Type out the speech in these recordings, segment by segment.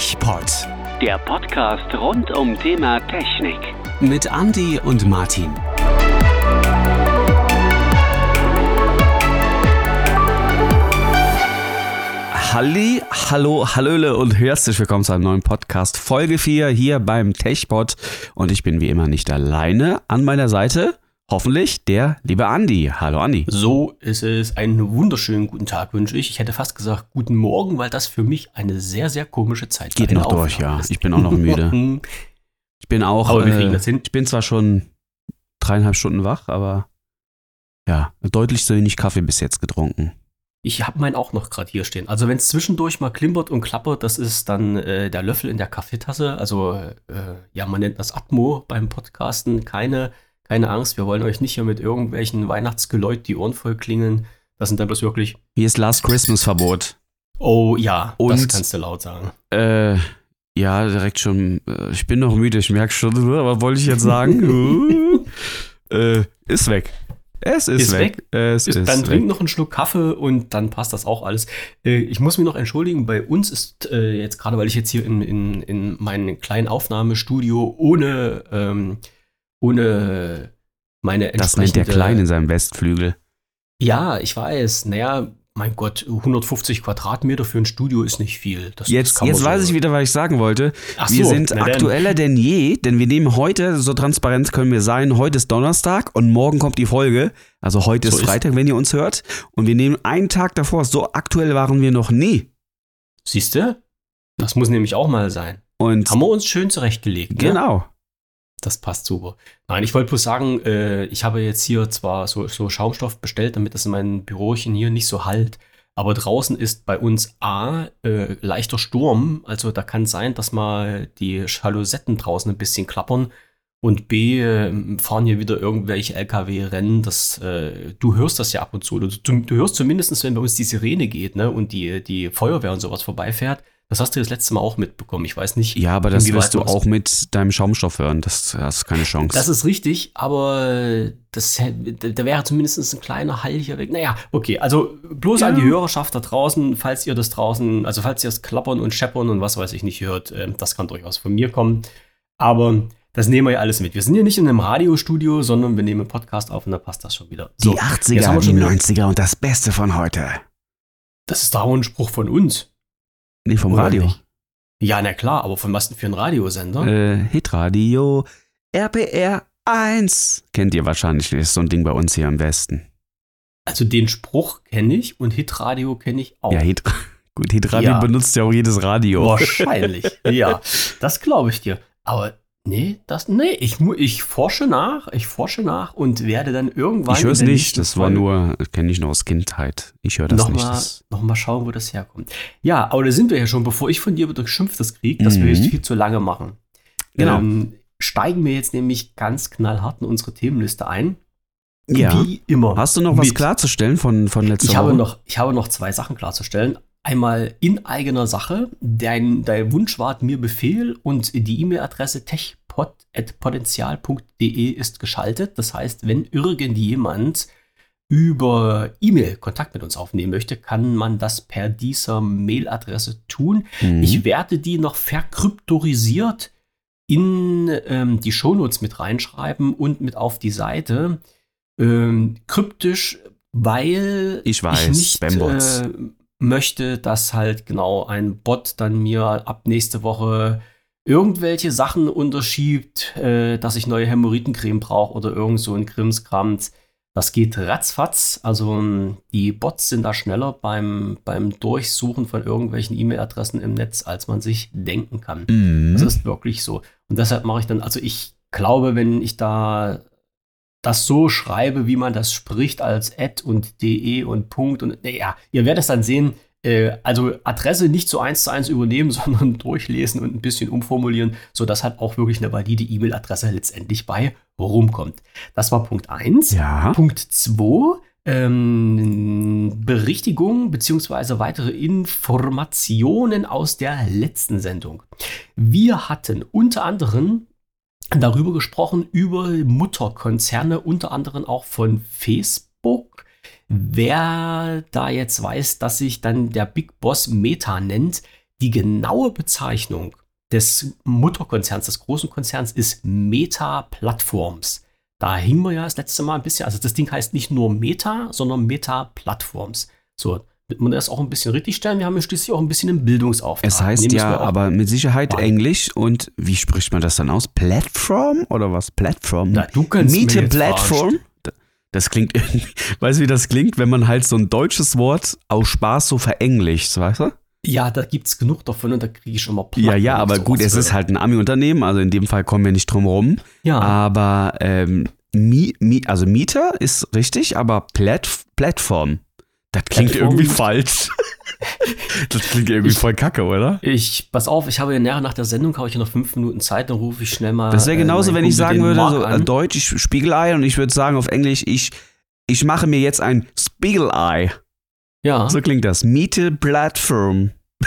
TechPod. Der Podcast rund um Thema Technik. Mit Andi und Martin. Hallo, hallöle und herzlich willkommen zu einem neuen Podcast. Folge 4 hier beim TechPod. Und ich bin wie immer nicht alleine. An meiner Seite hoffentlich der liebe Andi. Hallo Andi. So ist es. Einen wunderschönen guten Tag wünsche ich. Ich hätte fast gesagt guten Morgen, weil das für mich eine sehr, sehr komische Zeit geht noch durch, ja. Ich bin auch noch müde. Ich bin auch, aber wir kriegen das hin. Ich bin zwar schon 3,5 Stunden wach, aber ja, deutlich zu wenig Kaffee bis jetzt getrunken. Ich habe meinen auch noch gerade hier stehen. Also wenn es zwischendurch mal klimpert und klappert, das ist dann der Löffel in der Kaffeetasse. Also man nennt das Atmo beim Podcasten. Keine Angst, wir wollen euch nicht hier mit irgendwelchen Weihnachtsgeläut die Ohren voll klingeln. Das sind dann bloß wirklich... Hier ist Last Christmas Verbot. Oh ja, und, das kannst du laut sagen. Ja, direkt schon, ich bin noch müde, ich merke schon, was wollte ich jetzt sagen? Ist weg. Es ist weg. Dann trink noch einen Schluck Kaffee und dann passt das auch alles. Ich muss mich noch entschuldigen, bei uns ist jetzt gerade, weil ich jetzt hier in meinem kleinen Aufnahmestudio ohne meine entsprechende... Das nennt der Klein in seinem Westflügel. Ja, ich weiß. Naja, mein Gott, 150 Quadratmeter für ein Studio ist nicht viel. Jetzt weiß ich wieder, was ich sagen wollte. Wir sind aktueller denn je, denn wir nehmen heute, so transparent können wir sein, heute ist Donnerstag und morgen kommt die Folge. Also heute ist Freitag, wenn ihr uns hört. Und wir nehmen einen Tag davor. So aktuell waren wir noch nie. Siehst du? Das muss nämlich auch mal sein. Und haben wir uns schön zurechtgelegt. Genau. Ne? Das passt super. Nein, ich wollte bloß sagen, ich habe jetzt hier zwar so Schaumstoff bestellt, damit das in meinem Bürochen hier nicht so hallt, aber draußen ist bei uns A, leichter Sturm, also da kann sein, dass mal die Jalousetten draußen ein bisschen klappern und B, fahren hier wieder irgendwelche LKW rennen, du hörst das ja ab und zu, du hörst zumindest, wenn bei uns die Sirene geht, ne, und die Feuerwehr und sowas vorbeifährt. Das hast du das letzte Mal auch mitbekommen. Ich weiß nicht. Ja, aber das wirst du auch mit deinem Schaumstoff hören. Das hast keine Chance. Das ist richtig, aber da wäre zumindest ein kleiner Hall hier weg. Naja, okay. Also bloß an die Hörerschaft da draußen, falls ihr das Klappern und Scheppern und was weiß ich nicht hört, das kann durchaus von mir kommen. Aber das nehmen wir ja alles mit. Wir sind hier nicht in einem Radiostudio, sondern wir nehmen einen Podcast auf und da passt das schon wieder. So, die 80er, die 90er und das Beste von heute. Das ist da auch ein Spruch von uns. Nee, vom Radio. Nicht? Ja, na klar, aber von was denn für ein Radiosender? Hitradio RPR 1. Kennt ihr wahrscheinlich, das ist so ein Ding bei uns hier im Westen. Also den Spruch kenne ich und Hitradio kenne ich auch. Ja, Hitradio benutzt ja auch jedes Radio. Wahrscheinlich, ja. Das glaube ich dir. Aber ich forsche nach und werde dann irgendwann... Ich höre es nicht, das kenne ich noch aus Kindheit. Ich höre das nicht. Noch mal schauen, wo das herkommt. Ja, aber da sind wir ja schon, bevor ich von dir wieder geschimpftes kriege, dass wir jetzt viel zu lange machen. Genau. Steigen wir jetzt nämlich ganz knallhart in unsere Themenliste ein. Ja. Wie immer. Hast du noch was klarzustellen von letzter Woche? Ich habe noch 2 Sachen klarzustellen. Einmal in eigener Sache, dein Wunsch war mir Befehl und die E-Mail-Adresse techpod@potenzial.de ist geschaltet. Das heißt, wenn irgendjemand über E-Mail Kontakt mit uns aufnehmen möchte, kann man das per dieser Mail-Adresse tun. Ich werde die noch verkryptorisiert in die Shownotes mit reinschreiben und mit auf die Seite. Kryptisch, weil ich nicht möchte, dass halt genau ein Bot dann mir ab nächste Woche irgendwelche Sachen unterschiebt, dass ich neue Hämorrhoidencreme brauche oder irgend so ein Krimskrams. Das geht ratzfatz. Also die Bots sind da schneller beim Durchsuchen von irgendwelchen E-Mail-Adressen im Netz, als man sich denken kann. Das ist wirklich so. Und deshalb mache ich dann, also ich glaube, wenn ich da das so schreibe, wie man das spricht, als @ und de und Punkt und ja, ihr werdet es dann sehen, also Adresse nicht so 1:1 übernehmen, sondern durchlesen und ein bisschen umformulieren, sodass halt auch wirklich eine valide E-Mail-Adresse letztendlich bei rumkommt. Das war Punkt 1. Ja. Punkt 2, Berichtigung bzw. weitere Informationen aus der letzten Sendung. Wir hatten unter anderem darüber gesprochen, über Mutterkonzerne, unter anderem auch von Facebook. Wer da jetzt weiß, dass sich dann der Big Boss Meta nennt, Die genaue Bezeichnung des Mutterkonzerns, des großen Konzerns, ist Meta Platforms. Da hingen wir ja das letzte Mal ein bisschen, also das Ding heißt nicht nur Meta, sondern Meta Platforms. So, damit man das auch ein bisschen richtig stellen, wir haben ja schließlich auch ein bisschen einen Bildungsauftrag. Es heißt ja aber mit Sicherheit Englisch und wie spricht man das dann aus? Platform oder was? Platform? Na, du kannst Meta Platform? Das klingt irgendwie, weißt du, wie das klingt, wenn man halt so ein deutsches Wort aus Spaß so verenglicht, weißt du? Ja, da gibt's genug davon und da kriege ich schon mal Platten. Ja, aber gut, es ist halt ein Ami-Unternehmen, also in dem Fall kommen wir nicht drum rum. Ja. Aber also Mieter ist richtig, aber Plattform, das klingt irgendwie falsch. Das klingt irgendwie voll kacke, oder? Pass auf, ich habe ja nach der Sendung, habe ich ja noch 5 Minuten Zeit, dann rufe ich schnell mal. Das wäre genauso, wenn ich sagen würde, so Deutsch, ich Spiegelei und ich würde sagen auf Englisch, ich mache mir jetzt ein Spiegelei. Ja. So klingt das. Miete Plattform.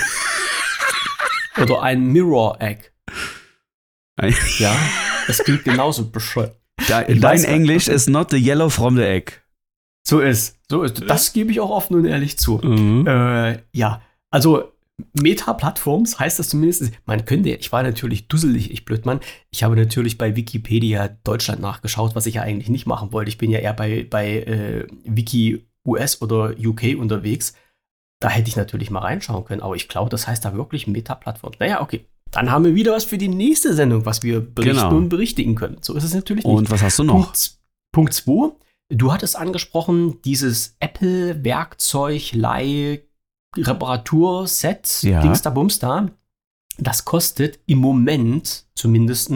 Oder ein Mirror Egg. Ja, das klingt genauso bescheuert. Dein Englisch ist not the yellow from the egg. So ist. Das gebe ich auch offen und ehrlich zu. Ja, also Meta-Plattforms heißt das zumindest, ich war natürlich dusselig, ich Blödmann, ich habe natürlich bei Wikipedia Deutschland nachgeschaut, was ich ja eigentlich nicht machen wollte. Ich bin ja eher bei Wiki US oder UK unterwegs. Da hätte ich natürlich mal reinschauen können, aber ich glaube, das heißt da wirklich Meta-Plattform. Naja, okay. Dann haben wir wieder was für die nächste Sendung, was wir berichten und berichtigen können. So ist es natürlich nicht. Und was hast du noch? Punkt 2. Du hattest angesprochen, dieses Apple-Werkzeug-Leih-Reparaturset, Dingster Bumster, das kostet im Moment zumindest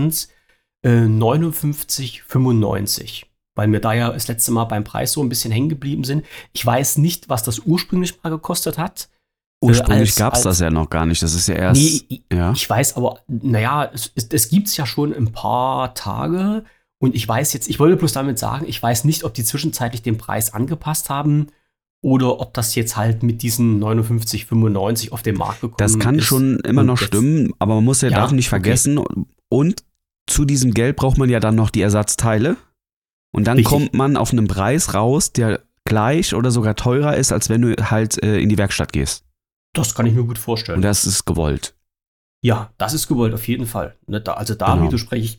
59,95. Weil wir da ja das letzte Mal beim Preis so ein bisschen hängen geblieben sind. Ich weiß nicht, was das ursprünglich mal gekostet hat. Ursprünglich gab es das ja noch gar nicht. Das ist ja erst. Nee, ich weiß, aber naja, es gibt es ja schon ein paar Tage. Und ich wollte bloß damit sagen, ich weiß nicht, ob die zwischenzeitlich den Preis angepasst haben oder ob das jetzt halt mit diesen 59,95 auf den Markt gekommen ist. Das kann schon immer noch stimmen, aber man muss darf nicht vergessen. Okay. Und zu diesem Geld braucht man ja dann noch die Ersatzteile. Und dann kommt man auf einen Preis raus, der gleich oder sogar teurer ist, als wenn du halt in die Werkstatt gehst. Das kann ich mir gut vorstellen. Und das ist gewollt. Ja, das ist gewollt, auf jeden Fall. Widerspreche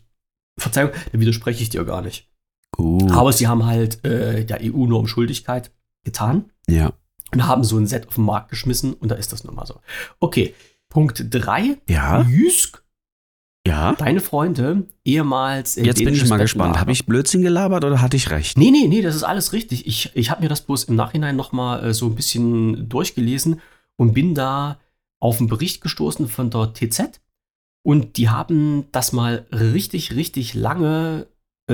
ich dir gar nicht. Gut. Aber sie haben halt der EU-Norm Schuldigkeit getan. Ja. Und haben so ein Set auf den Markt geschmissen und da ist das nun mal so. Okay, Punkt 3. Ja. Jysk. Ja. Deine Freunde, ehemals. Jetzt bin ich mal gespannt. Habe ich Blödsinn gelabert oder hatte ich recht? Nee, das ist alles richtig. Ich habe mir das bloß im Nachhinein nochmal so ein bisschen durchgelesen und bin da auf einen Bericht gestoßen von der TZ. Und die haben das mal richtig, richtig lange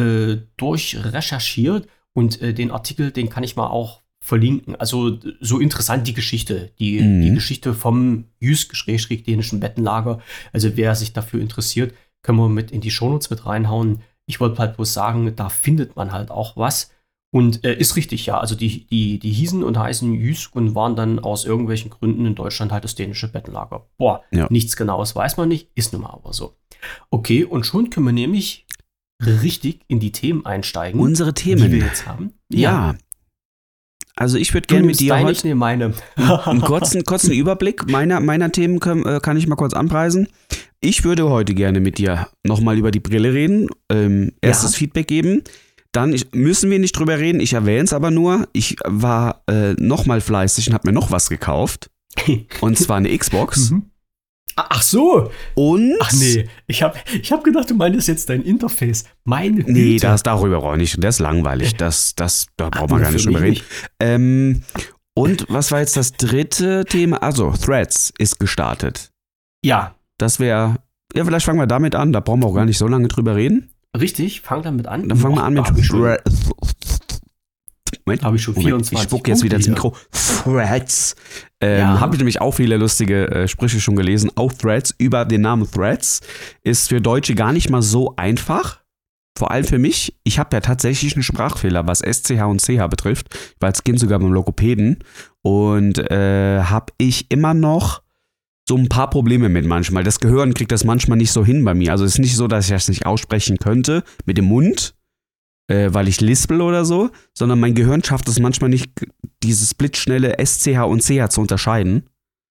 durchrecherchiert. Und den Artikel, den kann ich mal auch verlinken. Also so interessant die Geschichte. Die Geschichte vom jysk-dänischen Bettenlager. Also wer sich dafür interessiert, können wir mit in die Shownotes mit reinhauen. Ich wollte halt bloß sagen, da findet man halt auch was. Und ist richtig, ja. Also die hießen und heißen Jysk und waren dann aus irgendwelchen Gründen in Deutschland halt das dänische Bettenlager. Nichts Genaues weiß man nicht, ist nun mal aber so. Okay, und schon können wir nämlich richtig in die Themen einsteigen. Unsere Themen. Die wir jetzt haben. Ja. Also ich würde gerne mit dir heute meine. einen kurzen Überblick meiner Themen kann ich mal kurz anpreisen. Ich würde heute gerne mit dir nochmal über die Brille reden, erstes Feedback geben. Dann müssen wir nicht drüber reden, ich erwähne es aber nur. Ich war nochmal fleißig und habe mir noch was gekauft. Und zwar eine Xbox. Ach so. Und? Ach nee, ich hab gedacht, du meinst jetzt dein Interface. Meine Güte. Nee, darüber auch nicht. Das ist langweilig. Da braucht man gar nicht drüber reden. Und was war jetzt das dritte Thema? Also, Threads ist gestartet. Ja. Das wäre, vielleicht fangen wir damit an. Da brauchen wir auch gar nicht so lange drüber reden. Richtig, fang damit an. Dann fangen wir an mit Threads. Habe ich schon 24. Ich spucke jetzt wieder ins Mikro. Threads. Habe ich nämlich auch viele lustige Sprüche schon gelesen. Auch Threads über den Namen Threads ist für Deutsche gar nicht mal so einfach. Vor allem für mich. Ich habe ja tatsächlich einen Sprachfehler, was SCH und CH betrifft. Ich war als Kind sogar beim Logopäden. Und habe ich immer noch so ein paar Probleme mit manchmal. Das Gehirn kriegt das manchmal nicht so hin bei mir. Also es ist nicht so, dass ich das nicht aussprechen könnte mit dem Mund, weil ich lispel oder so, sondern mein Gehirn schafft es manchmal nicht, dieses blitzschnelle SCH und CH zu unterscheiden.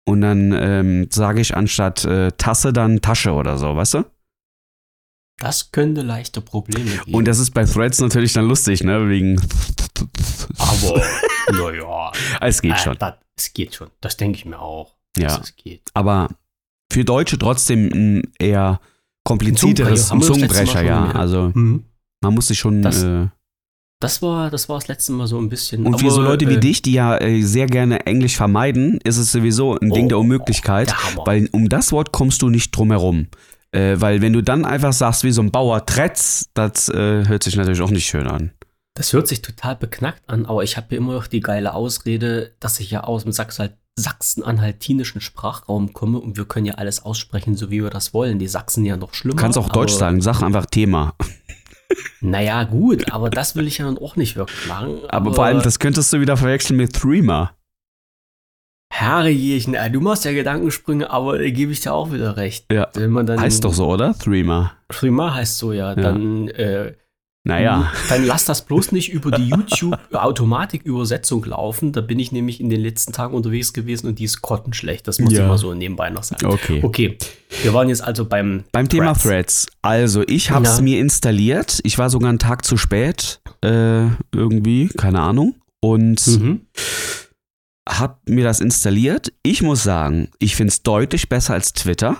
Und dann sage ich anstatt Tasse dann Tasche oder so, weißt du? Das könnte leichte Probleme geben. Und das ist bei Threads natürlich dann lustig, ne? Wegen. Aber, naja. Es geht schon. Es geht schon. Das denke ich mir auch. Ja. Es geht. Aber für Deutsche trotzdem ein eher komplizierteres Zungenbrecher, ja. Also man muss sich schon. Das war das letzte Mal so ein bisschen. Und für so Leute wie dich, die ja sehr gerne Englisch vermeiden, ist es sowieso ein Ding der Unmöglichkeit, weil um das Wort kommst du nicht drum herum. Weil wenn du dann einfach sagst, wie so ein Bauer Tretz, das hört sich natürlich auch nicht schön an. Das hört sich total beknackt an, aber ich habe hier immer noch die geile Ausrede, dass ich ja aus dem sachsen-anhaltinischen Sprachraum komme und wir können ja alles aussprechen, so wie wir das wollen. Die Sachsen ja noch schlimmer. Du kannst auch Deutsch sagen, sag einfach Thema. Naja, gut, aber das will ich ja dann auch nicht wirklich machen. Aber vor allem, das könntest du wieder verwechseln mit Threema. Herrjechen, du machst ja Gedankensprünge, aber da gebe ich dir auch wieder recht. Ja, wenn man dann, heißt doch so, oder? Threema. Threema heißt so, ja. Dann, naja. Dann lass das bloß nicht über die YouTube-Automatik-Übersetzung laufen. Da bin ich nämlich in den letzten Tagen unterwegs gewesen und die ist grottenschlecht. Das muss ich mal so nebenbei noch sagen. Okay, wir waren jetzt also beim Thema Threads. Also, ich habe es mir installiert. Ich war sogar einen Tag zu spät. Irgendwie, keine Ahnung. Und habe mir das installiert. Ich muss sagen, ich finde es deutlich besser als Twitter.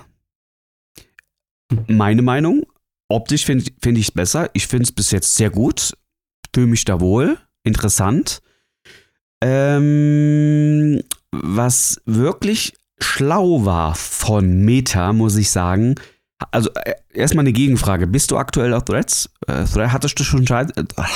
Meine Meinung. Optisch finde ich es besser. Ich finde es bis jetzt sehr gut. Fühle mich da wohl. Interessant. Was wirklich schlau war von Meta, muss ich sagen. Also erstmal eine Gegenfrage. Bist du aktuell auf Threads? Hattest du schon Zeit?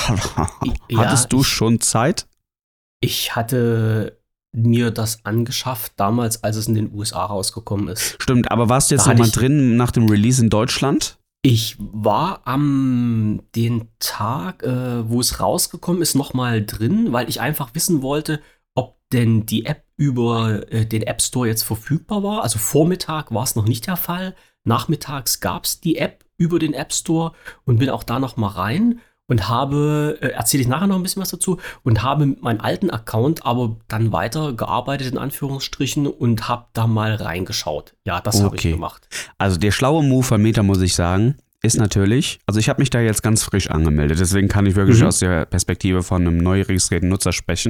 Ich hatte mir das angeschafft, damals, als es in den USA rausgekommen ist. Stimmt, aber warst du jetzt nochmal drin nach dem Release in Deutschland? Ich war am den Tag, wo es rausgekommen ist, nochmal drin, weil ich einfach wissen wollte, ob denn die App über den App Store jetzt verfügbar war. Also Vormittag war es noch nicht der Fall. Nachmittags gab es die App über den App Store und bin auch da nochmal rein. Und habe, erzähle ich nachher noch ein bisschen was dazu, und habe mit meinem alten Account aber dann weiter gearbeitet, in Anführungsstrichen, und habe da mal reingeschaut. Ja, das habe ich gemacht. Also der schlaue Move von Meta, muss ich sagen, ist natürlich, also ich habe mich da jetzt ganz frisch angemeldet, deswegen kann ich wirklich aus der Perspektive von einem neu registrierten Nutzer sprechen.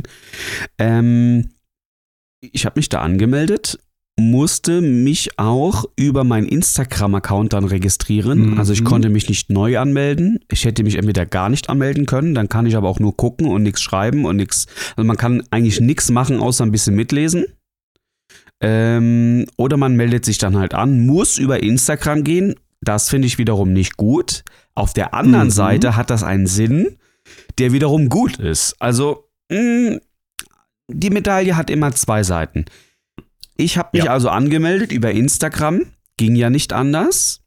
Ich habe mich da angemeldet, musste mich auch über meinen Instagram-Account dann registrieren. Also ich konnte mich nicht neu anmelden. Ich hätte mich entweder gar nicht anmelden können, dann kann ich aber auch nur gucken und nichts schreiben und nichts. Also man kann eigentlich nichts machen, außer ein bisschen mitlesen. Oder man meldet sich dann halt an, muss über Instagram gehen. Das finde ich wiederum nicht gut. Auf der anderen Seite hat das einen Sinn, der wiederum gut ist. Also die Medaille hat immer zwei Seiten. Ich habe mich also angemeldet über Instagram, ging ja nicht anders.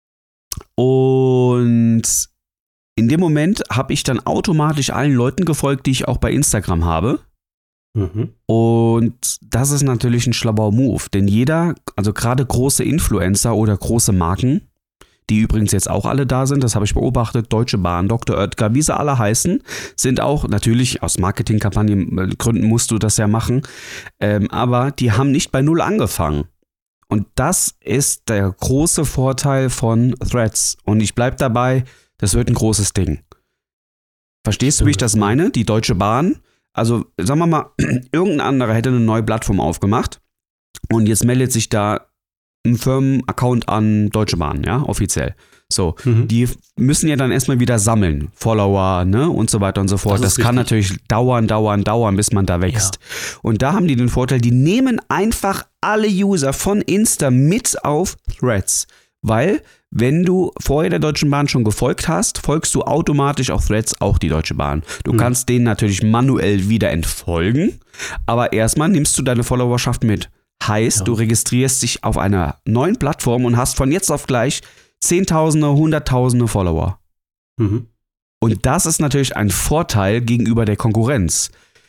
Und in dem Moment habe ich dann automatisch allen Leuten gefolgt, die ich auch bei Instagram habe. Und das ist natürlich ein schlauer Move, denn jeder, also gerade große Influencer oder große Marken, die übrigens jetzt auch alle da sind, das habe ich beobachtet, Deutsche Bahn, Dr. Oetker, wie sie alle heißen, sind auch, natürlich aus Marketingkampagnengründen musst du das ja machen, aber die haben nicht bei Null angefangen. Und das ist der große Vorteil von Threads. Und ich bleibe dabei, das wird ein großes Ding. Verstehst du, wie ich das meine? Die Deutsche Bahn, also sagen wir mal, irgendein anderer hätte eine neue Plattform aufgemacht und jetzt meldet sich da ein Firmenaccount an Deutsche Bahn, ja, offiziell. So, die müssen ja dann erstmal wieder sammeln, Follower, ne, und so weiter und so fort. Das kann natürlich dauern, bis man da wächst. Ja. Und da haben die den Vorteil, die nehmen einfach alle User von Insta mit auf Threads. Weil, wenn du vorher der Deutschen Bahn schon gefolgt hast, folgst du automatisch auf Threads auch die Deutsche Bahn. Du kannst denen natürlich manuell wieder entfolgen, aber erstmal nimmst du deine Followerschaft mit. Heißt, du registrierst dich auf einer neuen Plattform und hast von jetzt auf gleich Zehntausende, Hunderttausende Follower. Und das ist natürlich ein Vorteil gegenüber der Konkurrenz.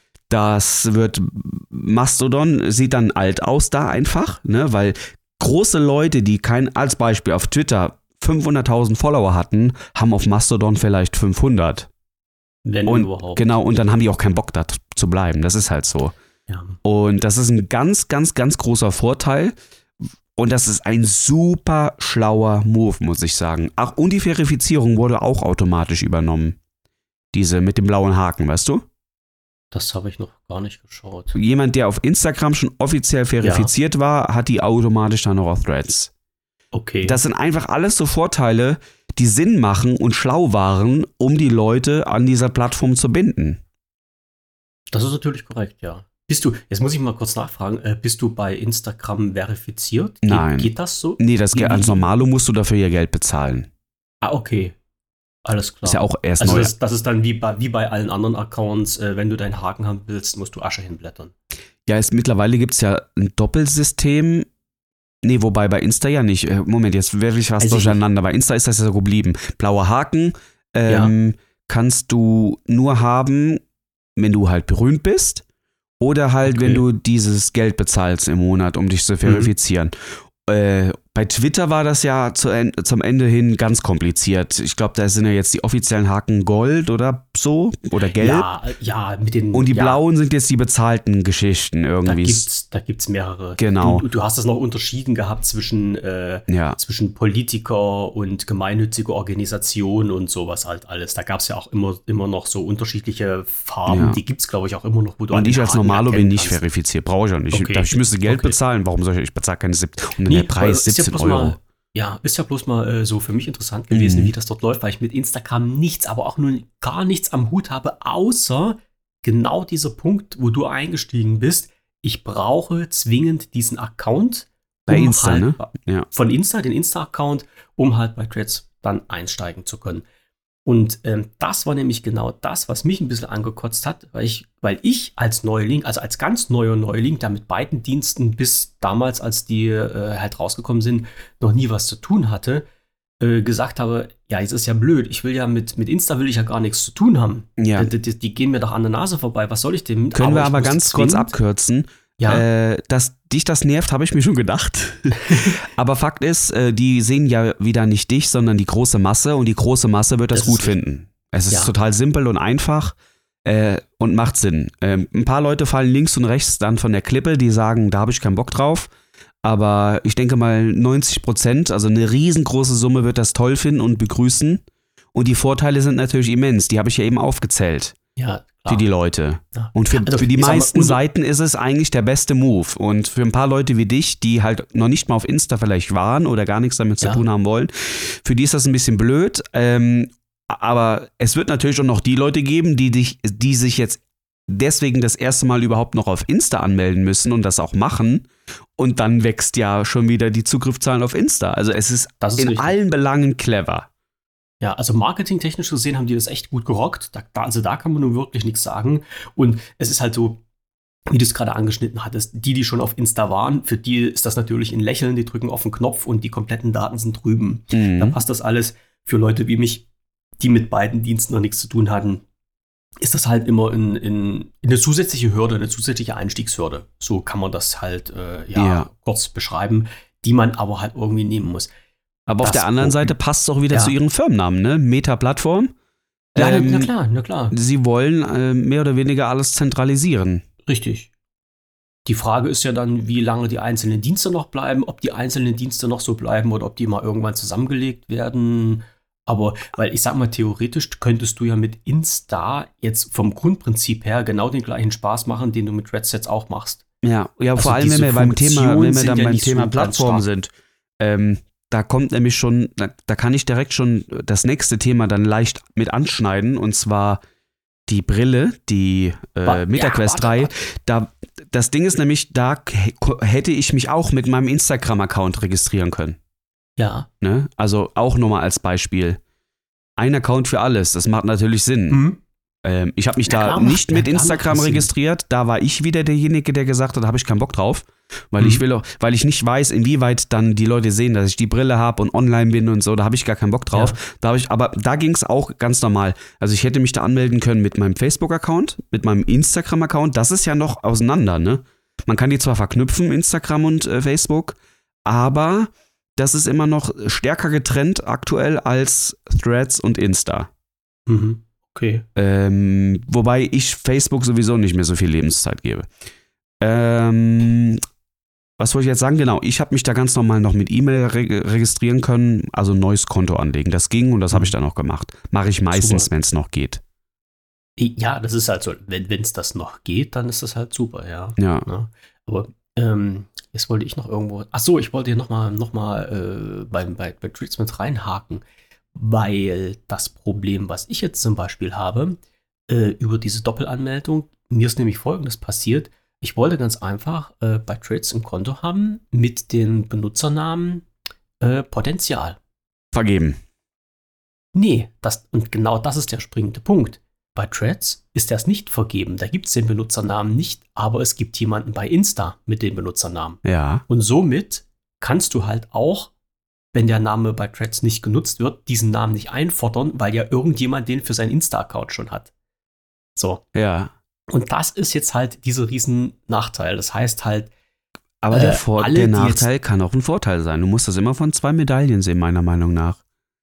Mastodon sieht dann alt aus da einfach, ne, weil große Leute, die als Beispiel auf Twitter 500.000 Follower hatten, haben auf Mastodon vielleicht 500. Wenn überhaupt. Genau, und dann haben die auch keinen Bock da zu bleiben. Das ist halt so. Ja. Und das ist ein ganz, ganz, ganz großer Vorteil. Und das ist ein super schlauer Move, muss ich sagen. Ach, und die Verifizierung wurde auch automatisch übernommen. Diese mit dem blauen Haken, weißt du? Das habe ich noch gar nicht geschaut. Jemand, der auf Instagram schon offiziell verifiziert war, hat die automatisch dann noch auf Threads. Okay. Das sind einfach alles so Vorteile, die Sinn machen und schlau waren, um die Leute an dieser Plattform zu binden. Das ist natürlich korrekt, ja. Jetzt muss ich mal kurz nachfragen, bist du bei Instagram verifiziert? Nein. Geht das so? Nee, als Normalo musst du dafür ja Geld bezahlen. Ah, okay. Alles klar. Ist ja auch erst also neu. Das ist dann wie bei allen anderen Accounts, wenn du deinen Haken haben willst, musst du Asche hinblättern. Ja, mittlerweile gibt es ja ein Doppelsystem. Nee, wobei bei Insta ja nicht. Moment, jetzt werfe ich was durcheinander. Bei Insta ist das ja so geblieben. Blauer Haken kannst du nur haben, wenn du halt berühmt bist. Oder halt, wenn du dieses Geld bezahlst im Monat, um dich zu verifizieren. Bei Twitter war das ja zum Ende hin ganz kompliziert. Ich glaube, da sind ja jetzt die offiziellen Haken Gold oder so oder Gelb. Ja, mit den. Und die blauen sind jetzt die bezahlten Geschichten irgendwie. Da gibt's mehrere. Genau. Du hast das noch unterschieden gehabt zwischen Politiker und gemeinnützige Organisationen und sowas halt alles. Da gab es ja auch immer noch so unterschiedliche Farben. Ja. Die gibt's, glaube ich, auch immer noch. Und ich als Normalo bin nicht verifiziert. Brauche ich auch nicht. Okay. Ich müsste Geld bezahlen. Warum soll ich? Ich bezahle keine 17. Und der Preis 17 Euro. Ist ja bloß mal so für mich interessant gewesen, wie das dort läuft, weil ich mit Instagram aber auch nun gar nichts am Hut habe, außer genau dieser Punkt, wo du eingestiegen bist. Ich brauche zwingend diesen Account. Bei Insta, halt, ne? Ja. Von Insta, den Insta-Account, um halt bei Threads dann einsteigen zu können. Und das war nämlich genau das, was mich ein bisschen angekotzt hat, weil ich als Neuling, also als ganz neuer Neuling, da mit beiden Diensten bis damals, als die halt rausgekommen sind, noch nie was zu tun hatte, gesagt habe, ja, jetzt ist ja blöd, ich will ja mit Insta will ich ja gar nichts zu tun haben. Ja. Die gehen mir doch an der Nase vorbei, was soll ich denn? Können wir aber ganz kurz abkürzen. Ja. Dass dich das nervt, habe ich mir schon gedacht. Aber Fakt ist, die sehen ja wieder nicht dich, sondern die große Masse und die große Masse wird das gut finden. Es ist total simpel und einfach und macht Sinn. Ein paar Leute fallen links und rechts dann von der Klippe, die sagen, da habe ich keinen Bock drauf. Aber ich denke mal 90%, also eine riesengroße Summe wird das toll finden und begrüßen. Und die Vorteile sind natürlich immens, die habe ich ja eben aufgezählt. Ja. Für die Leute. Ja. Und für die meisten Seiten ist es eigentlich der beste Move. Und für ein paar Leute wie dich, die halt noch nicht mal auf Insta vielleicht waren oder gar nichts damit zu tun haben wollen, für die ist das ein bisschen blöd. Aber es wird natürlich auch noch die Leute geben, die sich jetzt deswegen das erste Mal überhaupt noch auf Insta anmelden müssen und das auch machen. Und dann wächst ja schon wieder die Zugriffszahlen auf Insta. Also es ist in allen Belangen clever. Ja, also marketingtechnisch gesehen haben die das echt gut gerockt. Da kann man nun wirklich nichts sagen. Und es ist halt so, wie du es gerade angeschnitten hattest, die schon auf Insta waren, für die ist das natürlich ein Lächeln, die drücken auf den Knopf und die kompletten Daten sind drüben. Dann passt das alles. Für Leute wie mich, die mit beiden Diensten noch nichts zu tun hatten, ist das halt immer eine zusätzliche Hürde, eine zusätzliche Einstiegshürde. So kann man das halt kurz beschreiben, die man aber halt irgendwie nehmen muss. Aber auf der anderen Seite passt es auch wieder zu ihren Firmennamen, ne? Meta-Plattform. Ja, na klar. Sie wollen mehr oder weniger alles zentralisieren. Richtig. Die Frage ist ja dann, wie lange die einzelnen Dienste noch bleiben, ob die einzelnen Dienste noch so bleiben oder ob die mal irgendwann zusammengelegt werden. Aber, weil ich sag mal, theoretisch könntest du ja mit Insta jetzt vom Grundprinzip her genau den gleichen Spaß machen, den du mit Threads jetzt auch machst. Ja, also vor allem, wenn wir beim Thema Plattform sind. Da kommt nämlich schon, da kann ich direkt schon das nächste Thema dann leicht mit anschneiden, und zwar die Brille, die MetaQuest 3. Das Ding ist nämlich, da hätte ich mich auch mit meinem Instagram-Account registrieren können. Ja. Ne? Also auch nochmal als Beispiel. Ein Account für alles, das macht natürlich Sinn. Mhm. Ich habe mich nicht mit Instagram registriert, da war ich wieder derjenige, der gesagt hat, da habe ich keinen Bock drauf, weil ich nicht weiß, inwieweit dann die Leute sehen, dass ich die Brille habe und online bin und so, da habe ich gar keinen Bock drauf. Ja. Aber da ging es auch ganz normal. Also ich hätte mich da anmelden können mit meinem Facebook-Account, mit meinem Instagram-Account, das ist ja noch auseinander, ne? Man kann die zwar verknüpfen, Instagram und Facebook, aber das ist immer noch stärker getrennt aktuell als Threads und Insta. Mhm. Okay. Wobei ich Facebook sowieso nicht mehr so viel Lebenszeit gebe. Was wollte ich jetzt sagen? Genau, ich habe mich da ganz normal noch mit E-Mail registrieren können, also ein neues Konto anlegen. Das ging und das habe ich dann auch gemacht. Mache ich meistens, wenn es noch geht. Ja, das ist halt so, wenn es das noch geht, dann ist das halt super, ja. Ja. Aber jetzt wollte ich noch irgendwo, ich wollte hier noch mal bei Tweets mit reinhaken, weil das Problem, was ich jetzt zum Beispiel habe, über diese Doppelanmeldung, mir ist nämlich Folgendes passiert. Ich wollte ganz einfach bei Trades ein Konto haben mit den Benutzernamen Potenzial. Vergeben. Nee, und genau das ist der springende Punkt. Bei Threads ist das nicht vergeben. Da gibt es den Benutzernamen nicht, aber es gibt jemanden bei Insta mit dem Benutzernamen. Ja. Und somit kannst du halt auch, wenn der Name bei Threads nicht genutzt wird, diesen Namen nicht einfordern, weil ja irgendjemand den für seinen Insta-Account schon hat. So. Ja. Und das ist jetzt halt dieser riesen Nachteil. Das heißt halt, aber der Nachteil kann auch ein Vorteil sein. Du musst das immer von 2 Medaillen sehen, meiner Meinung nach.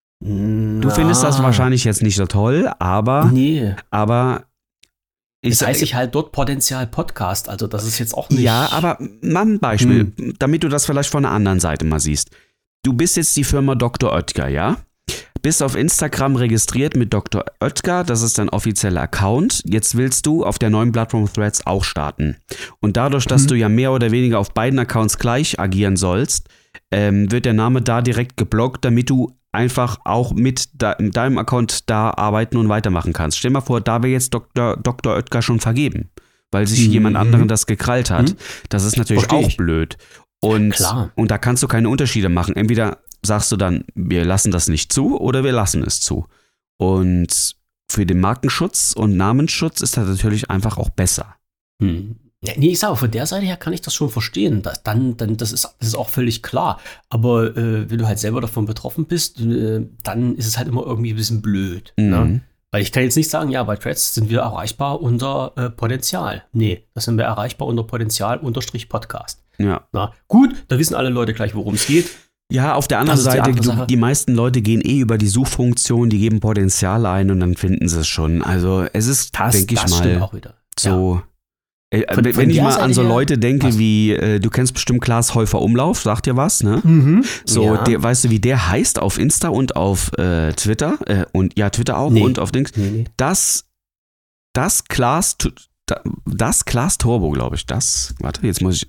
Du findest das wahrscheinlich jetzt nicht so toll, aber. Nee. Aber. Das heißt ich halt dort Potenzial Podcast, also das ist jetzt auch nicht. Ja, aber mal ein Beispiel, damit du das vielleicht von der anderen Seite mal siehst. Du bist jetzt die Firma Dr. Oetker, ja? Bist auf Instagram registriert mit Dr. Oetker, das ist dein offizieller Account. Jetzt willst du auf der neuen Plattform Threads auch starten. Und dadurch, dass du ja mehr oder weniger auf beiden Accounts gleich agieren sollst, wird der Name da direkt geblockt, damit du einfach auch mit deinem Account da arbeiten und weitermachen kannst. Stell dir mal vor, da wäre jetzt Dr. Oetker schon vergeben, weil sich jemand anderen das gekrallt hat. Das ist natürlich auch blöd. Und da kannst du keine Unterschiede machen. Entweder sagst du dann, wir lassen das nicht zu oder wir lassen es zu. Und für den Markenschutz und Namensschutz ist das natürlich einfach auch besser. Ja, nee, ich sage, von der Seite her kann ich das schon verstehen. Das ist auch völlig klar. Aber wenn du halt selber davon betroffen bist, dann ist es halt immer irgendwie ein bisschen blöd. Ne? Weil ich kann jetzt nicht sagen, ja, bei Threads sind wir erreichbar unter Potenzial. Nee, das sind wir erreichbar unter Potenzial_Podcast. Ja. Na, gut, da wissen alle Leute gleich, worum es geht. Ja, auf der anderen Seite, die meisten Leute gehen über die Suchfunktion, die geben Potenzial ein und dann finden sie es schon. Also es ist, denke ich mal, auch wieder. So. Ja. Wenn ich mal an so Leute denke wie, du kennst bestimmt Klaas Häufer Umlauf, sagt dir was, ne? So, ja. Weißt du, wie der heißt auf Insta und auf Twitter? Und ja, Twitter auch und auf Dings. Nee. Das Klaas Turbo, glaube ich. Warte, jetzt muss ich.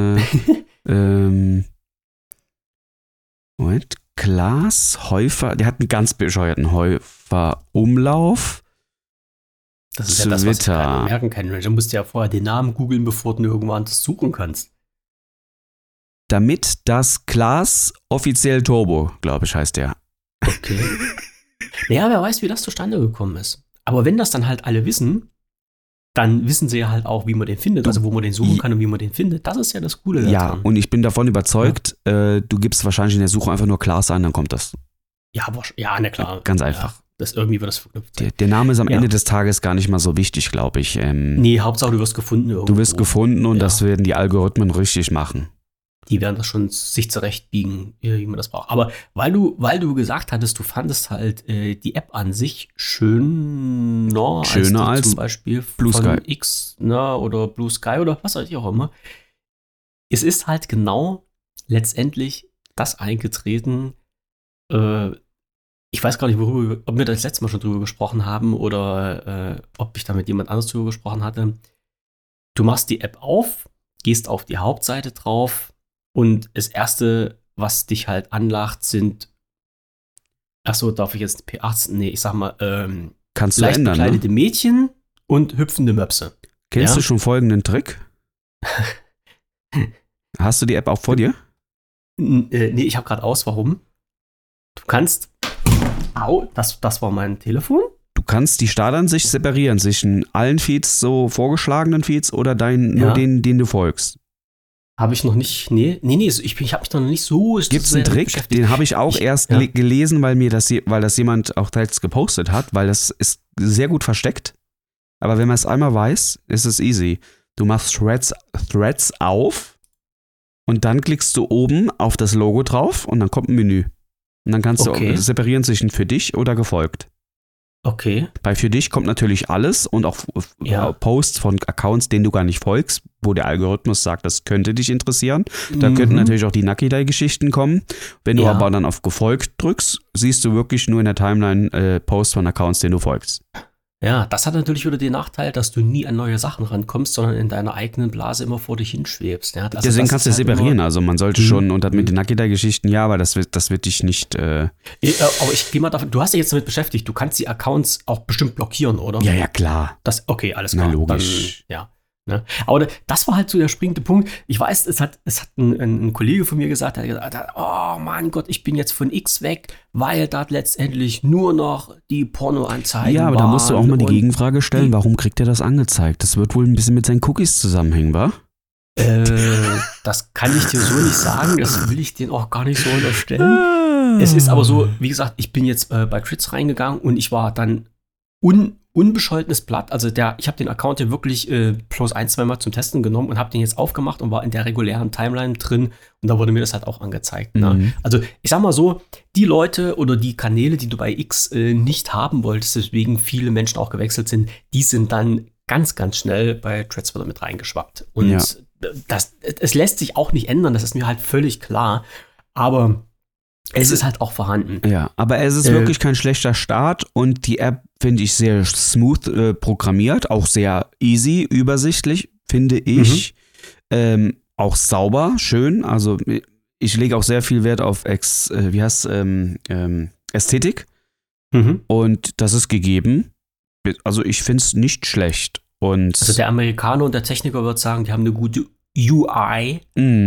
Moment. Klaas Häufer, der hat einen ganz bescheuerten Häufer Umlauf. Das ist ja das, was ich merken kann. Du musst ja vorher den Namen googeln, bevor du irgendwo anders suchen kannst. Damit das Klaas offiziell Turbo, glaube ich, heißt der. Okay. Naja, wer weiß, wie das zustande gekommen ist. Aber wenn das dann halt alle wissen, dann wissen sie ja halt auch, wie man den findet, also wo man den suchen kann und wie man den findet. Das ist ja das Coole daran. Ja, und ich bin davon überzeugt, du gibst wahrscheinlich in der Suche einfach nur Klaas ein, dann kommt das. Ja, na klar. Ganz einfach. Ja. Irgendwie wird das verknüpft. Der Name ist am Ende des Tages gar nicht mal so wichtig, glaube ich. Nee, Hauptsache du wirst gefunden irgendwo. Du wirst gefunden und das werden die Algorithmen richtig machen. Die werden das schon sich zurechtbiegen, wie man das braucht. Aber weil du gesagt hattest, du fandest halt die App an sich schöner als zum Beispiel Blue von Sky X, oder Blue Sky oder was weiß ich auch immer. Es ist halt genau letztendlich das eingetreten, ich weiß gar nicht, ob wir das letzte Mal schon drüber gesprochen haben oder ob ich da mit jemand anders drüber gesprochen hatte. Du machst die App auf, gehst auf die Hauptseite drauf und das Erste, was dich halt anlacht, sind darf ich jetzt P18? Nee, ich sag mal, kannst du leicht ändern, bekleidete Mädchen und hüpfende Möpse. Kennst du schon folgenden Trick? Hast du die App auch vor dir? Nee, ich habe gerade aus. Warum? Du kannst das war mein Telefon. Du kannst die Startansicht separieren zwischen allen Feeds, so vorgeschlagenen Feeds oder nur den du folgst. Habe ich noch nicht, nee, ich habe mich noch nicht so. Gibt es einen Trick, den habe ich auch erst gelesen, weil das jemand auch teils gepostet hat, weil das ist sehr gut versteckt. Aber wenn man es einmal weiß, ist es easy. Du machst Threads auf und dann klickst du oben auf das Logo drauf und dann kommt ein Menü. Und dann kannst du separieren zwischen für dich oder gefolgt. Okay. Bei Für dich kommt natürlich alles und auch Posts von Accounts, denen du gar nicht folgst, wo der Algorithmus sagt, das könnte dich interessieren. Da könnten natürlich auch die Nakidai-Geschichten kommen. Wenn du aber dann auf Gefolgt drückst, siehst du wirklich nur in der Timeline Posts von Accounts, denen du folgst. Ja, das hat natürlich wieder den Nachteil, dass du nie an neue Sachen rankommst, sondern in deiner eigenen Blase immer vor dich hinschwebst. Ja, also deswegen kannst du es separieren. Also man sollte schon, und mit den Nakidai-Geschichten, aber das wird dich nicht... Aber ich gehe mal davon, du hast dich jetzt damit beschäftigt, du kannst die Accounts auch bestimmt blockieren, oder? Ja, klar. Okay, alles klar. Na, logisch. Dann, ne? Aber das war halt so der springende Punkt. Ich weiß, es hat ein Kollege von mir gesagt, der hat gesagt, oh mein Gott, ich bin jetzt von X weg, weil da letztendlich nur noch die Pornoanzeigen Ja, aber da musst du auch mal die Gegenfrage stellen, warum kriegt er das angezeigt? Das wird wohl ein bisschen mit seinen Cookies zusammenhängen, wa? Das kann ich dir so nicht sagen, das will ich dir auch gar nicht so unterstellen. Es ist aber so, wie gesagt, ich bin jetzt bei Twitch reingegangen und ich war dann unbescholtenes Blatt. Also ich habe den Account ja wirklich plus 1-2 Mal zum Testen genommen und habe den jetzt aufgemacht und war in der regulären Timeline drin und da wurde mir das halt auch angezeigt. Ne? Also ich sag mal so, die Leute oder die Kanäle, die du bei X nicht haben wolltest, deswegen viele Menschen auch gewechselt sind, die sind dann ganz, ganz schnell bei Threads wieder mit reingeschwappt. Und es lässt sich auch nicht ändern, das ist mir halt völlig klar. Aber es ist halt auch vorhanden. Ja, aber es ist wirklich kein schlechter Start und die App finde ich sehr smooth programmiert, auch sehr easy, übersichtlich, finde ich. Auch sauber, schön. Also ich lege auch sehr viel Wert auf Ästhetik. Und das ist gegeben. Also ich finde es nicht schlecht. Und also der Amerikaner und der Techniker wird sagen, die haben eine gute UI.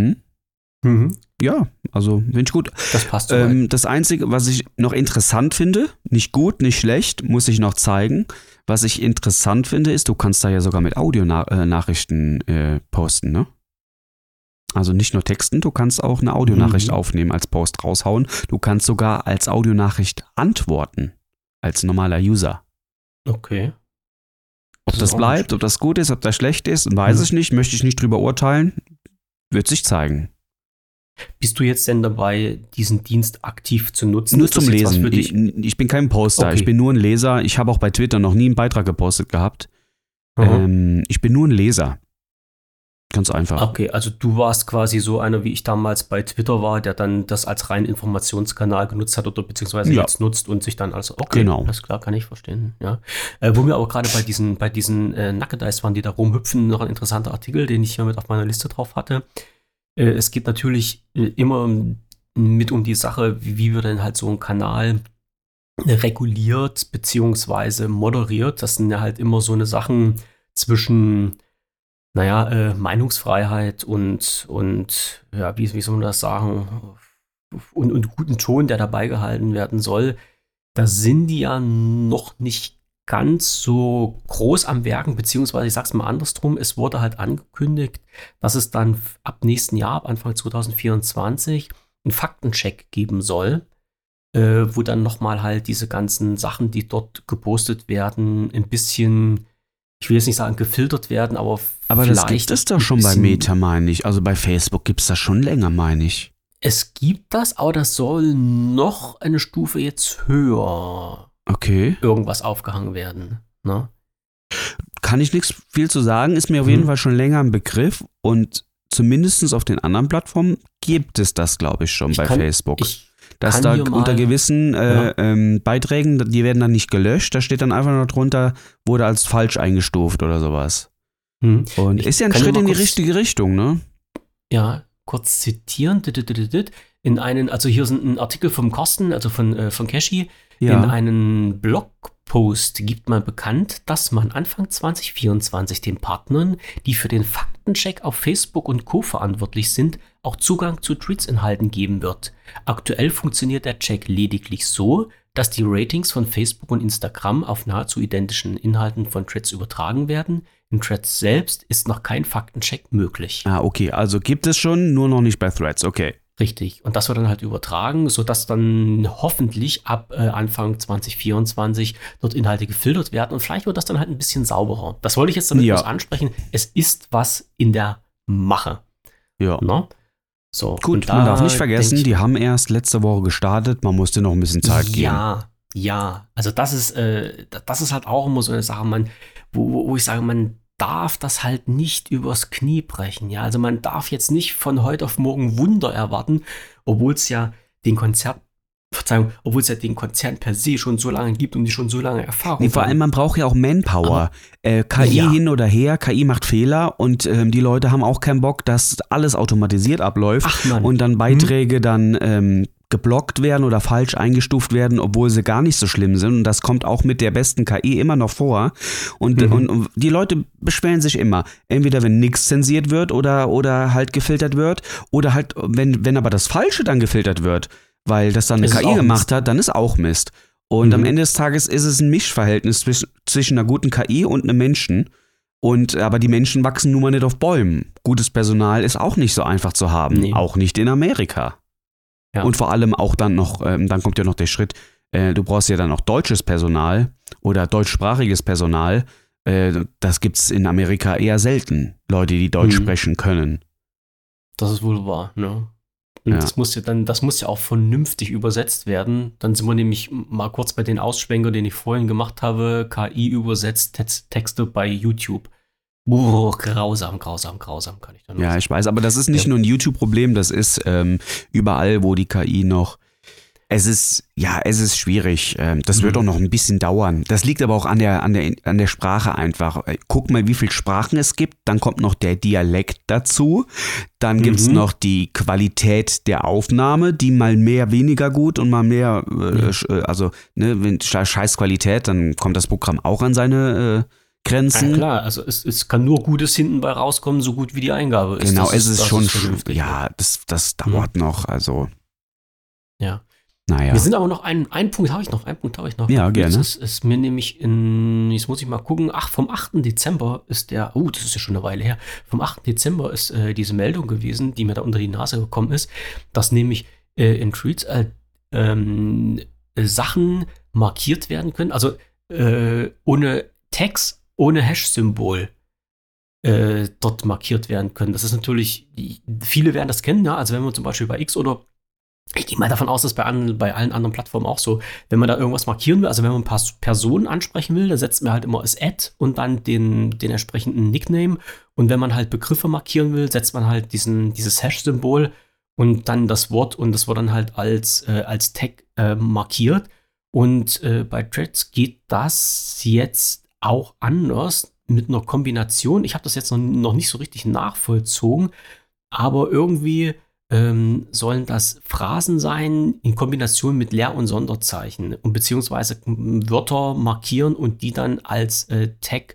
Ja, also finde ich gut. Das passt so. Das Einzige, was ich noch interessant finde, nicht gut, nicht schlecht, muss ich noch zeigen. Was ich interessant finde, ist, du kannst da ja sogar mit Audionachrichten posten, ne? Also nicht nur texten, du kannst auch eine Audionachricht aufnehmen, als Post raushauen. Du kannst sogar als Audionachricht antworten, als normaler User. Okay. Ob das bleibt, ob das gut ist, ob das schlecht ist, weiß ich nicht, möchte ich nicht drüber urteilen, wird sich zeigen. Bist du jetzt denn dabei, diesen Dienst aktiv zu nutzen? Nur zum Lesen. Ich bin kein Poster, ich bin nur ein Leser. Ich habe auch bei Twitter noch nie einen Beitrag gepostet gehabt. Ich bin nur ein Leser. Ganz einfach. Okay, also du warst quasi so einer, wie ich damals bei Twitter war, der dann das als reinen Informationskanal genutzt hat oder beziehungsweise jetzt nutzt und sich dann also, okay, genau. Alles klar, kann ich verstehen. Ja. Wo wir aber gerade bei diesen Nakedice waren, die da rumhüpfen, noch ein interessanter Artikel, den ich hier mit auf meiner Liste drauf hatte. Es geht natürlich immer mit um die Sache, wie wird denn halt so ein Kanal reguliert beziehungsweise moderiert. Das sind ja halt immer so eine Sachen zwischen Meinungsfreiheit und ja, wie soll man das sagen, und guten Ton, der dabei gehalten werden soll. Da sind die ja noch nicht ganz so groß am Werken, beziehungsweise ich sag's mal andersrum, es wurde halt angekündigt, dass es dann ab nächsten Jahr, ab Anfang 2024, einen Faktencheck geben soll, wo dann nochmal halt diese ganzen Sachen, die dort gepostet werden, ein bisschen, ich will jetzt nicht sagen gefiltert werden, aber das gibt es doch schon bei Meta, meine ich. Also bei Facebook gibt es das schon länger, meine ich. Es gibt das, aber das soll noch eine Stufe jetzt höher irgendwas aufgehangen werden. Ne? Kann ich nichts viel zu sagen, ist mir auf jeden Fall schon länger ein Begriff und zumindest auf den anderen Plattformen gibt es das, glaube ich, schon bei Facebook. Dass da unter gewissen Beiträgen, die werden dann nicht gelöscht, da steht dann einfach nur drunter, wurde als falsch eingestuft oder sowas. Und ist ja ein Schritt in die richtige Richtung, ne? Ja, kurz zitieren. Also hier ist ein Artikel vom Carsten, also von Cashy. Ja. In einem Blogpost gibt man bekannt, dass man Anfang 2024 den Partnern, die für den Faktencheck auf Facebook und Co. verantwortlich sind, auch Zugang zu Tweets-Inhalten geben wird. Aktuell funktioniert der Check lediglich so, dass die Ratings von Facebook und Instagram auf nahezu identischen Inhalten von Threads übertragen werden. In Threads selbst ist noch kein Faktencheck möglich. Okay, also gibt es schon, nur noch nicht bei Threads, okay. Richtig, und das wird dann halt übertragen, sodass dann hoffentlich ab Anfang 2024 dort Inhalte gefiltert werden und vielleicht wird das dann halt ein bisschen sauberer. Das wollte ich jetzt damit kurz ansprechen. Es ist was in der Mache. Ja. No? So, gut, man darf nicht vergessen, die haben erst letzte Woche gestartet, man musste noch ein bisschen Zeit geben. Ja, Ja, also das ist halt auch immer so eine Sache, wo ich sage, man darf das halt nicht übers Knie brechen. Ja, also man darf jetzt nicht von heute auf morgen Wunder erwarten, obwohl es ja den Konzern per se schon so lange gibt und die schon so lange Erfahrung haben. Vor allem, man braucht ja auch Manpower. KI hin oder her, KI macht Fehler und die Leute haben auch keinen Bock, dass alles automatisiert abläuft und dann Beiträge dann geblockt werden oder falsch eingestuft werden, obwohl sie gar nicht so schlimm sind. Und das kommt auch mit der besten KI immer noch vor. Und die Leute beschweren sich immer. Entweder wenn nichts zensiert wird oder halt gefiltert wird oder halt, wenn aber das Falsche dann gefiltert wird, weil das dann eine KI gemacht hat, dann ist auch Mist. Und am Ende des Tages ist es ein Mischverhältnis zwischen einer guten KI und einem Menschen. Aber die Menschen wachsen nun mal nicht auf Bäumen. Gutes Personal ist auch nicht so einfach zu haben. Auch nicht in Amerika. Ja. Und vor allem auch dann noch, dann kommt ja noch der Schritt, du brauchst ja dann auch deutsches Personal oder deutschsprachiges Personal. Das gibt's in Amerika eher selten. Leute, die Deutsch sprechen können. Das ist wohl wahr, ne? Und das muss ja auch vernünftig übersetzt werden. Dann sind wir nämlich mal kurz bei den Ausschwenker, den ich vorhin gemacht habe. KI übersetzt Texte bei YouTube. Grausam, kann ich da nur sagen. Ich weiß, aber das ist nicht nur ein YouTube-Problem, das ist überall, wo die KI noch. Es ist schwierig. Das wird auch noch ein bisschen dauern. Das liegt aber auch an der Sprache einfach. Guck mal, wie viele Sprachen es gibt. Dann kommt noch der Dialekt dazu. Dann gibt es noch die Qualität der Aufnahme, die mal mehr, weniger gut und mal mehr, wenn scheiß Qualität, dann kommt das Programm auch an seine Grenzen. Ja, klar, also es kann nur Gutes hinten bei rauskommen, so gut wie die Eingabe ist. Genau, es ist schon, das dauert noch, also. Ja. Naja. Wir sind aber noch einen Punkt habe ich noch. Ja, gerne. Das ist mir nämlich jetzt muss ich mal gucken, vom 8. Dezember ist das ist ja schon eine Weile her, vom 8. Dezember ist diese Meldung gewesen, die mir da unter die Nase gekommen ist, dass nämlich in Tweets Sachen markiert werden können, also ohne Text, ohne Hash-Symbol dort markiert werden können. Das ist natürlich, viele werden das kennen, ja? Also wenn wir zum Beispiel bei X oder ich gehe mal davon aus, dass bei allen anderen Plattformen auch so, wenn man da irgendwas markieren will, also wenn man ein paar Personen ansprechen will, dann setzt man halt immer das Ad und dann den entsprechenden Nickname. Und wenn man halt Begriffe markieren will, setzt man halt dieses Hash-Symbol und dann das Wort und das wird dann halt als Tag markiert. Und bei Threads geht das jetzt auch anders mit einer Kombination. Ich habe das jetzt noch nicht so richtig nachvollzogen, aber irgendwie sollen das Phrasen sein in Kombination mit Leer- und Sonderzeichen und beziehungsweise Wörter markieren und die dann als Tag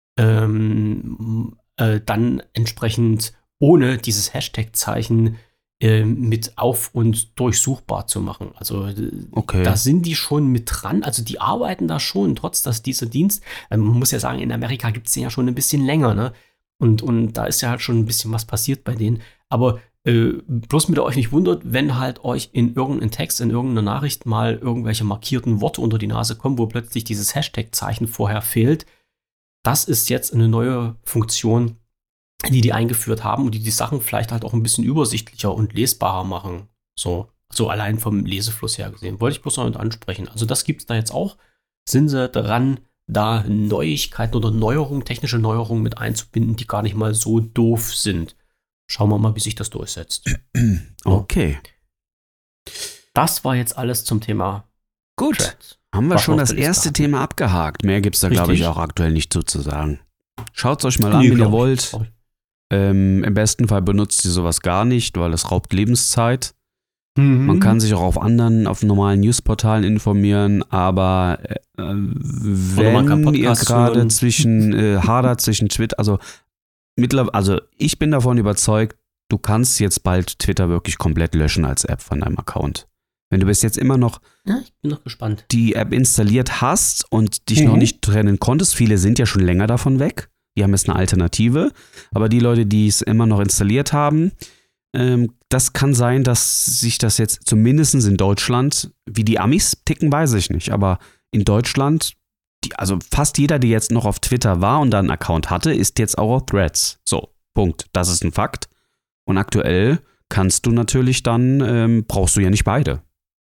dann entsprechend ohne dieses Hashtag-Zeichen mit auf- und durchsuchbar zu machen. Also da sind die schon mit dran, also die arbeiten da schon, trotz dass dieser Dienst, man muss ja sagen, in Amerika gibt es den ja schon ein bisschen länger, ne? Und da ist ja halt schon ein bisschen was passiert bei denen, aber bloß mit ihr euch nicht wundert, wenn halt euch in irgendeinem Text, in irgendeiner Nachricht mal irgendwelche markierten Worte unter die Nase kommen, wo plötzlich dieses Hashtag-Zeichen vorher fehlt. Das ist jetzt eine neue Funktion, die eingeführt haben und die Sachen vielleicht halt auch ein bisschen übersichtlicher und lesbarer machen. So allein vom Lesefluss her gesehen. Wollte ich bloß noch mit ansprechen. Also das gibt es da jetzt auch. Sind sie dran, da Neuigkeiten oder technische Neuerungen mit einzubinden, die gar nicht mal so doof sind. Schauen wir mal, wie sich das durchsetzt. Okay. Das war jetzt alles zum Thema. Gut. Threads. Haben wir schon das erste Thema abgehakt. Mehr gibt es da, glaube ich, auch aktuell nicht zu sagen. Schaut es euch mal an, wenn ihr wollt. Im besten Fall benutzt ihr sowas gar nicht, weil es raubt Lebenszeit. Man kann sich auch auf normalen Newsportalen informieren, aber wenn ihr gerade hadert zwischen Twitter, also ich bin davon überzeugt, du kannst jetzt bald Twitter wirklich komplett löschen als App von deinem Account. Wenn du bis jetzt immer noch ich bin noch gespannt. Die App installiert hast und dich noch nicht trennen konntest, viele sind ja schon länger davon weg, die haben jetzt eine Alternative, aber die Leute, die es immer noch installiert haben, das kann sein, dass sich das jetzt zumindest in Deutschland, wie die Amis ticken, weiß ich nicht, aber in Deutschland, also fast jeder, der jetzt noch auf Twitter war und da einen Account hatte, ist jetzt auch auf Threads. So, Punkt. Das ist ein Fakt. Und aktuell kannst du natürlich dann, brauchst du ja nicht beide.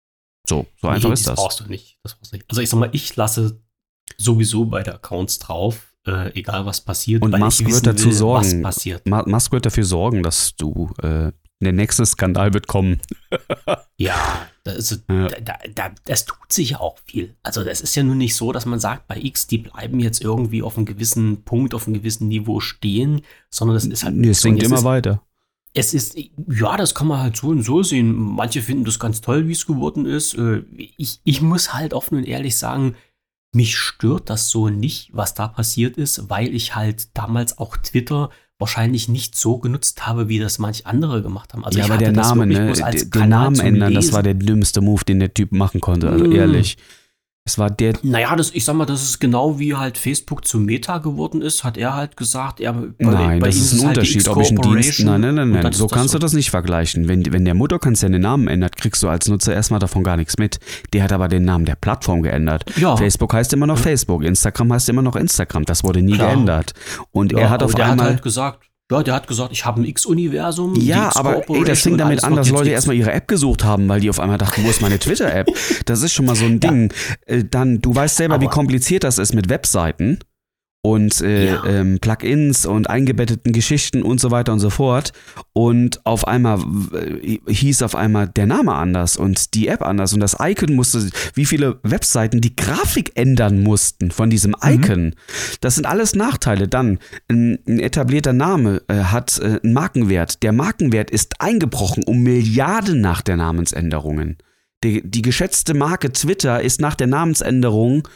So einfach ist das. Das brauchst du nicht. Also ich sag mal, ich lasse sowieso beide Accounts drauf, egal was passiert. Und Musk wird dazu sorgen, was passiert. Musk wird dafür sorgen, dass du, der nächste Skandal wird kommen. Ja, das tut sich ja auch viel. Also das ist ja nun nicht so, dass man sagt, bei X, die bleiben jetzt irgendwie auf einem gewissen Punkt, auf einem gewissen Niveau stehen, sondern das ist halt... Nee, es sinkt immer weiter. Es ist, ja, das kann man halt so und so sehen. Manche finden das ganz toll, wie es geworden ist. Ich muss halt offen und ehrlich sagen, mich stört das so nicht, was da passiert ist, weil ich halt damals auch Twitter wahrscheinlich nicht so genutzt habe, wie das manch andere gemacht haben. Also ja, aber der Name, ne? Den Namen ändern, das war der dümmste Move, den der Typ machen konnte, also ehrlich. Es war der. Naja, ich sag mal, das ist genau wie halt Facebook zu Meta geworden ist, hat er halt gesagt, nein, das ist ein Unterschied, ob ich einen Dienst. Nein. So kannst du das nicht vergleichen. Wenn der Mutterkonzern den Namen ändert, kriegst du als Nutzer erstmal davon gar nichts mit. Der hat aber den Namen der Plattform geändert. Ja. Facebook heißt immer noch Facebook, Instagram heißt immer noch Instagram. Das wurde nie geändert. Und er hat auf einmal. Der hat gesagt, ich habe ein X-Universum. Ja, aber das fing damit an, dass Leute erstmal ihre App gesucht haben, weil die auf einmal dachten, wo ist meine Twitter-App? Das ist schon mal so ein Ding. Dann, du weißt selber, wie kompliziert das ist mit Webseiten und Plugins und eingebetteten Geschichten und so weiter und so fort. Und auf einmal hieß der Name anders und die App anders und das Icon musste, wie viele Webseiten die Grafik ändern mussten von diesem Icon. Das sind alles Nachteile. Dann, ein etablierter Name hat einen Markenwert. Der Markenwert ist eingebrochen um Milliarden nach der Namensänderungen. Die geschätzte Marke Twitter ist nach der Namensänderung,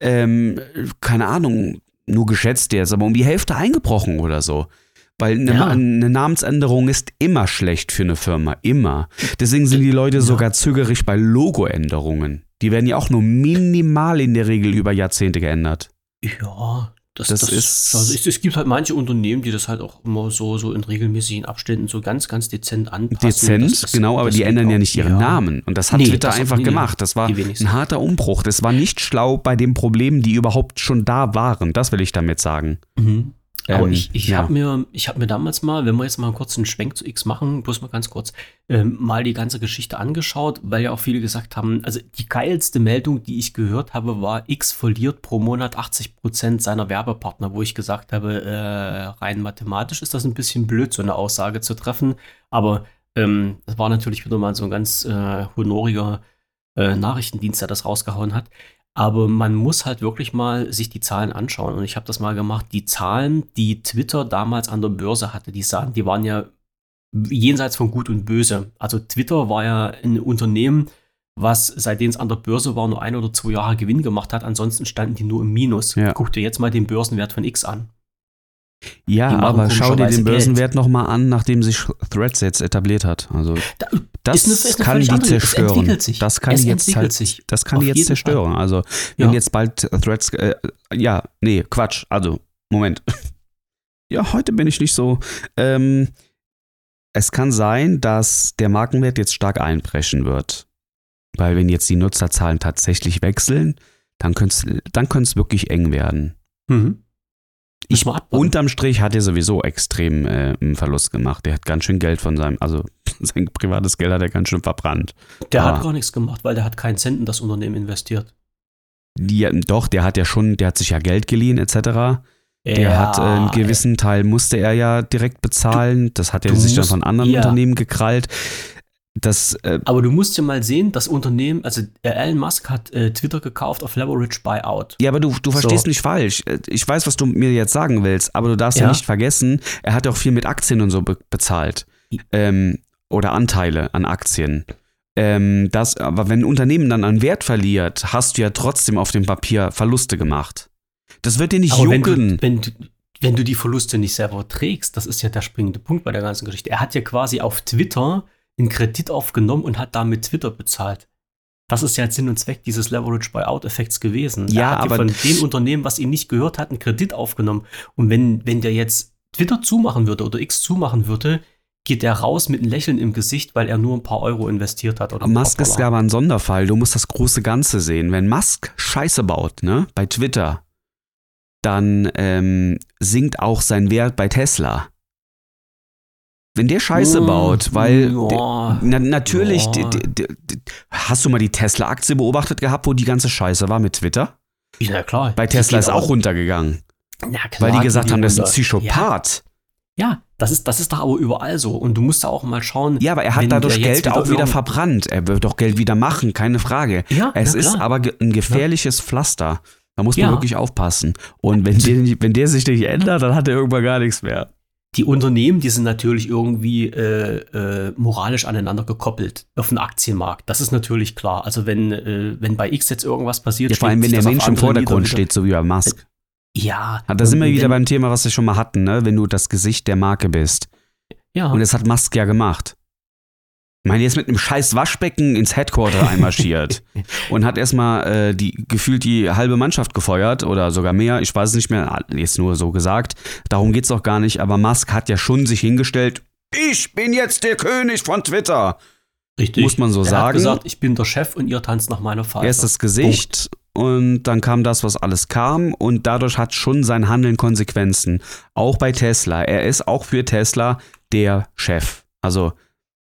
keine Ahnung, nur geschätzt jetzt, aber um die Hälfte eingebrochen oder so. Weil eine Namensänderung ist immer schlecht für eine Firma, immer. Deswegen sind die Leute sogar zögerlich bei Logoänderungen. Die werden ja auch nur minimal in der Regel über Jahrzehnte geändert. Ja, es gibt halt manche Unternehmen, die das halt auch immer so in regelmäßigen Abständen so ganz, ganz dezent anpassen. Genau, aber die ändern ja nicht ihren Namen. Und das hat Twitter einfach gemacht. Das war ein harter Umbruch. Das war nicht schlau bei den Problemen, die überhaupt schon da waren. Das will ich damit sagen. Mhm. Aber ich habe mir damals mal, wenn wir jetzt mal einen kurzen Schwenk zu X machen, bloß mal ganz kurz, mal die ganze Geschichte angeschaut, weil ja auch viele gesagt haben, also die geilste Meldung, die ich gehört habe, war, X verliert pro Monat 80% seiner Werbepartner, wo ich gesagt habe, rein mathematisch ist das ein bisschen blöd, so eine Aussage zu treffen, aber das war natürlich wieder mal so ein ganz honoriger Nachrichtendienst, der das rausgehauen hat. Aber man muss halt wirklich mal sich die Zahlen anschauen. Und ich habe das mal gemacht. Die Zahlen, die Twitter damals an der Börse hatte, die waren ja jenseits von Gut und Böse. Also Twitter war ja ein Unternehmen, was seitdem es an der Börse war, nur 1 oder 2 Jahre Gewinn gemacht hat. Ansonsten standen die nur im Minus. Ja. Guck dir jetzt mal den Börsenwert von X an. Ja, aber schau dir den Börsenwert nochmal an, nachdem sich Threads jetzt etabliert hat. Also das kann die zerstören. Das kann die jetzt zerstören. Also wenn jetzt bald Threads, Quatsch. Also Moment. Ja, heute bin ich nicht so. Es kann sein, dass der Markenwert jetzt stark einbrechen wird, weil wenn jetzt die Nutzerzahlen tatsächlich wechseln, dann könnte es wirklich eng werden. Mhm. Unterm Strich hat er sowieso extrem einen Verlust gemacht. Der hat ganz schön Geld sein privates Geld hat er ganz schön verbrannt. Der hat gar nichts gemacht, weil der hat keinen Cent in das Unternehmen investiert. Der hat sich ja Geld geliehen etc. Der hat einen gewissen Teil musste er ja direkt bezahlen. Das hat er sich dann von anderen Unternehmen gekrallt. Aber du musst ja mal sehen, das Unternehmen, also Elon Musk hat Twitter gekauft auf Leverage Buyout. Ja, aber du verstehst mich falsch. Ich weiß, was du mir jetzt sagen willst, aber du darfst ja nicht vergessen, er hat ja auch viel mit Aktien und so bezahlt. Oder Anteile an Aktien. Aber wenn ein Unternehmen dann an Wert verliert, hast du ja trotzdem auf dem Papier Verluste gemacht. Das wird dir nicht jucken. Wenn du die Verluste nicht selber trägst, das ist ja der springende Punkt bei der ganzen Geschichte. Er hat ja quasi auf Twitter einen Kredit aufgenommen und hat damit Twitter bezahlt. Das ist ja Sinn und Zweck dieses Leverage-Buyout-Effekts gewesen. Ja, er hat aber von dem Unternehmen, was ihm nicht gehört hat, einen Kredit aufgenommen. Und wenn der jetzt Twitter zumachen würde oder X zumachen würde, geht der raus mit einem Lächeln im Gesicht, weil er nur ein paar Euro investiert hat. Oder Musk ist ja aber ein Sonderfall. Du musst das große Ganze sehen. Wenn Musk Scheiße baut, ne, bei Twitter, dann sinkt auch sein Wert bei Tesla. wenn der Scheiße baut, weil natürlich, hast du mal die Tesla-Aktie beobachtet gehabt, wo die ganze Scheiße war mit Twitter? Ja, klar. Bei Tesla ist auch runtergegangen. Ja, klar, weil die gesagt haben, das ist ein Psychopath. Ja, das ist doch aber überall so. Und du musst da auch mal schauen. Ja, aber er hat dadurch Geld auch wieder verbrannt. Er wird doch Geld wieder machen, keine Frage. Ja, es ist aber ein gefährliches Pflaster. Da muss man wirklich aufpassen. Und wenn der sich nicht ändert, dann hat er irgendwann gar nichts mehr. Die Unternehmen, die sind natürlich irgendwie moralisch aneinander gekoppelt auf den Aktienmarkt. Das ist natürlich klar. Also wenn bei X jetzt irgendwas passiert, vor allem wenn der Mensch im Vordergrund steht, so wie bei Musk. Ja. Da sind wir wieder beim Thema, was wir schon mal hatten, ne? Wenn du das Gesicht der Marke bist. Ja. Und das hat Musk ja gemacht. Ich meine, der ist mit einem scheiß Waschbecken ins Headquarter einmarschiert und hat erstmal gefühlt die halbe Mannschaft gefeuert oder sogar mehr. Ich weiß es nicht mehr, jetzt nur so gesagt. Darum geht's auch gar nicht. Aber Musk hat ja schon sich hingestellt, ich bin jetzt der König von Twitter. Richtig. Muss man so sagen. Er hat gesagt, ich bin der Chef und ihr tanzt nach meiner Pfeife. Erst das Gesicht. Punkt. Und dann kam das, was alles kam und dadurch hat schon sein Handeln Konsequenzen. Auch bei Tesla. Er ist auch für Tesla der Chef. Also,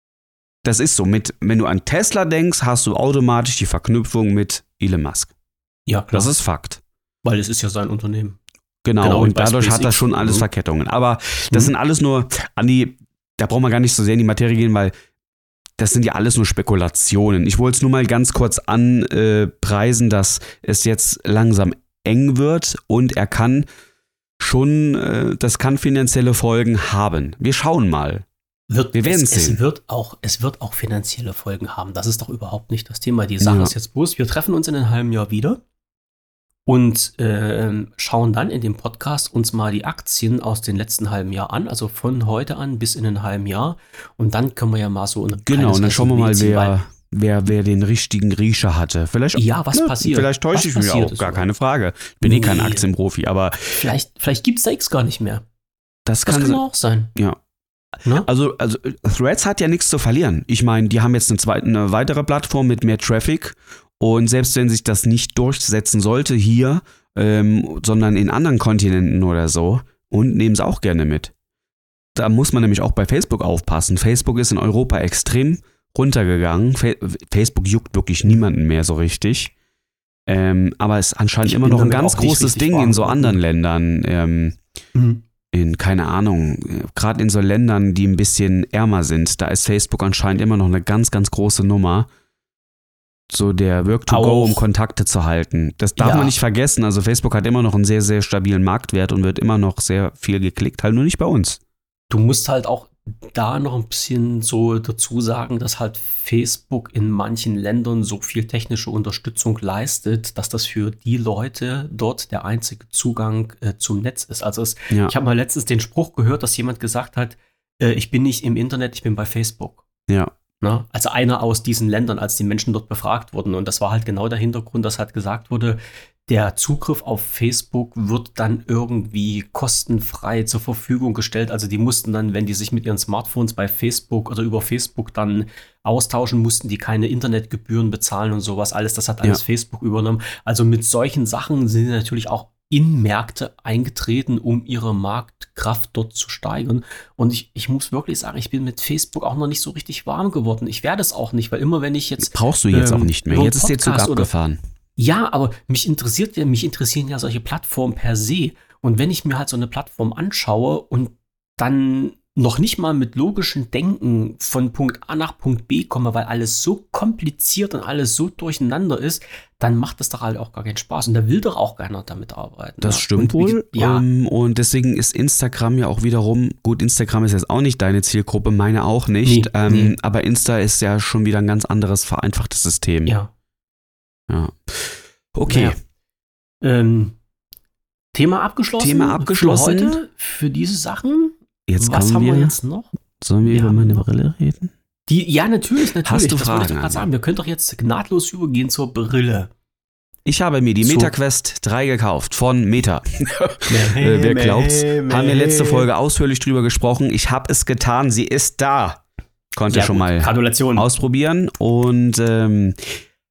das ist so. Wenn du an Tesla denkst, hast du automatisch die Verknüpfung mit Elon Musk. Ja, klar. Das ist Fakt. Weil es ist ja sein Unternehmen. Genau und dadurch hat er schon alles Verkettungen. Aber das sind alles nur, Andi, da braucht man gar nicht so sehr in die Materie gehen, weil das sind ja alles nur Spekulationen. Ich wollte es nur mal ganz kurz anpreisen, dass es jetzt langsam eng wird und er kann schon, das kann finanzielle Folgen haben. Wir schauen mal. Wir werden es sehen. Es wird auch finanzielle Folgen haben. Das ist doch überhaupt nicht das Thema. Die Sache ist jetzt bloß, wir treffen uns in einem halben Jahr wieder und schauen dann in dem Podcast uns mal die Aktien aus dem letzten halben Jahr an, also von heute an bis in ein halben Jahr. Und dann können wir ja mal so ein Genau, und dann schauen wir mal, wer den richtigen Riecher hatte. Vielleicht, was passiert. Vielleicht täusche ich mich auch, gar keine Frage. Ich bin kein Aktienprofi, aber Vielleicht gibt es da X gar nicht mehr. Das kann auch sein. Ja. Ne? Also Threads hat ja nichts zu verlieren. Ich meine, die haben jetzt eine weitere Plattform mit mehr Traffic. Und selbst wenn sich das nicht durchsetzen sollte hier, sondern in anderen Kontinenten oder so, und nehmen es auch gerne mit. Da muss man nämlich auch bei Facebook aufpassen. Facebook ist in Europa extrem runtergegangen. Facebook juckt wirklich niemanden mehr so richtig. Aber es ist anscheinend immer noch ein ganz großes Ding in so anderen Ländern. In, keine Ahnung, gerade in so Ländern, die ein bisschen ärmer sind, da ist Facebook anscheinend immer noch eine ganz, ganz große Nummer. So der Work-to-Go, um Kontakte zu halten. Das darf man nicht vergessen. Also Facebook hat immer noch einen sehr, sehr stabilen Marktwert und wird immer noch sehr viel geklickt, halt nur nicht bei uns. Du musst halt auch da noch ein bisschen so dazu sagen, dass halt Facebook in manchen Ländern so viel technische Unterstützung leistet, dass das für die Leute dort der einzige Zugang zum Netz ist. Also ich habe mal letztens den Spruch gehört, dass jemand gesagt hat, ich bin nicht im Internet, ich bin bei Facebook. Ja. Na, also einer aus diesen Ländern, als die Menschen dort befragt wurden. Und das war halt genau der Hintergrund, dass halt gesagt wurde, der Zugriff auf Facebook wird dann irgendwie kostenfrei zur Verfügung gestellt. Also die mussten dann, wenn die sich mit ihren Smartphones bei Facebook oder über Facebook dann austauschen, mussten die keine Internetgebühren bezahlen und sowas. Alles, das hat alles Facebook übernommen. Also mit solchen Sachen sind sie natürlich auch in Märkte eingetreten, um ihre Marktkraft dort zu steigern. Und ich muss wirklich sagen, ich bin mit Facebook auch noch nicht so richtig warm geworden. Ich werde es auch nicht, weil immer wenn ich jetzt... Brauchst du jetzt auch nicht mehr. Jetzt ist der Zug abgefahren. Ja, aber mich interessieren ja solche Plattformen per se. Und wenn ich mir halt so eine Plattform anschaue und dann noch nicht mal mit logischem Denken von Punkt A nach Punkt B komme, weil alles so kompliziert und alles so durcheinander ist, dann macht das doch halt auch gar keinen Spaß. Und da will doch auch keiner damit arbeiten. Das stimmt wohl. Und deswegen ist Instagram ja auch wiederum, gut, Instagram ist jetzt auch nicht deine Zielgruppe, meine auch nicht. Nee. Aber Insta ist ja schon wieder ein ganz anderes, vereinfachtes System. Ja. Okay. Thema abgeschlossen. Für heute, für diese Sachen. Was haben wir jetzt noch? Sollen wir über meine Brille reden? Natürlich. Hast du das Fragen? Ich gerade sagen. Wir können doch jetzt nahtlos übergehen zur Brille. Ich habe mir die MetaQuest 3 gekauft von Meta. Wer glaubt's? Haben wir letzte Folge ausführlich drüber gesprochen. Ich habe es getan. Sie ist da. Konnte schon mal ausprobieren. Und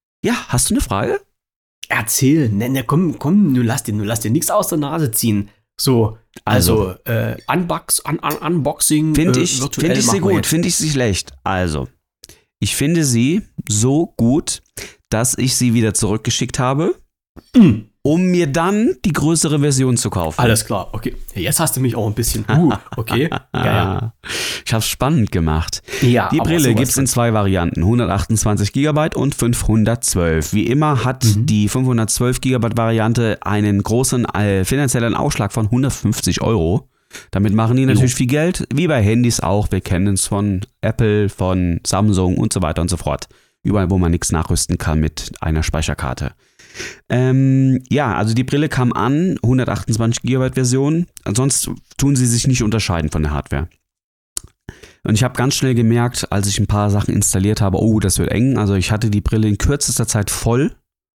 hast du eine Frage? Erzähl. Komm, du lass dir nichts aus der Nase ziehen. So, also Unboxing finde ich sie gut, finde ich sie schlecht. Also, ich finde sie so gut, dass ich sie wieder zurückgeschickt habe, um mir dann die größere Version zu kaufen. Alles klar, okay. Jetzt hast du mich auch ein bisschen, okay. Ja. Ich habe es spannend gemacht. Ja, die Brille gibt es in 2 Varianten, 128 GB und 512. Wie immer hat die 512 GB Variante einen großen finanziellen Ausschlag von 150 €. Damit machen die natürlich viel Geld, wie bei Handys auch. Wir kennen es von Apple, von Samsung und so weiter und so fort. Überall, wo man nichts nachrüsten kann mit einer Speicherkarte. Also die Brille kam an, 128 GB Version. Sonst tun sie sich nicht unterscheiden von der Hardware. Und ich habe ganz schnell gemerkt, als ich ein paar Sachen installiert habe, das wird eng. Also ich hatte die Brille in kürzester Zeit voll,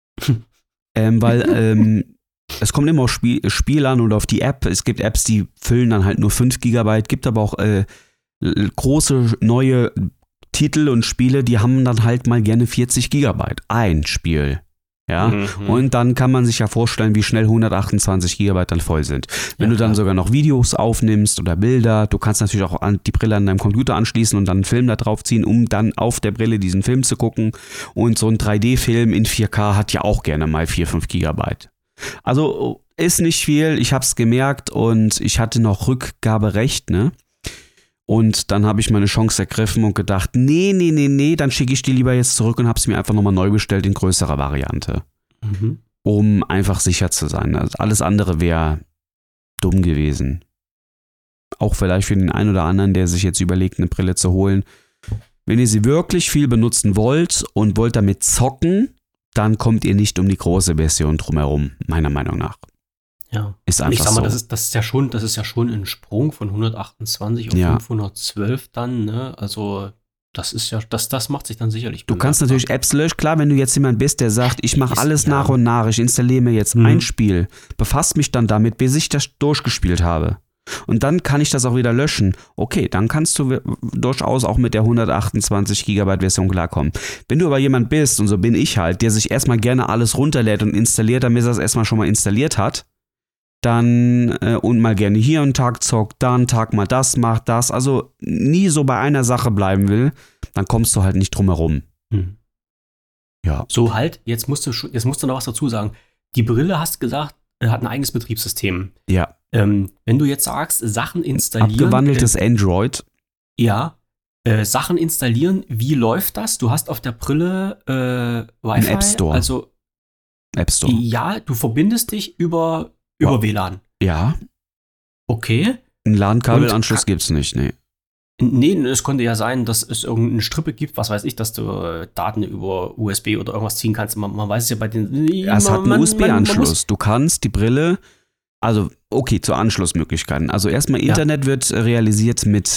weil es kommt immer auf Spiel an oder auf die App. Es gibt Apps, die füllen dann halt nur 5 GB, gibt aber auch große neue Titel und Spiele, die haben dann halt mal gerne 40 GB. Ein Spiel. Ja, und dann kann man sich ja vorstellen, wie schnell 128 GB dann voll sind. Wenn du dann sogar noch Videos aufnimmst oder Bilder, du kannst natürlich auch die Brille an deinem Computer anschließen und dann einen Film da drauf ziehen, um dann auf der Brille diesen Film zu gucken. Und so ein 3D-Film in 4K hat ja auch gerne mal 4-5 GB. Also ist nicht viel, ich habe es gemerkt und ich hatte noch Rückgaberecht, ne? Und dann habe ich meine Chance ergriffen und gedacht, nee, dann schicke ich die lieber jetzt zurück und habe es mir einfach nochmal neu bestellt in größerer Variante. Um einfach sicher zu sein. Also alles andere wäre dumm gewesen. Auch vielleicht für den einen oder anderen, der sich jetzt überlegt, eine Brille zu holen. Wenn ihr sie wirklich viel benutzen wollt und wollt damit zocken, dann kommt ihr nicht um die große Version drumherum, meiner Meinung nach. Ja, ist einfach ich sag mal, so. das ist ja schon ein Sprung von 128 auf 512 dann, ne? Also das ist ja, das macht sich dann sicherlich bemerkbar. Du kannst natürlich Apps löschen, klar, wenn du jetzt jemand bist, der sagt, ich mache alles nach und nach, ich installiere mir jetzt ein Spiel, befasse mich dann damit, bis ich das durchgespielt habe. Und dann kann ich das auch wieder löschen. Okay, dann kannst du durchaus auch mit der 128 GB Version klarkommen. Wenn du aber jemand bist, und so bin ich halt, der sich erstmal gerne alles runterlädt und installiert, damit er es erstmal schon mal installiert hat, dann und mal gerne hier einen Tag zockt, da einen Tag mal das, macht das, also nie so bei einer Sache bleiben will, dann kommst du halt nicht drum herum. Ja. So halt, jetzt musst du noch was dazu sagen. Die Brille, hast gesagt, hat ein eigenes Betriebssystem. Ja. Wenn du jetzt sagst, Sachen installieren. Abgewandeltes Android. Ja. Sachen installieren, wie läuft das? Du hast auf der Brille Wi-Fi. Im App Store. Also App Store. Ja, du verbindest dich über WLAN. Ja. Okay. Einen LAN-Kabelanschluss gibt's nicht, nee. Nee, es könnte ja sein, dass es irgendeine Strippe gibt, was weiß ich, dass du Daten über USB oder irgendwas ziehen kannst. Man weiß es ja bei den. Es hat einen USB-Anschluss. Du kannst die Brille, also okay, zu Anschlussmöglichkeiten. Also erstmal Internet wird realisiert mit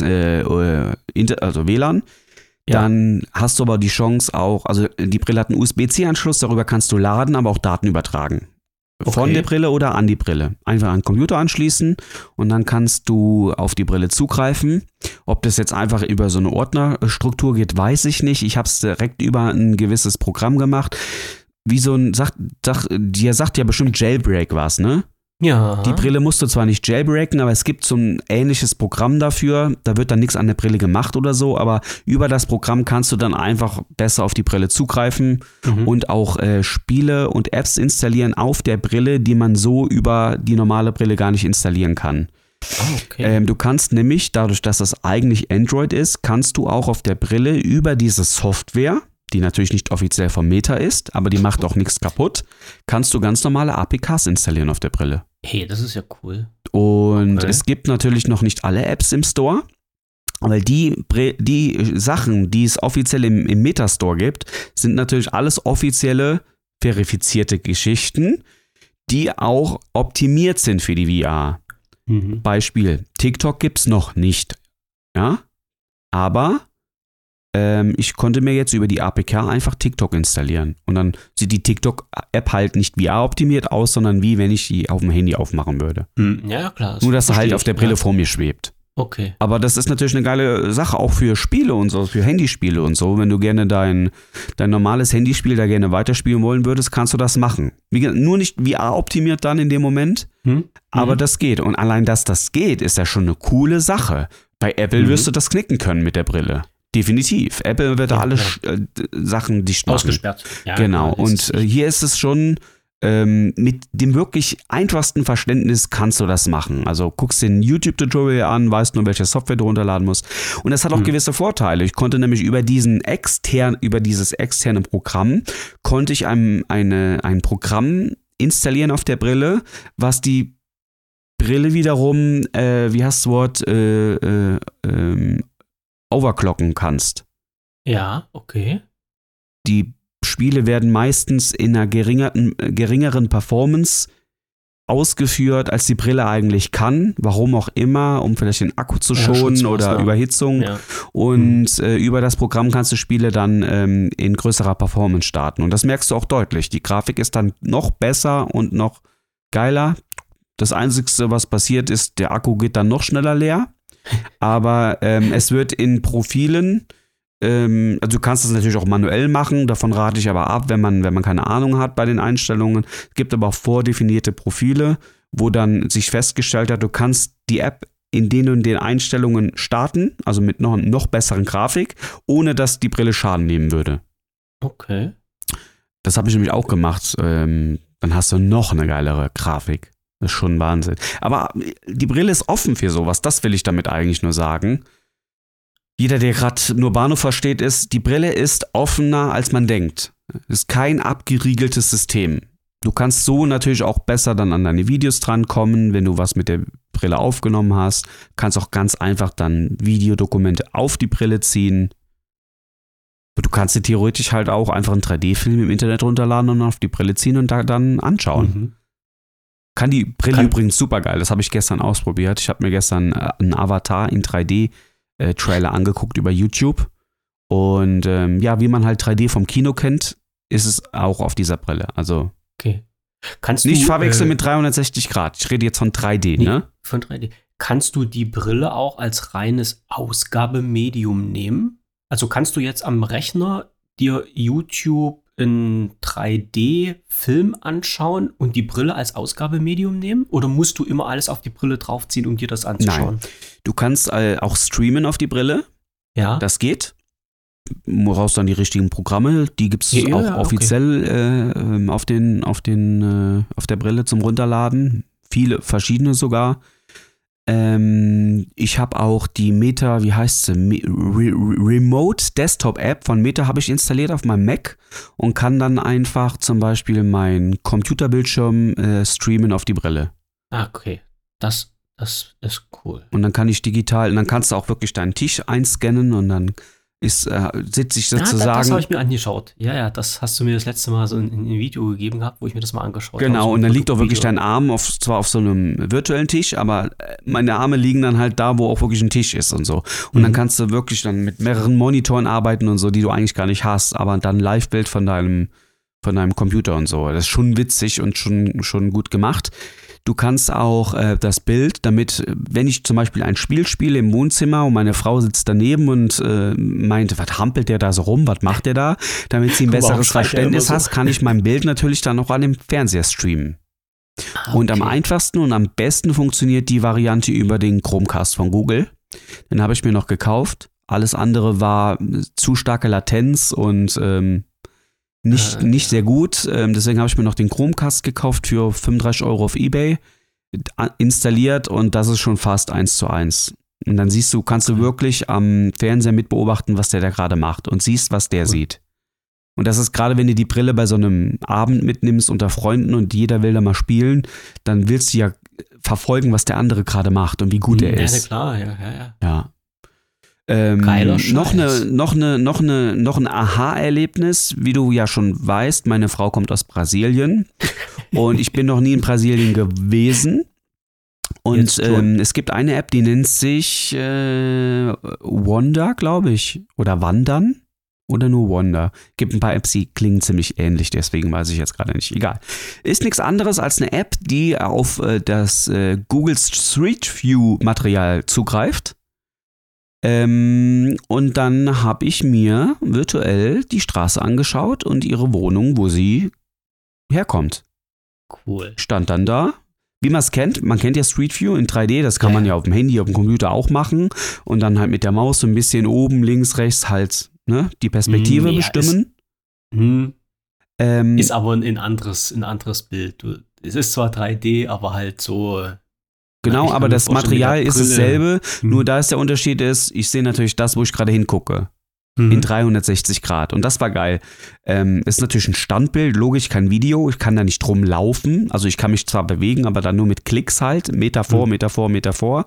WLAN. Dann hast du aber die Chance auch, also die Brille hat einen USB-C-Anschluss, darüber kannst du laden, aber auch Daten übertragen. Von der Brille oder an die Brille. Einfach an den Computer anschließen und dann kannst du auf die Brille zugreifen. Ob das jetzt einfach über so eine Ordnerstruktur geht, weiß ich nicht. Ich habe es direkt über ein gewisses Programm gemacht. Wie so ein, sagt ja bestimmt Jailbreak was, ne? Ja. Die Brille musst du zwar nicht jailbreaken, aber es gibt so ein ähnliches Programm dafür. Da wird dann nichts an der Brille gemacht oder so, aber über das Programm kannst du dann einfach besser auf die Brille zugreifen und auch Spiele und Apps installieren auf der Brille, die man so über die normale Brille gar nicht installieren kann. Okay. Du kannst nämlich, dadurch, dass das eigentlich Android ist, kannst du auch auf der Brille über diese Software, die natürlich nicht offiziell vom Meta ist, aber die macht auch nichts kaputt, kannst du ganz normale APKs installieren auf der Brille. Hey, das ist ja cool. Und es gibt natürlich noch nicht alle Apps im Store, weil die Sachen, die es offiziell im Meta-Store gibt, sind natürlich alles offizielle, verifizierte Geschichten, die auch optimiert sind für die VR. Beispiel, TikTok gibt's noch nicht, ja, aber ich konnte mir jetzt über die APK einfach TikTok installieren. Und dann sieht die TikTok-App halt nicht VR-optimiert aus, sondern wie wenn ich die auf dem Handy aufmachen würde. Ja, klar. Nur, dass sie halt auf der Brille vor mir schwebt. Okay. Aber das ist natürlich eine geile Sache, auch für Spiele und so, für Handyspiele und so. Wenn du gerne dein normales Handyspiel da gerne weiterspielen wollen würdest, kannst du das machen. Nur nicht VR-optimiert dann in dem Moment, aber das geht. Und allein, dass das geht, ist ja schon eine coole Sache. Bei Apple wirst du das knicken können mit der Brille. Definitiv. Apple wird da alle Sachen dicht machen. Ausgesperrt. Ja, genau. Und hier ist es schon mit dem wirklich einfachsten Verständnis kannst du das machen. Also guckst dir ein YouTube-Tutorial an, weißt nur, welche Software du runterladen musst. Und das hat auch gewisse Vorteile. Ich konnte nämlich über dieses externe Programm, konnte ich ein Programm installieren auf der Brille, was die Brille wiederum, wie heißt das Wort, overclocken kannst. Ja, okay. Die Spiele werden meistens in einer geringeren Performance ausgeführt, als die Brille eigentlich kann. Warum auch immer, um vielleicht den Akku zu schonen oder Überhitzung. Ja. Und über das Programm kannst du Spiele dann in größerer Performance starten. Und das merkst du auch deutlich. Die Grafik ist dann noch besser und noch geiler. Das Einzige, was passiert ist, der Akku geht dann noch schneller leer. Aber es wird in Profilen, also du kannst es natürlich auch manuell machen, davon rate ich aber ab, wenn man keine Ahnung hat bei den Einstellungen. Es gibt aber auch vordefinierte Profile, wo dann sich festgestellt hat, du kannst die App in den und den Einstellungen starten, also mit noch besseren Grafik, ohne dass die Brille Schaden nehmen würde. Okay. Das habe ich nämlich auch gemacht. Dann hast du noch eine geilere Grafik. Das ist schon Wahnsinn. Aber die Brille ist offen für sowas, das will ich damit eigentlich nur sagen. Jeder, der gerade nur Bahnhof versteht, die Brille ist offener, als man denkt. Es ist kein abgeriegeltes System. Du kannst so natürlich auch besser dann an deine Videos drankommen, wenn du was mit der Brille aufgenommen hast. Kannst auch ganz einfach dann Videodokumente auf die Brille ziehen. Du kannst dir theoretisch halt auch einfach einen 3D-Film im Internet runterladen und auf die Brille ziehen und da dann anschauen. Kann die Brille übrigens super geil. Das habe ich gestern ausprobiert. Ich habe mir gestern einen Avatar in 3D Trailer angeguckt über YouTube. Und wie man halt 3D vom Kino kennt, ist es auch auf dieser Brille. Also Kannst nicht verwechseln mit 360 Grad. Ich rede jetzt von 3D, ne? Von 3D. Kannst du die Brille auch als reines Ausgabemedium nehmen? Also kannst du jetzt am Rechner dir YouTube in 3D-Film anschauen und die Brille als Ausgabemedium nehmen? Oder musst du immer alles auf die Brille draufziehen, um dir das anzuschauen? Nein. Du kannst auch streamen auf die Brille. Ja. Das geht. Du brauchst dann die richtigen Programme. Die gibt es auch offiziell auf der Brille zum Runterladen. Viele verschiedene sogar. Ich habe auch die Meta, wie heißt sie? Remote Desktop App von Meta habe ich installiert auf meinem Mac und kann dann einfach zum Beispiel meinen Computerbildschirm streamen auf die Brille. Okay, das ist cool. Und dann kann ich digital, und dann kannst du auch wirklich deinen Tisch einscannen und dann sitze ich sozusagen. Das habe ich mir angeschaut. Ja, das hast du mir das letzte Mal so in einem Video gegeben gehabt, wo ich mir das mal angeschaut habe. Genau, und dann liegt auch wirklich dein Arm zwar auf so einem virtuellen Tisch, aber meine Arme liegen dann halt da, wo auch wirklich ein Tisch ist und so. Und dann kannst du wirklich dann mit mehreren Monitoren arbeiten und so, die du eigentlich gar nicht hast, aber dann Live-Bild von deinem Computer und so. Das ist schon witzig und schon gut gemacht. Du kannst auch das Bild, damit, wenn ich zum Beispiel ein Spiel spiele im Wohnzimmer und meine Frau sitzt daneben und meint, was hampelt der da so rum, was macht der da? Damit sie ein besseres Verständnis hat, kann ich mein Bild natürlich dann auch an dem Fernseher streamen. Okay. Und am einfachsten und am besten funktioniert die Variante über den Chromecast von Google. Den habe ich mir noch gekauft. Alles andere war zu starke Latenz und nicht sehr gut, deswegen habe ich mir noch den Chromecast gekauft für 35 € auf eBay, installiert und das ist schon fast 1:1. Und dann kannst du wirklich am Fernseher mitbeobachten, was der da gerade macht und siehst, was der sieht. Und das ist gerade, wenn du die Brille bei so einem Abend mitnimmst unter Freunden und jeder will da mal spielen, dann willst du ja verfolgen, was der andere gerade macht und wie gut er ist. Ja, klar, ja. Ja. Geiler Scheiß. Noch ein Aha-Erlebnis, wie du ja schon weißt, meine Frau kommt aus Brasilien und ich bin noch nie in Brasilien gewesen. Und es gibt eine App, die nennt sich Wonder, glaube ich, oder Wandern. Oder nur Wonder. Gibt ein paar Apps, die klingen ziemlich ähnlich, deswegen weiß ich jetzt gerade nicht. Egal. Ist nichts anderes als eine App, die auf das Google Street View Material zugreift. Und dann habe ich mir virtuell die Straße angeschaut und ihre Wohnung, wo sie herkommt. Cool. Stand dann da. Wie man es kennt, man kennt ja Street View in 3D, das kann man ja auf dem Handy, auf dem Computer auch machen und dann halt mit der Maus so ein bisschen oben, links, rechts halt die Perspektive bestimmen. Ist aber ein anderes Bild. Es ist zwar 3D, aber halt so. Genau, aber das Material ist dasselbe, nur da ist der Unterschied ich sehe natürlich das, wo ich gerade hingucke. In 360 Grad. Und das war geil. Ist natürlich ein Standbild, logisch, kein Video. Ich kann da nicht drum laufen. Also ich kann mich zwar bewegen, aber dann nur mit Klicks halt. Meter vor, Meter vor, Meter vor.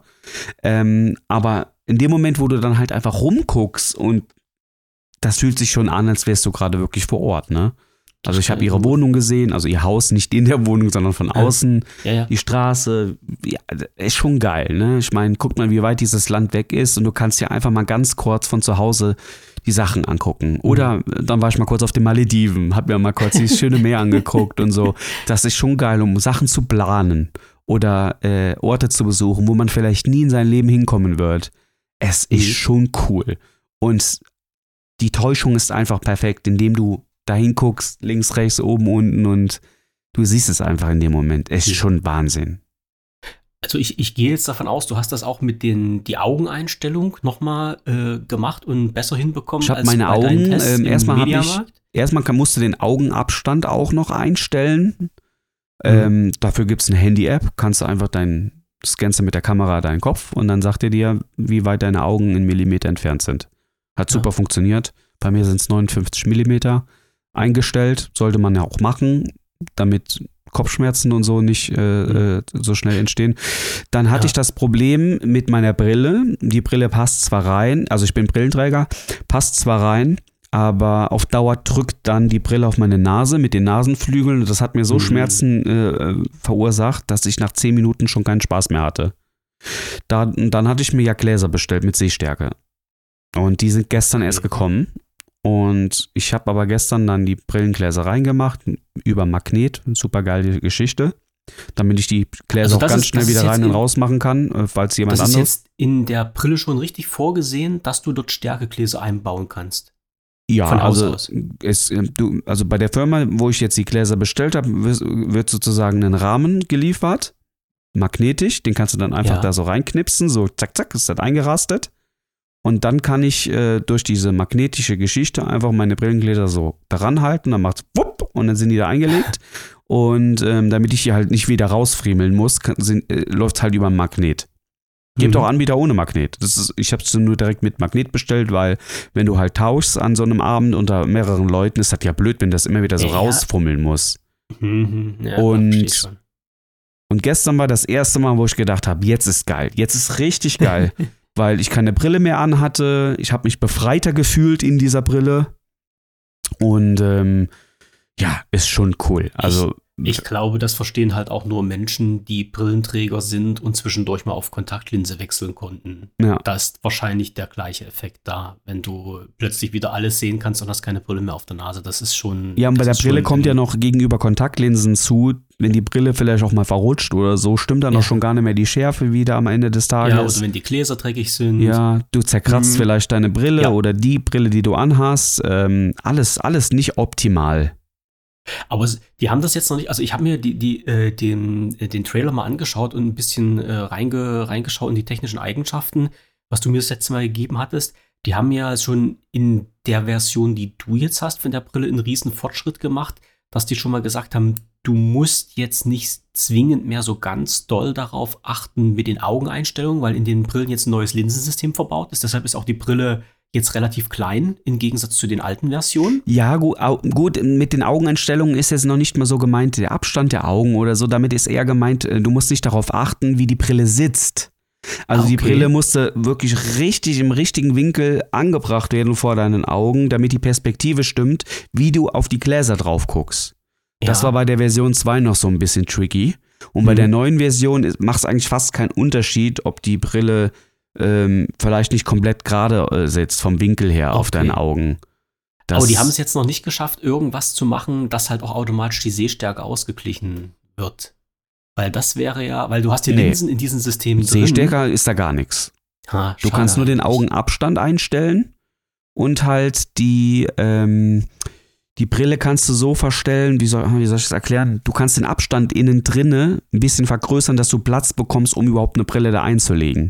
Aber in dem Moment, wo du dann halt einfach rumguckst und das fühlt sich schon an, als wärst du gerade wirklich vor Ort, ne? Also ich habe ihre Wohnung gesehen, also ihr Haus nicht in der Wohnung, sondern von außen. Ja. Die Straße, ja, ist schon geil, ne? Ich meine, guck mal, wie weit dieses Land weg ist und du kannst ja einfach mal ganz kurz von zu Hause die Sachen angucken. Oder dann war ich mal kurz auf den Malediven, hab mir mal kurz dieses schöne Meer angeguckt und so. Das ist schon geil, um Sachen zu planen oder Orte zu besuchen, wo man vielleicht nie in seinem Leben hinkommen wird. Es ist schon cool. Und die Täuschung ist einfach perfekt, indem du dahin guckst, links, rechts, oben, unten und du siehst es einfach in dem Moment. Es ist schon Wahnsinn. Also ich gehe jetzt davon aus, du hast das auch mit die Augeneinstellung nochmal gemacht und besser hinbekommen. Ich habe meine Augen, erstmal musst du den Augenabstand auch noch einstellen. Dafür gibt es eine Handy-App, kannst du einfach scannst du mit der Kamera deinen Kopf und dann sagt er dir, wie weit deine Augen in Millimeter entfernt sind. Hat super funktioniert. Bei mir sind es 59 Millimeter eingestellt. Sollte man ja auch machen, damit Kopfschmerzen und so nicht so schnell entstehen. Dann hatte ich das Problem mit meiner Brille. Die Brille passt zwar rein, also ich bin Brillenträger, passt zwar rein, aber auf Dauer drückt dann die Brille auf meine Nase mit den Nasenflügeln. Und das hat mir so Schmerzen verursacht, dass ich nach 10 Minuten schon keinen Spaß mehr hatte. Dann hatte ich mir ja Gläser bestellt mit Sehstärke. Und die sind gestern erst gekommen. Und ich habe aber gestern dann die Brillengläser reingemacht über Magnet. Super geile Geschichte. Damit ich die Gläser auch ganz schnell wieder rein und raus machen kann, falls jemand anderes. Das ist jetzt in der Brille schon richtig vorgesehen, dass du dort Stärkegläser einbauen kannst. Ja, also bei der Firma, wo ich jetzt die Gläser bestellt habe, wird sozusagen ein Rahmen geliefert. Magnetisch. Den kannst du dann einfach da so reinknipsen. So zack, zack, ist das eingerastet. Und dann kann ich durch diese magnetische Geschichte einfach meine Brillengläser so daran halten, dann macht's wupp und dann sind die da eingelegt. Und damit ich die halt nicht wieder rausfriemeln muss, läuft es halt über ein Magnet. Gibt auch Anbieter ohne Magnet. Ich habe es nur direkt mit Magnet bestellt, weil wenn du halt tauschst an so einem Abend unter mehreren Leuten, ist das ja blöd, wenn das immer wieder so rausfummeln muss. Ja, und gestern war das erste Mal, wo ich gedacht habe, jetzt ist geil, jetzt ist richtig geil. Weil ich keine Brille mehr anhatte. Ich habe mich befreiter gefühlt in dieser Brille. Und ist schon cool. Also ich glaube, das verstehen halt auch nur Menschen, die Brillenträger sind und zwischendurch mal auf Kontaktlinse wechseln konnten. Ja. Da ist wahrscheinlich der gleiche Effekt da, wenn du plötzlich wieder alles sehen kannst und hast keine Brille mehr auf der Nase. Das ist schon. Ja, und bei der Brille kommt ja noch gegenüber Kontaktlinsen zu, wenn die Brille vielleicht auch mal verrutscht oder so, stimmt dann auch schon gar nicht mehr die Schärfe wieder am Ende des Tages. Ja, oder wenn die Gläser dreckig sind. Ja, du zerkratzt vielleicht deine Brille oder die Brille, die du anhast. Alles nicht optimal. Aber die haben das jetzt noch nicht, also ich habe mir den Trailer mal angeschaut und ein bisschen reingeschaut in die technischen Eigenschaften, was du mir das letzte Mal gegeben hattest. Die haben ja schon in der Version, die du jetzt hast, von der Brille einen riesen Fortschritt gemacht, dass die schon mal gesagt haben, du musst jetzt nicht zwingend mehr so ganz doll darauf achten mit den Augeneinstellungen, weil in den Brillen jetzt ein neues Linsensystem verbaut ist. Deshalb ist auch die Brille jetzt relativ klein im Gegensatz zu den alten Versionen. Ja, gut, mit den Augeneinstellungen ist jetzt noch nicht mal so gemeint, der Abstand der Augen oder so. Damit ist eher gemeint, du musst nicht darauf achten, wie die Brille sitzt. Also die Brille musste wirklich richtig im richtigen Winkel angebracht werden vor deinen Augen, damit die Perspektive stimmt, wie du auf die Gläser drauf guckst. Ja. Das war bei der Version 2 noch so ein bisschen tricky. Und bei der neuen Version macht es eigentlich fast keinen Unterschied, ob die Brille vielleicht nicht komplett gerade sitzt vom Winkel her auf deinen Augen. Aber die haben es jetzt noch nicht geschafft, irgendwas zu machen, dass halt auch automatisch die Sehstärke ausgeglichen wird. Weil das wäre ja, weil du hast die Linsen in diesem System drin. Sehstärke ist da gar nichts. Du kannst nur den Augenabstand einstellen und halt die Brille kannst du so verstellen, wie soll ich das erklären? Du kannst den Abstand innen drinne ein bisschen vergrößern, dass du Platz bekommst, um überhaupt eine Brille da einzulegen.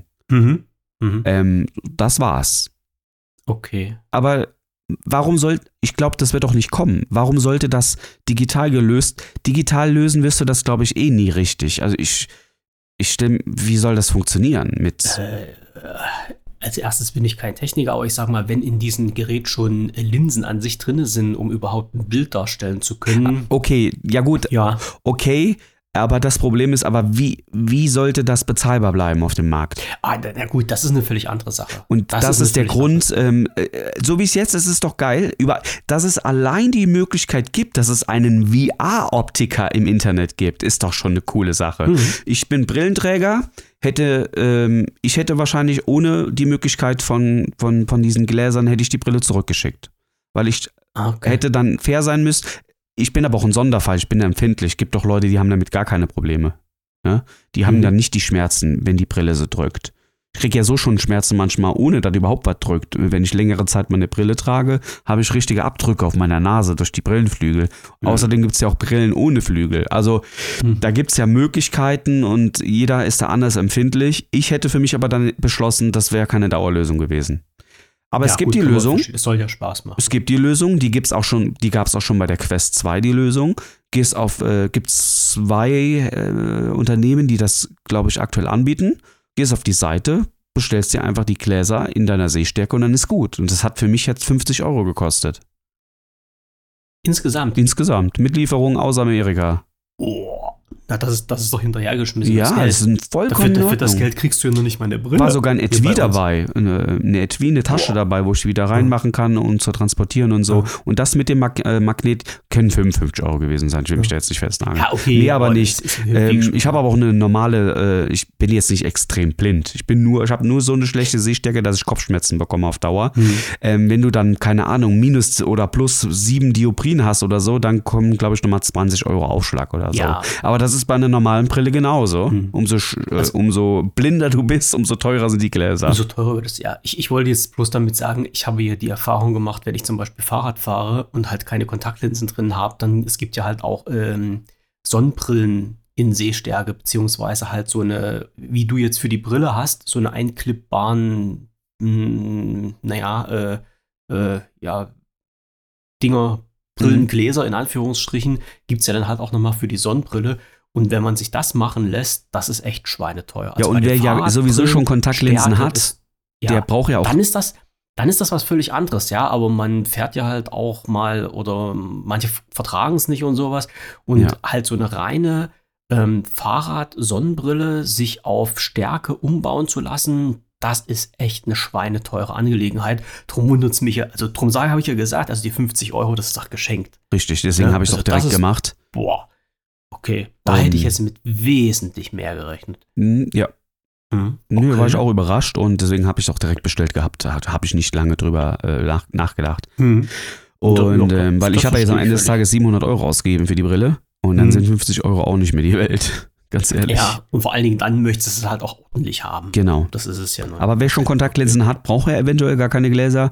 Das war's. Okay. Aber ich glaube, das wird doch nicht kommen. Warum sollte das digital digital lösen wirst du das, glaube ich, eh nie richtig. Also wie soll das funktionieren mit? Als erstes bin ich kein Techniker, aber ich sag mal, wenn in diesem Gerät schon Linsen an sich drin sind, um überhaupt ein Bild darstellen zu können. Okay, ja gut, ja. Okay, aber das Problem ist wie sollte das bezahlbar bleiben auf dem Markt? Na gut, das ist eine völlig andere Sache. Und das ist der Grund, so wie es jetzt ist, ist es doch geil, dass es allein die Möglichkeit gibt, dass es einen VR-Optiker im Internet gibt, ist doch schon eine coole Sache. Ich bin Brillenträger, ich hätte wahrscheinlich ohne die Möglichkeit von diesen Gläsern, hätte ich die Brille zurückgeschickt. Weil ich hätte dann fair sein müssen. Ich bin aber auch ein Sonderfall, ich bin da empfindlich. Es gibt doch Leute, die haben damit gar keine Probleme. Ja? Die haben dann nicht die Schmerzen, wenn die Brille so drückt. Ich kriege ja so schon Schmerzen manchmal, ohne dass überhaupt was drückt. Wenn ich längere Zeit meine Brille trage, habe ich richtige Abdrücke auf meiner Nase durch die Brillenflügel. Außerdem gibt es ja auch Brillen ohne Flügel. Also da gibt es ja Möglichkeiten und jeder ist da anders empfindlich. Ich hätte für mich aber dann beschlossen, das wäre keine Dauerlösung gewesen. Aber es gibt die Lösung. Es soll ja Spaß machen. Es gibt die Lösung, die gab es auch schon bei der Quest 2, die Lösung. Gibt 2 Unternehmen, die das, glaube ich, aktuell anbieten. Gehst auf die Seite, bestellst dir einfach die Gläser in deiner Sehstärke und dann ist gut. Und das hat für mich jetzt 50 € gekostet. Insgesamt? Insgesamt, mit Lieferung aus Amerika. Oh, na, das ist doch hinterhergeschmissen. Ja, das ist vollkommen für das Geld kriegst du ja noch nicht mal eine Brille. War sogar ein Etui dabei, eine Tasche dabei, wo ich wieder reinmachen kann und zu transportieren und so. Und das mit dem Magnet können 55 € gewesen sein. Ich will mich da jetzt nicht festnageln. Ja, okay. Nee, aber nicht. Ich habe aber auch eine normale, ich bin jetzt nicht extrem blind. Ich habe nur so eine schlechte Sehstärke, dass ich Kopfschmerzen bekomme auf Dauer. Wenn du dann, keine Ahnung, minus oder plus 7 Dioptrien hast oder so, dann kommen, glaube ich, nochmal 20 € Aufschlag oder so. Ja. Aber das ist bei einer normalen Brille genauso. Umso blinder du bist, umso teurer sind die Gläser. Umso teurer wird es, ja. Ich wollte jetzt bloß damit sagen, ich habe hier die Erfahrung gemacht, wenn ich zum Beispiel Fahrrad fahre und halt keine Kontaktlinsen drin habe, dann es gibt ja halt auch Sonnenbrillen in Sehstärke, beziehungsweise halt so eine, wie du jetzt für die Brille hast, so eine einklippbaren, Dinger, Brillengläser in Anführungsstrichen, gibt es ja dann halt auch nochmal für die Sonnenbrille. Und wenn man sich das machen lässt, das ist echt schweineteuer. Also und wer ja sowieso schon Kontaktlinsen hat, der braucht ja auch. Dann ist das was völlig anderes, ja. Aber man fährt ja halt auch mal, oder manche vertragen es nicht und sowas. Und halt so eine reine Fahrrad-Sonnenbrille sich auf Stärke umbauen zu lassen, das ist echt eine schweineteure Angelegenheit. Drum wundert es mich ja, also drum habe ich ja gesagt, also die 50 €, das ist doch geschenkt. Richtig, deswegen habe ich es doch direkt gemacht. Boah. Okay, da hätte ich jetzt mit wesentlich mehr gerechnet. Ja. Nö, war ich auch überrascht und deswegen habe ich es auch direkt bestellt gehabt. Da habe ich nicht lange drüber nachgedacht. Und weil ich habe ja jetzt am Ende des Tages 700 € ausgegeben für die Brille und dann sind 50 € auch nicht mehr die Welt. Ganz ehrlich. Ja, und vor allen Dingen dann möchtest du es halt auch ordentlich haben. Genau. Das ist es ja noch. Aber wer schon Kontaktlinsen hat, braucht ja eventuell gar keine Gläser.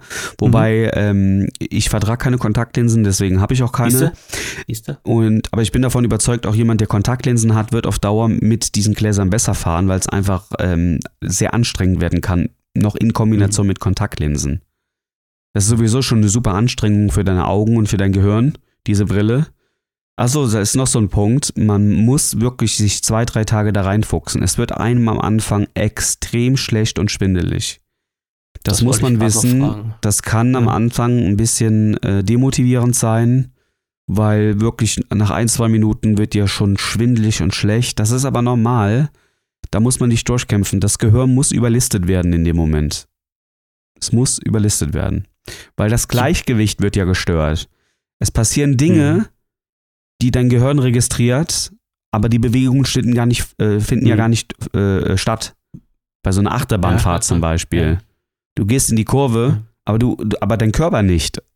Wobei ich vertrage keine Kontaktlinsen, deswegen habe ich auch keine. Siehste? Aber ich bin davon überzeugt, auch jemand, der Kontaktlinsen hat, wird auf Dauer mit diesen Gläsern besser fahren, weil es einfach sehr anstrengend werden kann, noch in Kombination mit Kontaktlinsen. Das ist sowieso schon eine super Anstrengung für deine Augen und für dein Gehirn, diese Brille. Achso, da ist noch so ein Punkt, man muss wirklich sich 2-3 Tage da reinfuchsen. Es wird einem am Anfang extrem schlecht und schwindelig. Das muss man wissen, das kann am Anfang ein bisschen demotivierend sein, weil wirklich nach 1-2 Minuten wird dir schon schwindelig und schlecht. Das ist aber normal, da muss man nicht durchkämpfen. Das Gehirn muss überlistet werden in dem Moment. Es muss überlistet werden, weil das Gleichgewicht wird ja gestört. Es passieren Dinge, die dein Gehirn registriert, aber die Bewegungen finden ja gar nicht statt. Bei so einer Achterbahnfahrt zum Beispiel. Ja. Du gehst in die Kurve, aber dein Körper nicht.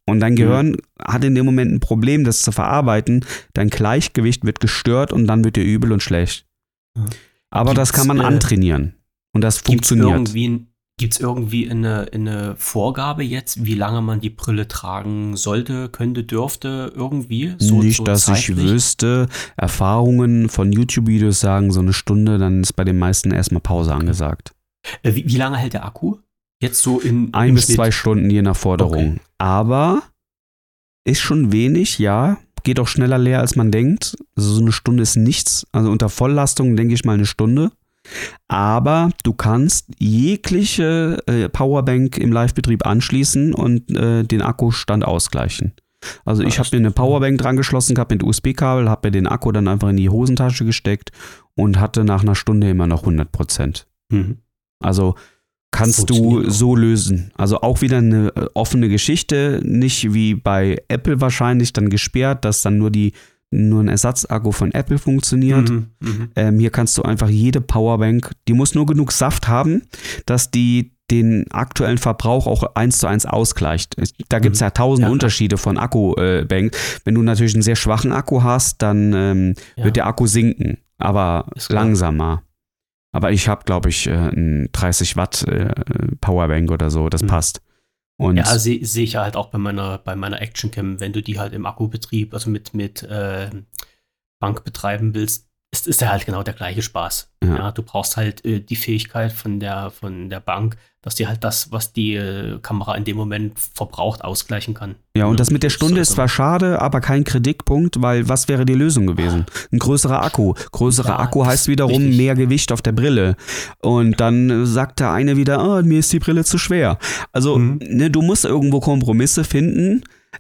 Und dein Gehirn hat in dem Moment ein Problem, das zu verarbeiten. Dein Gleichgewicht wird gestört und dann wird dir übel und schlecht. Aber das kann man antrainieren. Und das funktioniert. Gibt es irgendwie eine Vorgabe jetzt, wie lange man die Brille tragen sollte, könnte, dürfte, irgendwie? Nicht, dass ich wüsste. Erfahrungen von YouTube-Videos sagen so eine Stunde, dann ist bei den meisten erstmal Pause angesagt. Wie lange hält der Akku? Jetzt so in 1 bis 2 Stunden je nach Forderung. Okay. Aber ist schon wenig, ja. Geht auch schneller leer, als man denkt. Also so eine Stunde ist nichts. Also unter Volllastung denke ich mal eine Stunde. Aber du kannst jegliche Powerbank im Live-Betrieb anschließen und den Akkustand ausgleichen. Also ich habe mir eine Powerbank dran geschlossen gehabt mit USB-Kabel, habe mir den Akku dann einfach in die Hosentasche gesteckt und hatte nach einer Stunde immer noch 100%. Also kannst du so lösen. Also auch wieder eine offene Geschichte, nicht wie bei Apple wahrscheinlich dann gesperrt, dass dann nur ein Ersatzakku von Apple funktioniert. Hier kannst du einfach jede Powerbank, die muss nur genug Saft haben, dass die den aktuellen Verbrauch auch 1:1 ausgleicht. Da gibt es ja 1000 Unterschiede von Akkubank. Wenn du natürlich einen sehr schwachen Akku hast, dann wird der Akku sinken, aber langsamer. Aber ich habe, glaube ich, ein 30 Watt Powerbank oder so, das passt. Und sehe ich ja halt auch bei meiner Actioncam, wenn du die halt im Akkubetrieb, also mit Bank betreiben willst, ist ja halt genau der gleiche Spaß. Ja, du brauchst halt die Fähigkeit von der Bank, dass die halt das, was die Kamera in dem Moment verbraucht, ausgleichen kann. Ja, und das mit der Stunde ist zwar schade, aber kein Kritikpunkt, weil was wäre die Lösung gewesen? Ein größerer Akku. Größerer Akku heißt wiederum mehr Gewicht auf der Brille. Und dann sagt der eine wieder, mir ist die Brille zu schwer. Also du musst irgendwo Kompromisse finden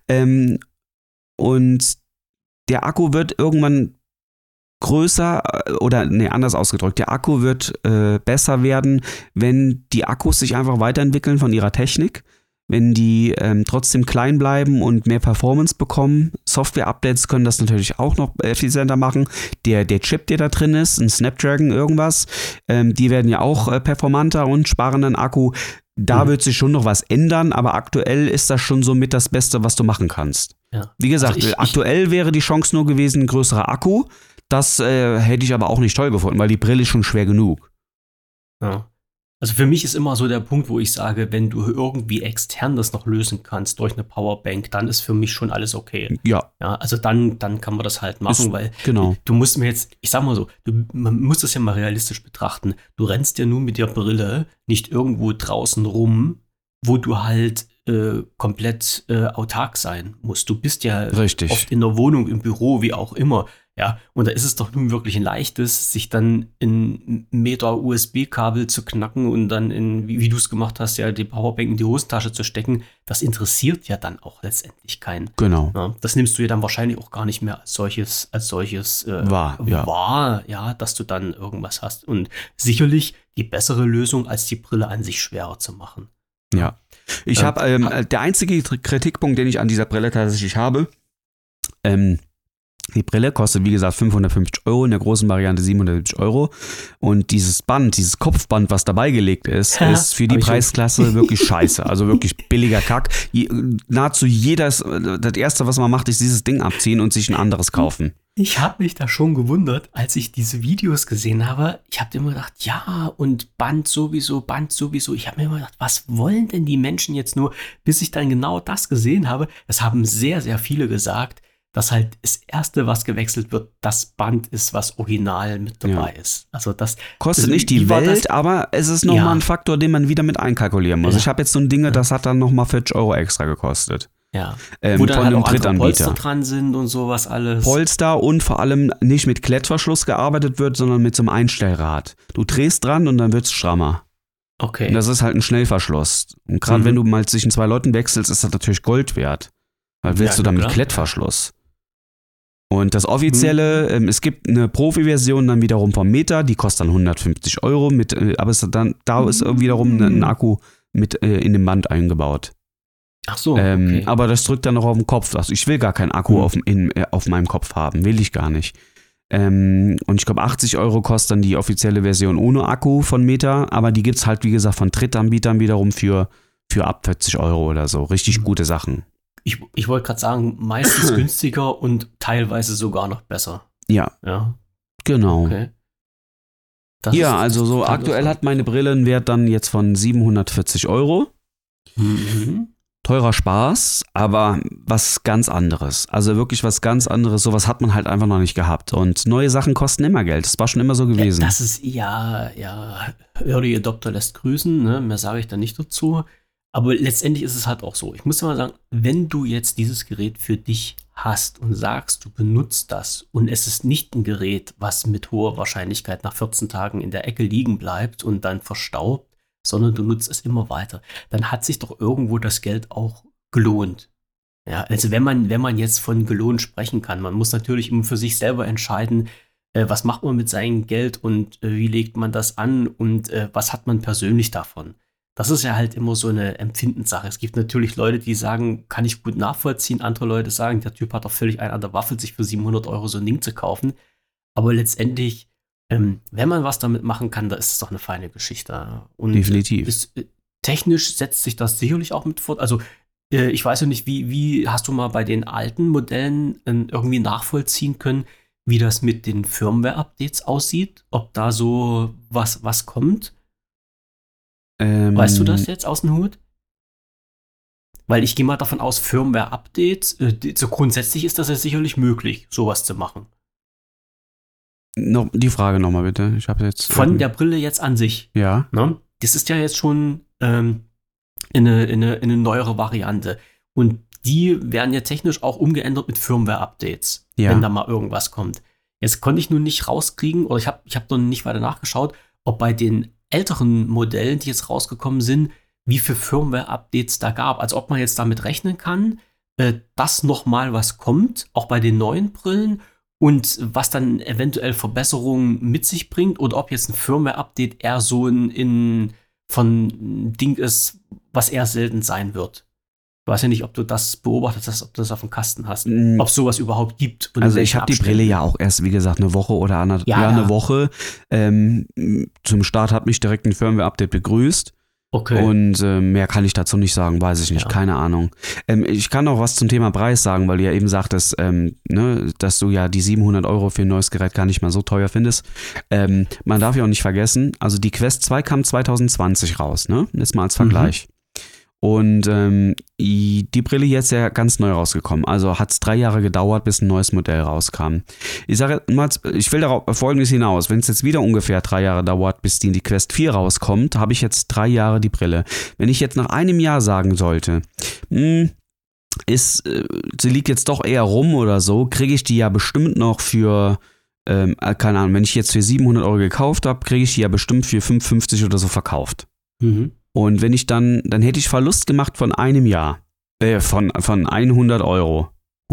und der Akku wird irgendwann größer anders ausgedrückt, der Akku wird besser werden, wenn die Akkus sich einfach weiterentwickeln von ihrer Technik, wenn die trotzdem klein bleiben und mehr Performance bekommen. Software-Updates können das natürlich auch noch effizienter machen. Der Chip, der da drin ist, ein Snapdragon irgendwas, die werden ja auch performanter und sparen einen Akku. Da wird sich schon noch was ändern, aber aktuell ist das schon so mit das Beste, was du machen kannst. Ja. Wie gesagt, aktuell wäre die Chance nur gewesen, ein größerer Akku. Das hätte ich aber auch nicht toll gefunden, weil die Brille ist schon schwer genug. Ja. Also für mich ist immer so der Punkt, wo ich sage, wenn du irgendwie extern das noch lösen kannst durch eine Powerbank, dann ist für mich schon alles okay. Ja, also dann kann man das halt machen, weil du musst mir jetzt, ich sag mal so, man muss das ja mal realistisch betrachten. Du rennst ja nun mit der Brille nicht irgendwo draußen rum, wo du halt komplett autark sein musst. Du bist ja oft in der Wohnung, im Büro, wie auch immer. Ja, und da ist es doch nun wirklich ein leichtes, sich dann in Meter USB-Kabel zu knacken und dann wie du es gemacht hast, ja, die Powerbank in die Hosentasche zu stecken. Das interessiert ja dann auch letztendlich keinen. Genau. Ja, das nimmst du ja dann wahrscheinlich auch gar nicht mehr als solches wahr, ja, dass du dann irgendwas hast. Und sicherlich die bessere Lösung, als die Brille an sich schwerer zu machen. Ja. Ich habe, der einzige Kritikpunkt, den ich an dieser Brille tatsächlich habe, die Brille kostet, wie gesagt, 550 €, in der großen Variante 770 €. Und dieses Band, dieses Kopfband, was dabei gelegt ist, ist für die Preisklasse wirklich scheiße. Also wirklich billiger Kack. Nahezu das Erste, was man macht, ist dieses Ding abziehen und sich ein anderes kaufen. Ich habe mich da schon gewundert, als ich diese Videos gesehen habe. Ich habe immer gedacht, ja, und Band sowieso. Ich habe mir immer gedacht, was wollen denn die Menschen jetzt nur, bis ich dann genau das gesehen habe. Das haben sehr, sehr viele gesagt, dass halt das Erste, was gewechselt wird, das Band ist, was original mit dabei ist. Also das kostet nicht die Welt, aber es ist nochmal ein Faktor, den man wieder mit einkalkulieren muss. Ich habe jetzt so ein Ding, das hat dann nochmal 40 € extra gekostet. Ja. Wo dann halt auch andere Polster dran sind und sowas alles. Polster und vor allem nicht mit Klettverschluss gearbeitet wird, sondern mit so einem Einstellrad. Du drehst dran und dann wird es strammer. Okay. Und das ist halt ein Schnellverschluss. Und gerade wenn du mal zwischen 2 Leuten wechselst, ist das natürlich Gold wert. Weil willst du dann mit Klettverschluss. Und das Offizielle, es gibt eine Profi-Version dann wiederum vom Meta, die kostet dann 150 €, aber da ist wiederum ein Akku mit in dem Band eingebaut. Ach so, okay. Aber das drückt dann noch auf den Kopf. Also ich will gar keinen Akku auf meinem Kopf haben, will ich gar nicht. Und ich glaube 80 € kostet dann die offizielle Version ohne Akku von Meta, aber die gibt es halt, wie gesagt, von Drittanbietern wiederum für ab 40 € oder so. Richtig gute Sachen. Ich wollte gerade sagen, meistens günstiger und teilweise sogar noch besser. Ja. Genau. Okay. Ja, also so aktuell hat meine Brille einen Wert dann jetzt von 740 €. Mhm. Teurer Spaß, aber was ganz anderes. Also wirklich was ganz anderes. Sowas hat man halt einfach noch nicht gehabt. Und neue Sachen kosten immer Geld. Das war schon immer so gewesen. Das ist, ja, Early Adopter lässt grüßen, ne? Mehr sage ich da nicht dazu. Aber letztendlich ist es halt auch so. Ich muss mal sagen, wenn du jetzt dieses Gerät für dich hast und sagst, du benutzt das und es ist nicht ein Gerät, was mit hoher Wahrscheinlichkeit nach 14 Tagen in der Ecke liegen bleibt und dann verstaubt, sondern du nutzt es immer weiter, dann hat sich doch irgendwo das Geld auch gelohnt. Ja, also wenn man jetzt von gelohnt sprechen kann, man muss natürlich immer für sich selber entscheiden, was macht man mit seinem Geld und wie legt man das an und was hat man persönlich davon. Das ist ja halt immer so eine Empfindenssache. Es gibt natürlich Leute, die sagen, kann ich gut nachvollziehen. Andere Leute sagen, der Typ hat doch völlig einen an der Waffel, sich für 700 € so ein Ding zu kaufen. Aber letztendlich, wenn man was damit machen kann, da ist es doch eine feine Geschichte. Und definitiv. Technisch setzt sich das sicherlich auch mit fort. Also ich weiß ja nicht, wie hast du mal bei den alten Modellen irgendwie nachvollziehen können, wie das mit den Firmware-Updates aussieht? Ob da so was kommt? Weißt du das jetzt aus dem Hut? Weil ich gehe mal davon aus, Firmware-Updates, so grundsätzlich ist das ja sicherlich möglich, sowas zu machen. Die Frage nochmal bitte. Ich habe jetzt von der Brille jetzt an sich. Ja. Ne? Das ist ja jetzt schon eine neuere Variante. Und die werden ja technisch auch umgeändert mit Firmware-Updates, wenn da mal irgendwas kommt. Jetzt konnte ich nun nicht rauskriegen, oder ich hab noch nicht weiter nachgeschaut, ob bei den älteren Modellen, die jetzt rausgekommen sind, wie viele Firmware-Updates da gab. Also ob man jetzt damit rechnen kann, dass noch mal was kommt, auch bei den neuen Brillen, und was dann eventuell Verbesserungen mit sich bringt, oder ob jetzt ein Firmware-Update eher so ein Ding ist, was eher selten sein wird. Ich weiß ja nicht, ob du das beobachtet hast, ob du das auf dem Kasten hast, ob es sowas überhaupt gibt. Also ich habe die Brille ja auch erst, wie gesagt, eine Woche oder eine Woche. Zum Start hat mich direkt ein Firmware-Update begrüßt. Okay. Und mehr kann ich dazu nicht sagen, weiß ich nicht, keine Ahnung. Ich kann auch was zum Thema Preis sagen, weil du ja eben sagtest, dass du ja die 700 € für ein neues Gerät gar nicht mal so teuer findest. Man darf ja auch nicht vergessen, also die Quest 2 kam 2020 raus, ne? Jetzt mal als Vergleich. Und die Brille jetzt ja ganz neu rausgekommen. Also hat es 3 Jahre gedauert, bis ein neues Modell rauskam. Ich sage mal, ich will darauf Folgendes hinaus. Wenn es jetzt wieder ungefähr 3 Jahre dauert, bis die Quest 4 rauskommt, habe ich jetzt 3 Jahre die Brille. Wenn ich jetzt nach einem Jahr sagen sollte, sie liegt jetzt doch eher rum oder so, kriege ich die ja bestimmt noch für, keine Ahnung, wenn ich jetzt für 700 € gekauft habe, kriege ich die ja bestimmt für 5,50 € oder so verkauft. Und wenn ich dann hätte ich Verlust gemacht von einem Jahr. Von 100 €.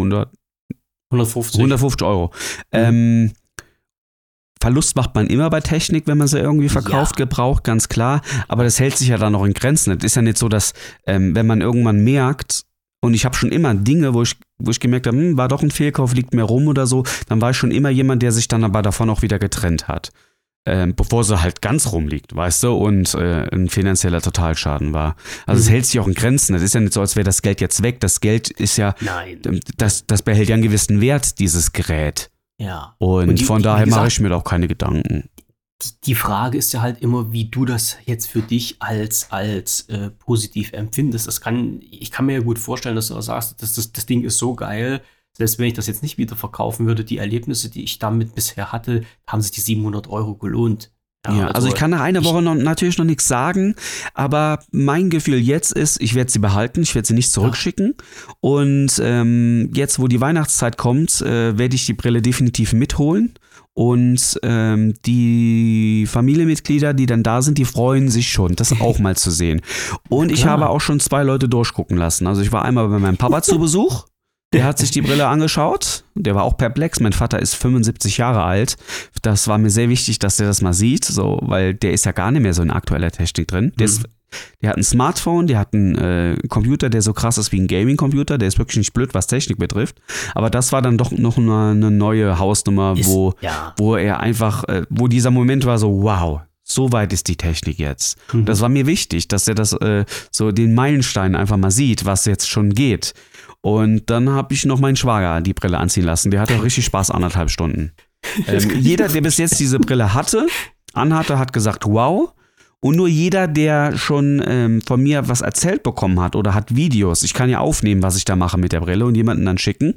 150 €. Verlust macht man immer bei Technik, wenn man sie irgendwie verkauft, gebraucht, ganz klar. Aber das hält sich ja dann noch in Grenzen. Es ist ja nicht so, dass, wenn man irgendwann merkt, und ich habe schon immer Dinge, wo ich gemerkt habe, war doch ein Fehlkauf, liegt mir rum oder so, dann war ich schon immer jemand, der sich dann aber davon auch wieder getrennt hat. Bevor sie halt ganz rumliegt, weißt du, und ein finanzieller Totalschaden war. Also es hält sich auch in Grenzen. Es ist ja nicht so, als wäre das Geld jetzt weg. Das Geld ist ja, das behält ja einen gewissen Wert, dieses Gerät. Ja. Und von daher mache ich mir da auch keine Gedanken. Die Frage ist ja halt immer, wie du das jetzt für dich als positiv empfindest. Ich kann mir ja gut vorstellen, dass du sagst, das Ding ist so geil. Selbst wenn ich das jetzt nicht wieder verkaufen würde, die Erlebnisse, die ich damit bisher hatte, haben sich die 700 € gelohnt. Ja, also ich kann nach einer Woche natürlich noch nichts sagen, aber mein Gefühl jetzt ist, ich werde sie behalten, ich werde sie nicht zurückschicken. Und jetzt, wo die Weihnachtszeit kommt, werde ich die Brille definitiv mitholen. Und die Familienmitglieder, die dann da sind, die freuen sich schon, das auch mal zu sehen. Und ich habe auch schon 2 Leute durchgucken lassen. Also ich war einmal bei meinem Papa zu Besuch. Der hat sich die Brille angeschaut, der war auch perplex. Mein Vater ist 75 Jahre alt. Das war mir sehr wichtig, dass der das mal sieht, so, weil der ist ja gar nicht mehr so in aktueller Technik drin. Der hat ein Smartphone, der hat einen Computer, der so krass ist wie ein Gaming-Computer. Der ist wirklich nicht blöd, was Technik betrifft. Aber das war dann doch noch eine neue Hausnummer, wo er einfach, wo dieser Moment war so, wow, so weit ist die Technik jetzt. Das war mir wichtig, dass er das so den Meilenstein einfach mal sieht, was jetzt schon geht. Und dann habe ich noch meinen Schwager die Brille anziehen lassen. Der hatte richtig Spaß, 1,5 Stunden. Jeder, der bis jetzt diese Brille anhatte, hat gesagt, wow. Und nur jeder, der schon von mir was erzählt bekommen hat oder hat Videos, ich kann ja aufnehmen, was ich da mache mit der Brille und jemanden dann schicken,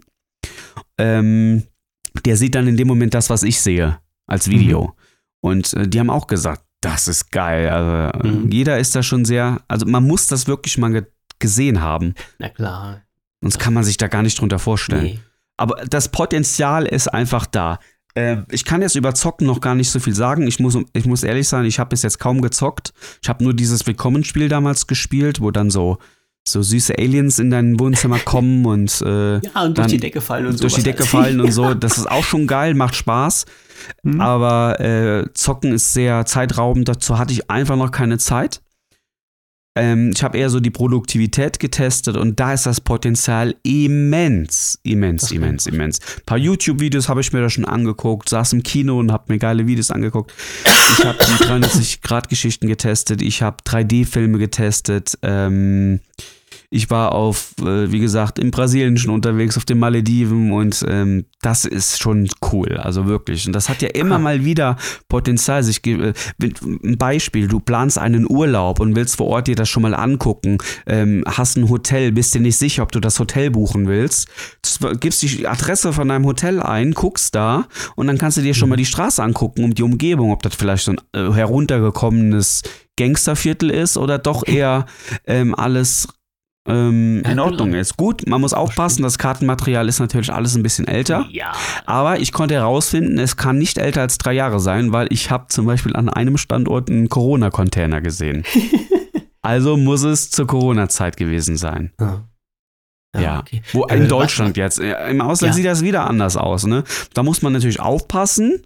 der sieht dann in dem Moment das, was ich sehe als Video. Und die haben auch gesagt, das ist geil. Also, jeder ist da schon sehr, also man muss das wirklich mal gesehen haben. Na klar. Sonst kann man sich da gar nicht drunter vorstellen. Nee. Aber das Potenzial ist einfach da. Ich kann jetzt über Zocken noch gar nicht so viel sagen. Ich muss ehrlich sein, ich habe bis jetzt kaum gezockt. Ich habe nur dieses Willkommenspiel damals gespielt, wo dann so süße Aliens in dein Wohnzimmer kommen und und durch die Decke fallen und so. Durch die Decke fallen und so. Das ist auch schon geil, macht Spaß. Aber Zocken ist sehr zeitraubend. Dazu hatte ich einfach noch keine Zeit. Ich habe eher so die Produktivität getestet und da ist das Potenzial immens. Ein paar YouTube-Videos habe ich mir da schon angeguckt, saß im Kino und habe mir geile Videos angeguckt. Ich habe die 360-Grad-Geschichten getestet, ich habe 3D-Filme getestet. Ich war wie gesagt, in Brasilien schon unterwegs, auf den Malediven und das ist schon cool, also wirklich. Und das hat ja immer mal wieder Potenzial. Ein Beispiel, du planst einen Urlaub und willst vor Ort dir das schon mal angucken, hast ein Hotel, bist dir nicht sicher, ob du das Hotel buchen willst, gibst die Adresse von deinem Hotel ein, guckst da und dann kannst du dir schon mal die Straße angucken und die Umgebung, ob das vielleicht so ein heruntergekommenes Gangsterviertel ist oder doch eher alles in Ordnung ist. Gut, man muss aufpassen, das Kartenmaterial ist natürlich alles ein bisschen älter, aber ich konnte herausfinden, es kann nicht älter als 3 Jahre sein, weil ich habe zum Beispiel an einem Standort einen Corona-Container gesehen. Also muss es zur Corona-Zeit gewesen sein. Ja, okay. Wo in Deutschland jetzt. Im Ausland sieht das wieder anders aus, ne? Da muss man natürlich aufpassen,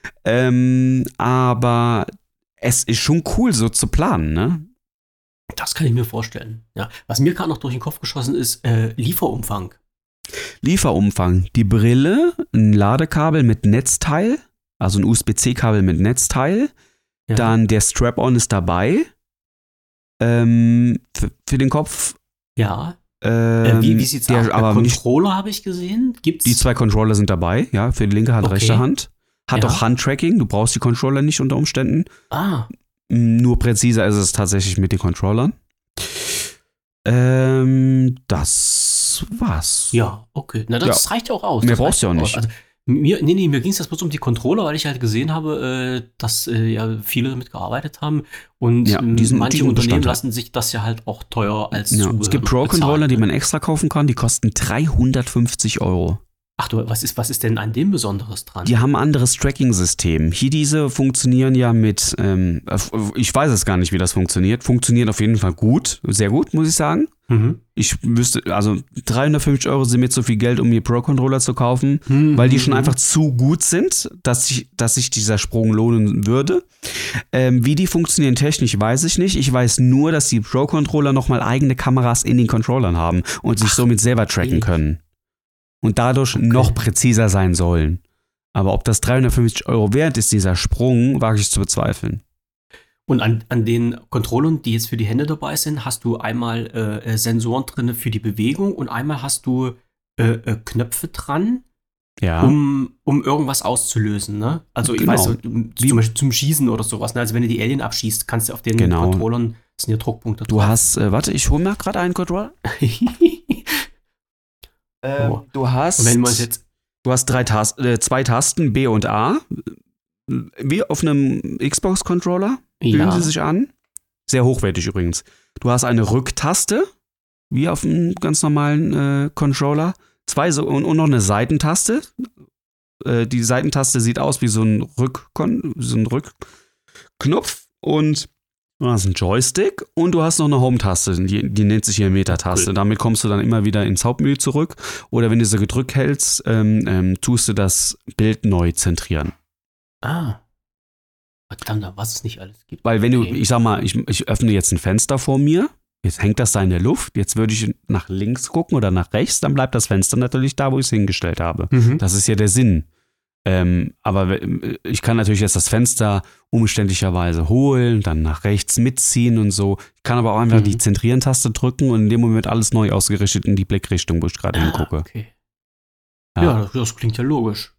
aber es ist schon cool, so zu planen, ne? Das kann ich mir vorstellen. Ja. Was mir gerade noch durch den Kopf geschossen ist, Lieferumfang. Die Brille, ein Ladekabel mit Netzteil, also ein USB-C-Kabel mit Netzteil. Ja. Dann der Strap-on ist dabei. Für den Kopf. Ja. Wie sieht's aus? Controller habe ich gesehen. Gibt's? Die 2 Controller sind dabei, ja, für die linke Hand, rechte Hand. Hat auch Handtracking, du brauchst die Controller nicht unter Umständen. Nur präziser ist es tatsächlich mit den Controllern. Das war's. Ja, okay. Na, das reicht ja auch aus. Mehr brauchst du ja auch nicht. Also, mir ging es jetzt bloß um die Controller, weil ich halt gesehen habe, dass viele damit gearbeitet haben. Und manche Unternehmen lassen sich das ja halt auch teuer als Zubehör Es gibt Pro-Controller, die man extra kaufen kann. Die kosten 350 €. Ach du, was ist denn an dem Besonderes dran? Die haben ein anderes Tracking-System. Hier diese funktionieren ja mit, ich weiß es gar nicht, wie das funktioniert. Funktioniert auf jeden Fall gut, sehr gut, muss ich sagen. Ich wüsste, also 350 € sind mir zu viel Geld, um mir Pro-Controller zu kaufen, weil die schon einfach zu gut sind, dass sich dieser Sprung lohnen würde. Wie die funktionieren technisch, weiß ich nicht. Ich weiß nur, dass die Pro-Controller nochmal eigene Kameras in den Controllern haben und sich somit selber tracken können. Und dadurch noch präziser sein sollen. Aber ob das 350 € wert ist, dieser Sprung, wage ich zu bezweifeln. Und an den Controllern, die jetzt für die Hände dabei sind, hast du einmal Sensoren drin für die Bewegung und einmal hast du Knöpfe dran, um irgendwas auszulösen. Ne? Also ich weiß, zum Beispiel zum Schießen oder sowas. Ne? Also wenn du die Alien abschießt, kannst du auf den Controllern, das sind ja Druckpunkte drauf. Du hast, ich hole mir gerade einen Controller. Du hast 2 Tasten, B und A, wie auf einem Xbox-Controller, fühlen sie sich an. Sehr hochwertig übrigens. Du hast eine Rücktaste, wie auf einem ganz normalen Controller, 2 und noch eine Seitentaste. Die Seitentaste sieht aus wie so ein Rückknopf und du hast einen Joystick und du hast noch eine Home-Taste, die nennt sich hier Meta-Taste. Cool. Damit kommst du dann immer wieder ins Hauptmenü zurück. Oder wenn du sie gedrückt hältst, tust du das Bild neu zentrieren. Verdammt, was es nicht alles gibt. Weil wenn ich sag mal, ich öffne jetzt ein Fenster vor mir, jetzt hängt das da in der Luft, jetzt würde ich nach links gucken oder nach rechts, dann bleibt das Fenster natürlich da, wo ich es hingestellt habe. Das ist ja der Sinn. Aber ich kann natürlich jetzt das Fenster umständlicherweise holen, dann nach rechts mitziehen und so. Ich kann aber auch einfach die Zentrieren-Taste drücken und in dem Moment alles neu ausgerichtet in die Blickrichtung, wo ich gerade hingucke. Okay. Ja, das klingt ja logisch.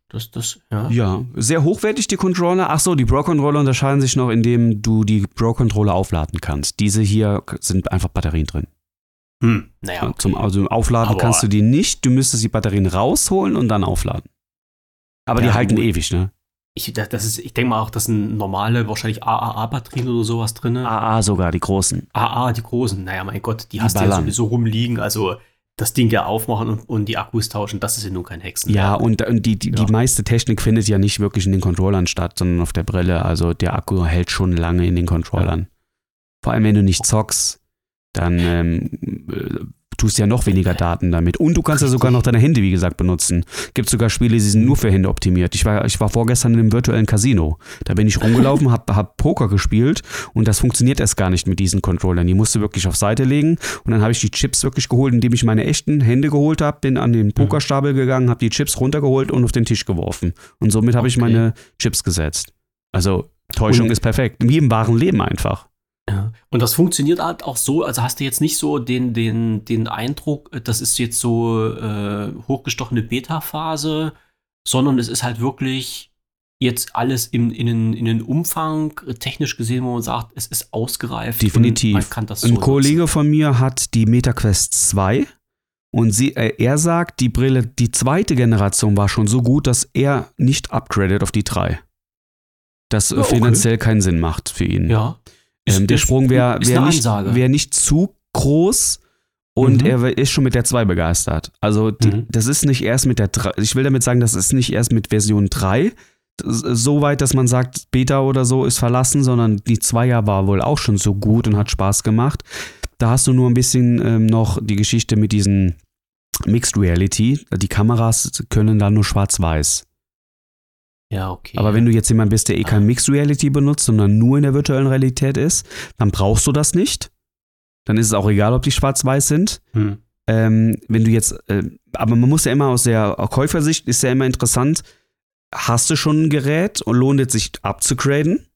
Ja, sehr hochwertig die Controller. Achso, die Pro-Controller unterscheiden sich noch, indem du die Pro-Controller aufladen kannst. Diese hier sind einfach Batterien drin. Naja, okay. Also aufladen aber kannst du die nicht. Du müsstest die Batterien rausholen und dann aufladen. Aber die halten ewig, ne? Ich denke mal auch, das sind normale, wahrscheinlich AAA-Batterien oder sowas drin. AA sogar, die großen. AA, die großen. Naja, mein Gott, die hast du ja sowieso rumliegen. Also das Ding ja aufmachen und die Akkus tauschen, das ist ja nun kein Hexen. Ja, und die meiste Technik findet ja nicht wirklich in den Controllern statt, sondern auf der Brille. Also der Akku hält schon lange in den Controllern. Ja. Vor allem, wenn du nicht zockst, dann tust ja noch weniger Daten damit. Und du kannst ja sogar noch deine Hände, wie gesagt, benutzen. Gibt sogar Spiele, die sind nur für Hände optimiert. Ich war vorgestern in einem virtuellen Casino. Da bin ich rumgelaufen, hab Poker gespielt und das funktioniert erst gar nicht mit diesen Controllern. Die musst du wirklich auf Seite legen und dann habe ich die Chips wirklich geholt, indem ich meine echten Hände geholt habe, bin an den Pokerstapel gegangen, habe die Chips runtergeholt und auf den Tisch geworfen. Und somit habe ich meine Chips gesetzt. Also Täuschung ist perfekt. Wie im wahren Leben einfach. Ja. Und das funktioniert halt auch so, also hast du jetzt nicht so den Eindruck, das ist jetzt so hochgestochene Beta-Phase, sondern es ist halt wirklich jetzt alles in den Umfang technisch gesehen, wo man sagt, es ist ausgereift. Definitiv. Man kann das so Ein Kollege von mir hat die MetaQuest 2 und er sagt, die Brille, die zweite Generation war schon so gut, dass er nicht upgradet auf die 3. Das finanziell keinen Sinn macht für ihn. Ja. Der Sprung wäre nicht zu groß und er ist schon mit der 2 begeistert. Also das ist nicht erst mit der 3, ich will damit sagen, das ist nicht erst mit Version 3 so weit, dass man sagt, Beta oder so ist verlassen, sondern die 2er war wohl auch schon so gut und hat Spaß gemacht. Da hast du nur ein bisschen noch die Geschichte mit diesen Mixed Reality. Die Kameras können da nur schwarz-weiß. Ja, okay. Aber wenn du jetzt jemand bist, der kein Mixed Reality benutzt, sondern nur in der virtuellen Realität ist, dann brauchst du das nicht. Dann ist es auch egal, ob die schwarz-weiß sind. Wenn du jetzt, aber man muss ja immer aus der Käufersicht, ist ja immer interessant, hast du schon ein Gerät und lohnt es sich abzugraden?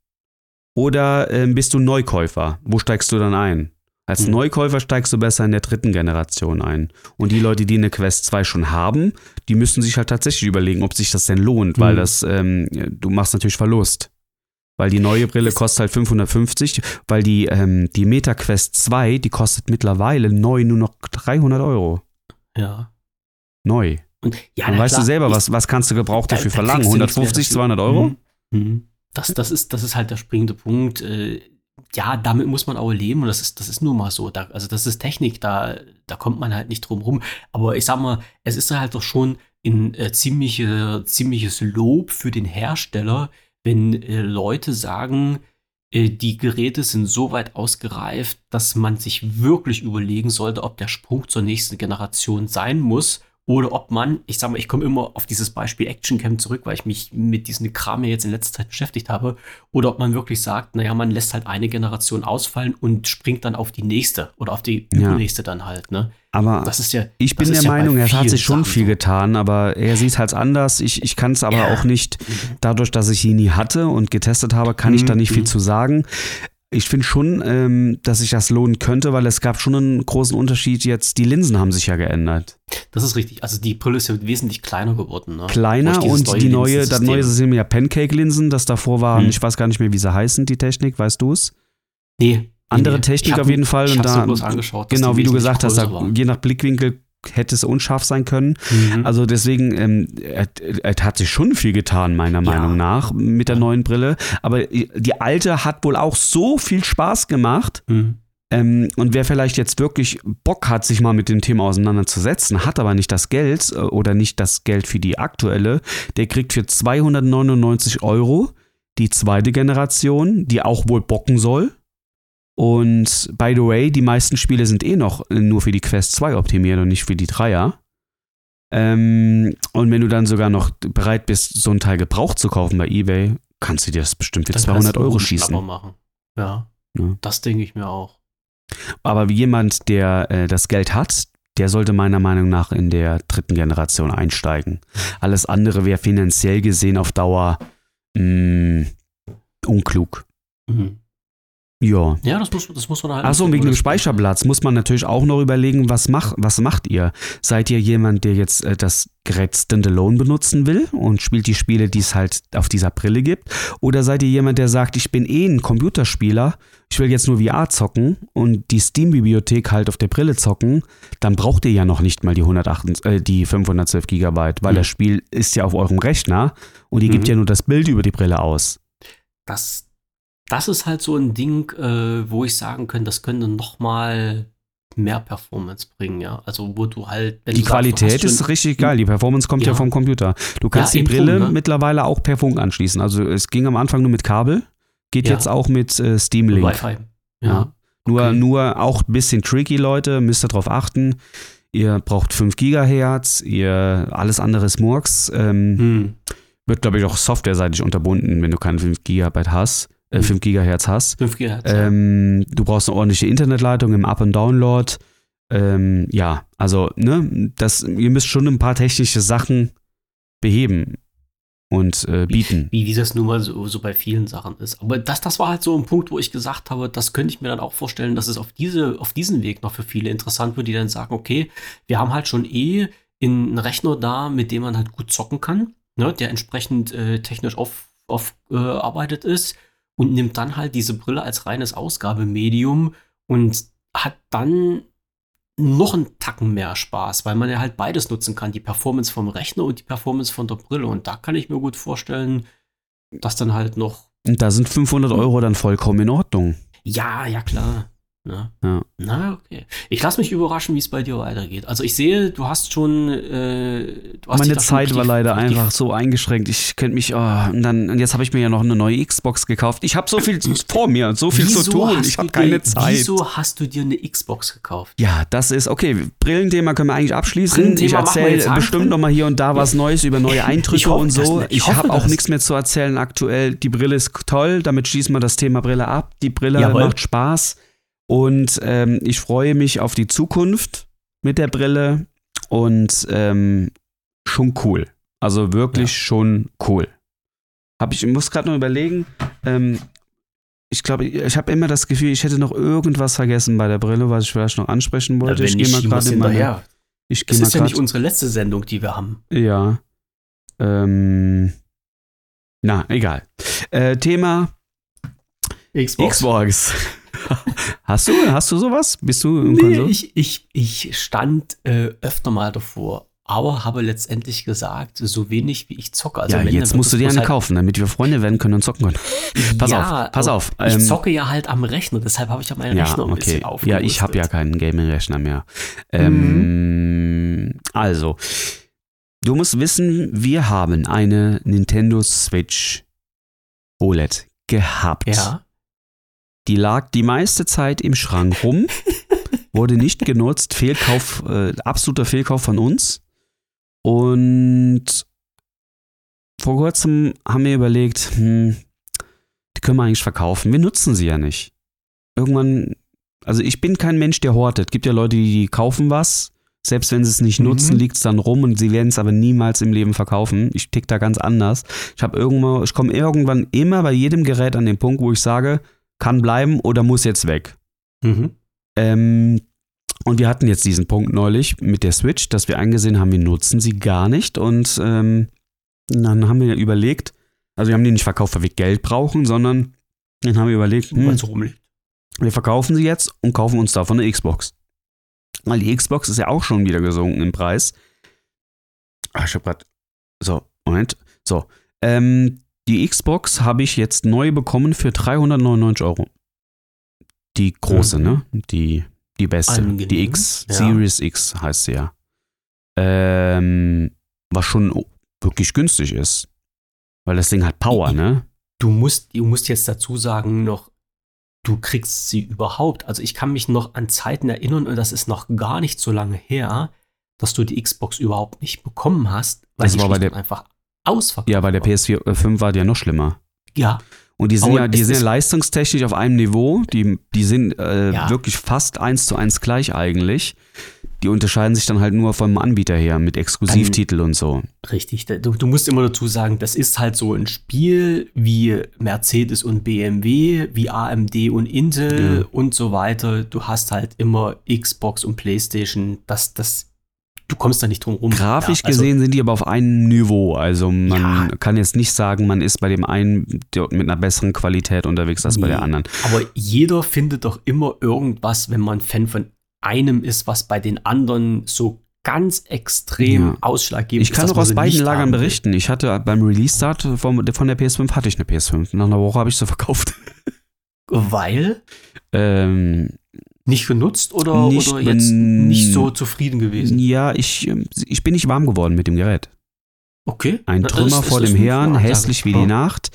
Oder bist du Neukäufer? Wo steigst du dann ein? Als Neukäufer steigst du besser in der 3. Generation ein. Und die Leute, die eine Quest 2 schon haben, die müssen sich halt tatsächlich überlegen, ob sich das denn lohnt, weil du machst natürlich Verlust. Weil die neue Brille kostet halt 550, weil die MetaQuest 2, die kostet mittlerweile neu nur noch 300 €. Ja. Neu. Und weißt du selber, was kannst du gebraucht dafür verlangen? 150, 200 €? Das ist halt der springende Punkt. Ja, damit muss man auch leben und das ist nun mal so. Also das ist Technik, da kommt man halt nicht drum rum. Aber ich sag mal, es ist halt doch schon ein ziemliches Lob für den Hersteller, wenn Leute sagen, die Geräte sind so weit ausgereift, dass man sich wirklich überlegen sollte, ob der Sprung zur nächsten Generation sein muss. Oder ob man, ich sag mal, ich komme immer auf dieses Beispiel Action Cam zurück, weil ich mich mit diesem Kram ja jetzt in letzter Zeit beschäftigt habe. Oder ob man wirklich sagt, naja, man lässt halt eine Generation ausfallen und springt dann auf die nächste oder auf die übernächste dann halt, ne? Aber das ist ja, ich bin der Meinung, er hat sich schon viel getan, aber er sieht es halt anders. Ich kann es aber auch nicht, dadurch, dass ich ihn nie hatte und getestet habe, kann ich da nicht viel zu sagen. Ich finde schon, dass sich das lohnen könnte, weil es gab schon einen großen Unterschied jetzt. Die Linsen haben sich ja geändert. Das ist richtig. Also die Brille ist ja wesentlich kleiner geworden. Ne? Kleiner und das neue sind ja Pancake-Linsen. Das davor war, ich weiß gar nicht mehr, wie sie heißen, die Technik. Weißt du es? Nee. Andere Technik auf jeden Fall. Ich habe bloß angeschaut. Genau, wie du gesagt hast, je nach Blickwinkel hätte es unscharf sein können. Also deswegen, er hat sich schon viel getan, meiner Meinung nach, mit der neuen Brille. Aber die alte hat wohl auch so viel Spaß gemacht. Und wer vielleicht jetzt wirklich Bock hat, sich mal mit dem Thema auseinanderzusetzen, hat aber nicht das Geld oder nicht das Geld für die aktuelle, der kriegt für 299 € die 2. Generation, die auch wohl bocken soll. Und by the way, die meisten Spiele sind noch nur für die Quest 2 optimiert und nicht für die 3er. Und wenn du dann sogar noch bereit bist, so ein Teil gebraucht zu kaufen bei eBay, kannst du dir das bestimmt für 200 € schießen. Machen. Ja, das denke ich mir auch. Aber wie jemand, der das Geld hat, der sollte meiner Meinung nach in der 3. Generation einsteigen. Alles andere wäre finanziell gesehen auf Dauer unklug. Mhm. Ja. Ja, das muss man halt. Achso, und wegen dem Speicherplatz muss man natürlich auch noch überlegen, was macht ihr? Seid ihr jemand, der jetzt das Gerät standalone benutzen will und spielt die Spiele, die es halt auf dieser Brille gibt? Oder seid ihr jemand, der sagt, ich bin ein Computerspieler, ich will jetzt nur VR zocken und die Steam-Bibliothek halt auf der Brille zocken, dann braucht ihr ja noch nicht mal die 512 Gigabyte, weil das Spiel ist ja auf eurem Rechner und ihr gebt ja nur das Bild über die Brille aus. Das ist halt so ein Ding, wo ich sagen könnte, das könnte noch mal mehr Performance bringen, ja. Also wo du halt... Die Qualität ist richtig geil, die Performance kommt ja vom Computer. Du kannst die Brille mittlerweile auch per Funk anschließen. Also es ging am Anfang nur mit Kabel, geht jetzt auch mit Steam Link. Wi-Fi. Ja. Nur auch ein bisschen tricky, Leute, müsst ihr drauf achten. Ihr braucht 5 Gigahertz, alles andere ist Murks. Wird, glaube ich, auch softwareseitig unterbunden, wenn du keine 5 Gigabyte hast. 5 Gigahertz hast. 5 Gigahertz. Du brauchst eine ordentliche Internetleitung im Up- und Download. Also, ne, ihr müsst schon ein paar technische Sachen beheben und bieten. Wie das nun mal so bei vielen Sachen ist. Aber das war halt so ein Punkt, wo ich gesagt habe, das könnte ich mir dann auch vorstellen, dass es auf diesen Weg noch für viele interessant wird, die dann sagen, okay, wir haben halt schon einen Rechner da, mit dem man halt gut zocken kann, ne, der entsprechend technisch aufgearbeitet ist. Und nimmt dann halt diese Brille als reines Ausgabemedium und hat dann noch einen Tacken mehr Spaß, weil man ja halt beides nutzen kann, die Performance vom Rechner und die Performance von der Brille. Und da kann ich mir gut vorstellen, dass dann halt noch... Und da sind 500 € dann vollkommen in Ordnung. Ja, klar. Ja. Na, okay. Ich lasse mich überraschen, wie es bei dir weitergeht. Also ich sehe, du hast schon... Meine Zeit war leider einfach so eingeschränkt. Ich könnte mich... und jetzt habe ich mir ja noch eine neue Xbox gekauft. Ich habe so viel vor mir und so viel zu tun. Ich habe keine Zeit. Wieso hast du dir eine Xbox gekauft? Ja, das ist... Okay, Brillenthema können wir eigentlich abschließen. Ich erzähle bestimmt noch mal hier und da was Neues über neue Eindrücke und so. Ich habe auch nichts mehr zu erzählen aktuell. Die Brille ist toll. Damit schließen wir das Thema Brille ab. Die Brille macht Spaß. Und ich freue mich auf die Zukunft mit der Brille und schon cool. Also wirklich schon cool. Ich muss gerade noch überlegen, ich glaube, ich habe immer das Gefühl, ich hätte noch irgendwas vergessen bei der Brille, was ich vielleicht noch ansprechen wollte. Ich gehe mal gerade in meine... Das ist ja nicht unsere letzte Sendung, die wir haben. Ja. Egal. Thema Xbox. Hast du sowas? Bist du im Konsole? Ich stand öfter mal davor, aber habe letztendlich gesagt, so wenig wie ich zocke. Also jetzt musst du dir eine kaufen, damit wir Freunde werden können und zocken können. Pass auf. Ich zocke ja halt am Rechner, deshalb habe ich ja meinen Rechner ein bisschen aufgerüstet. Ja, ich habe ja keinen Gaming-Rechner mehr. Also, du musst wissen, wir haben eine Nintendo Switch OLED gehabt. Ja. Die lag die meiste Zeit im Schrank rum, wurde nicht genutzt, absoluter Fehlkauf von uns. Und vor kurzem haben wir überlegt, die können wir eigentlich verkaufen. Wir nutzen sie ja nicht. Irgendwann, also ich bin kein Mensch, der hortet. Es gibt ja Leute, die kaufen was, selbst wenn sie es nicht nutzen, liegt es dann rum und sie werden es aber niemals im Leben verkaufen. Ich tick da ganz anders. Ich komme irgendwann immer bei jedem Gerät an den Punkt, wo ich sage, kann bleiben oder muss jetzt weg. Und wir hatten jetzt diesen Punkt neulich mit der Switch, dass wir eingesehen haben, wir nutzen sie gar nicht. Und dann haben wir überlegt, also wir haben die nicht verkauft, weil wir Geld brauchen, sondern dann haben wir überlegt, wir verkaufen sie jetzt und kaufen uns davon eine Xbox. Weil die Xbox ist ja auch schon wieder gesunken im Preis. Ich habe gerade... Moment. Die Xbox habe ich jetzt neu bekommen für 399 €. Die große, ne? Die beste. Angenehm. Die Series X heißt sie ja. Was schon wirklich günstig ist. Weil das Ding hat Power, ne? Du musst jetzt dazu sagen noch, du kriegst sie überhaupt. Also ich kann mich noch an Zeiten erinnern, und das ist noch gar nicht so lange her, dass du die Xbox überhaupt nicht bekommen hast, weil die einfach ausverkauft. Ja, bei der PS4 5 war die ja noch schlimmer. Ja. Und die sind ja leistungstechnisch auf einem Niveau, die sind wirklich fast 1:1 gleich eigentlich. Die unterscheiden sich dann halt nur vom Anbieter her mit Exklusivtitel und so. Richtig. Du musst immer dazu sagen, das ist halt so ein Spiel wie Mercedes und BMW, wie AMD und Intel und so weiter. Du hast halt immer Xbox und PlayStation. Du kommst da nicht drum rum. Grafisch gesehen sind die aber auf einem Niveau. Also man kann jetzt nicht sagen, man ist bei dem einen mit einer besseren Qualität unterwegs als bei der anderen. Aber jeder findet doch immer irgendwas, wenn man Fan von einem ist, was bei den anderen so ganz extrem ausschlaggebend ist. Ich kann auch aus beiden Lagern berichten. Ich hatte beim Release-Start von der PS5 hatte ich eine PS5. Nach einer Woche habe ich sie verkauft. Weil? Nicht genutzt oder jetzt nicht so zufrieden gewesen? Ja, ich bin nicht warm geworden mit dem Gerät. Okay. Ein Trümmer vor dem Herrn, hässlich wie die Nacht.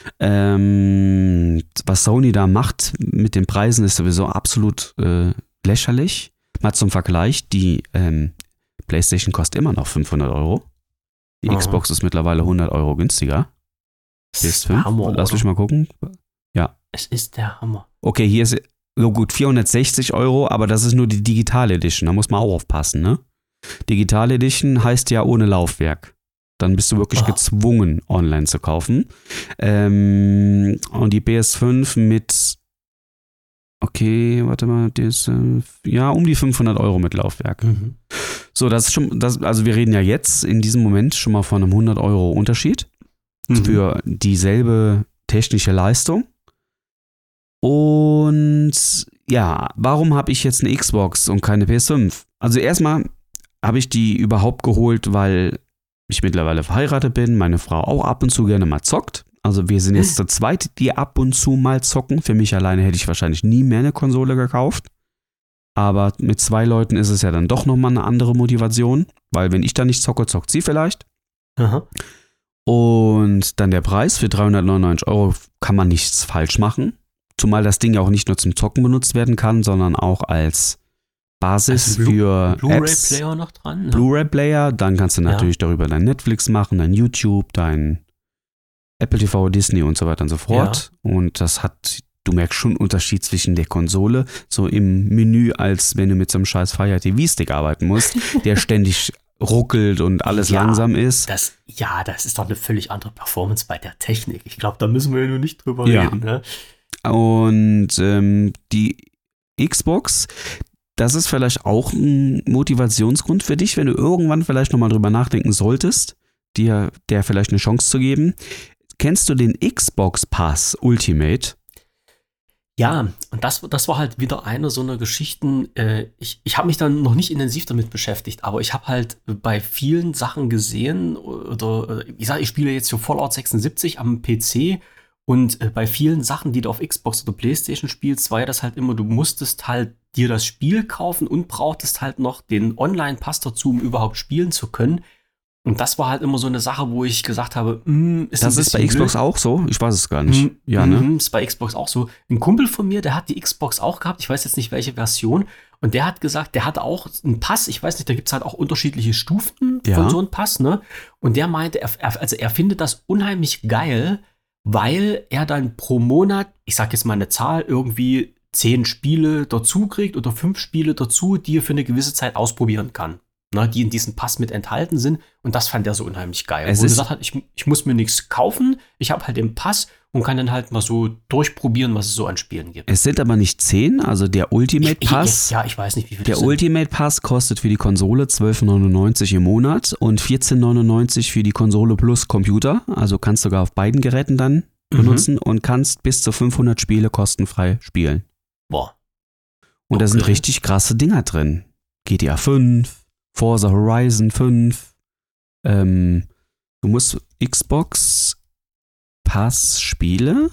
Was Sony da macht mit den Preisen ist sowieso absolut lächerlich. Mal zum Vergleich, die PlayStation kostet immer noch 500 €. Die Xbox ist mittlerweile 100 € günstiger. PS5, Hammer, lass mich mal gucken. Ja. Es ist der Hammer. Okay, hier ist so gut 460 €, aber das ist nur die Digital Edition, da muss man auch aufpassen, ne? Digital Edition heißt ja ohne Laufwerk. Dann bist du wirklich gezwungen, online zu kaufen. Und die PS5 mit warte mal, um die 500 € mit Laufwerk. So, das ist schon, also wir reden ja jetzt in diesem Moment schon mal von einem 100 € Unterschied für dieselbe technische Leistung. Und ja, warum habe ich jetzt eine Xbox und keine PS5? Also erstmal habe ich die überhaupt geholt, weil ich mittlerweile verheiratet bin, meine Frau auch ab und zu gerne mal zockt. Also wir sind jetzt zu zweit, die ab und zu mal zocken. Für mich alleine hätte ich wahrscheinlich nie mehr eine Konsole gekauft. Aber mit 2 Leuten ist es ja dann doch nochmal eine andere Motivation. Weil wenn ich da nicht zocke, zockt sie vielleicht. Aha. Und dann der Preis für 399 € kann man nichts falsch machen. Zumal das Ding ja auch nicht nur zum Zocken benutzt werden kann, sondern auch als Basis für Blu-ray-Player noch dran. Ne? Blu-ray-Player, dann kannst du natürlich darüber dein Netflix machen, dein YouTube, dein Apple TV, Disney und so weiter und so fort. Ja. Und du merkst schon einen Unterschied zwischen der Konsole, so im Menü, als wenn du mit so einem scheiß Fire TV-Stick arbeiten musst, der ständig ruckelt und alles langsam ist. Das ist doch eine völlig andere Performance bei der Technik. Ich glaube, da müssen wir ja nur nicht drüber reden. Ne? Und die Xbox, das ist vielleicht auch ein Motivationsgrund für dich, wenn du irgendwann vielleicht nochmal drüber nachdenken solltest, dir der vielleicht eine Chance zu geben. Kennst du den Xbox Pass Ultimate? Ja, und das war halt wieder eine so einer Geschichten. Ich habe mich dann noch nicht intensiv damit beschäftigt, aber ich habe halt bei vielen Sachen gesehen, oder ich spiele jetzt für Fallout 76 am PC. Und bei vielen Sachen, die du auf Xbox oder PlayStation spielst, war ja das halt immer, du musstest halt dir das Spiel kaufen und brauchtest halt noch den Online-Pass dazu, um überhaupt spielen zu können. Und das war halt immer so eine Sache, wo ich gesagt habe, das ist bei Xbox auch so? Ich weiß es gar nicht. Ne? Ist bei Xbox auch so. Ein Kumpel von mir, der hat die Xbox auch gehabt, ich weiß jetzt nicht welche Version, und der hat gesagt, der hatte auch einen Pass, ich weiß nicht, da gibt es halt auch unterschiedliche Stufen von so einem Pass, ne? Und der meinte, er findet das unheimlich geil, weil er dann pro Monat, ich sag jetzt mal eine Zahl, irgendwie 10 Spiele dazu kriegt oder 5 Spiele dazu, die er für eine gewisse Zeit ausprobieren kann. Ne, die in diesem Pass mit enthalten sind. Und das fand er so unheimlich geil. Wo er gesagt hat, ich muss mir nichts kaufen, ich habe halt den Pass und kann dann halt mal so durchprobieren, was es so an Spielen gibt. Es sind aber nicht 10, also der Ultimate Pass. Ich weiß nicht, wie viel der Ultimate Pass kostet für die Konsole 12,99 € im Monat und 14,99 € für die Konsole plus Computer. Also kannst du sogar auf beiden Geräten dann benutzen und kannst bis zu 500 Spiele kostenfrei spielen. Boah. Und da sind richtig krasse Dinger drin. GTA 5, Forza Horizon 5. Du musst Xbox Pass Spiele.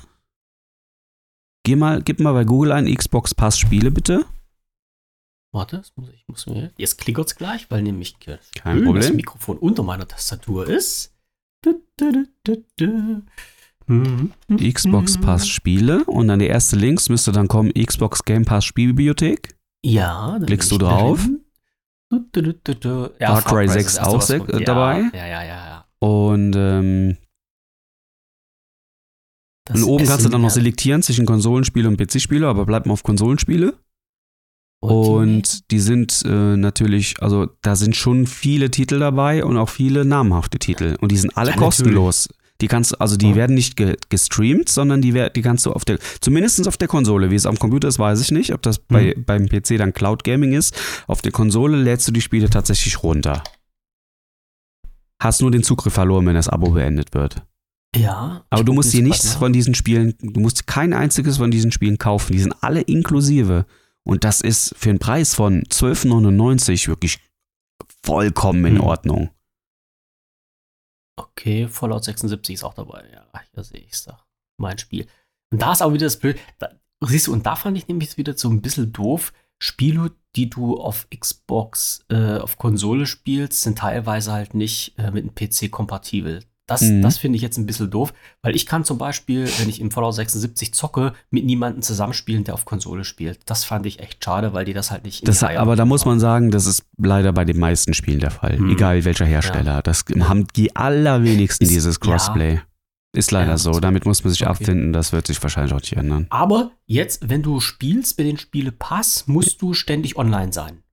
Gib mal bei Google ein Xbox Pass Spiele, bitte. Warte, ich muss mir. Jetzt klickert's gleich, weil nämlich kein Problem. Das Mikrofon unter meiner Tastatur ist. Xbox Pass Spiele und dann der erste Links müsste dann kommen Xbox Game Pass Spielbibliothek. Ja, dann klickst du drauf. Far Cry 6 auch dabei. Ja. Und oben kannst du dann noch selektieren zwischen Konsolenspiele und PC-Spiele, aber bleib mal auf Konsolenspiele. Und die sind natürlich, also da sind schon viele Titel dabei und auch viele namhafte Titel. Und die sind alle kostenlos. Die kannst, also die werden nicht gestreamt, sondern die kannst du zumindest auf der Konsole, wie es am Computer ist, weiß ich nicht, ob das beim PC dann Cloud Gaming ist. Auf der Konsole lädst du die Spiele tatsächlich runter. Hast nur den Zugriff verloren, wenn das Abo beendet wird. Ja. Aber du musst dir nichts von diesen Spielen, du musst kein einziges von diesen Spielen kaufen. Die sind alle inklusive. Und das ist für einen Preis von 12,99 wirklich vollkommen in Ordnung. Okay, Fallout 76 ist auch dabei. Ja, hier sehe ich es doch. Mein Spiel. Und da ist auch wieder das Blöde. Siehst du, und da fand ich nämlich wieder so ein bisschen doof. Spiele, die du auf Xbox, auf Konsole spielst, sind teilweise halt nicht mit einem PC kompatibel. Das finde ich jetzt ein bisschen doof, weil ich kann zum Beispiel, wenn ich im Fallout 76 zocke, mit niemandem zusammenspielen, der auf Konsole spielt. Das fand ich echt schade, weil die das halt nicht aber da muss man sagen, das ist leider bei den meisten Spielen der Fall. Egal welcher Hersteller. Ja. Das haben die allerwenigsten dieses Crossplay. Ja. Ist leider so. Damit muss man sich abfinden. Das wird sich wahrscheinlich auch nicht ändern. Aber jetzt, wenn du spielst bei den Spiele-Pass, musst du ständig online sein.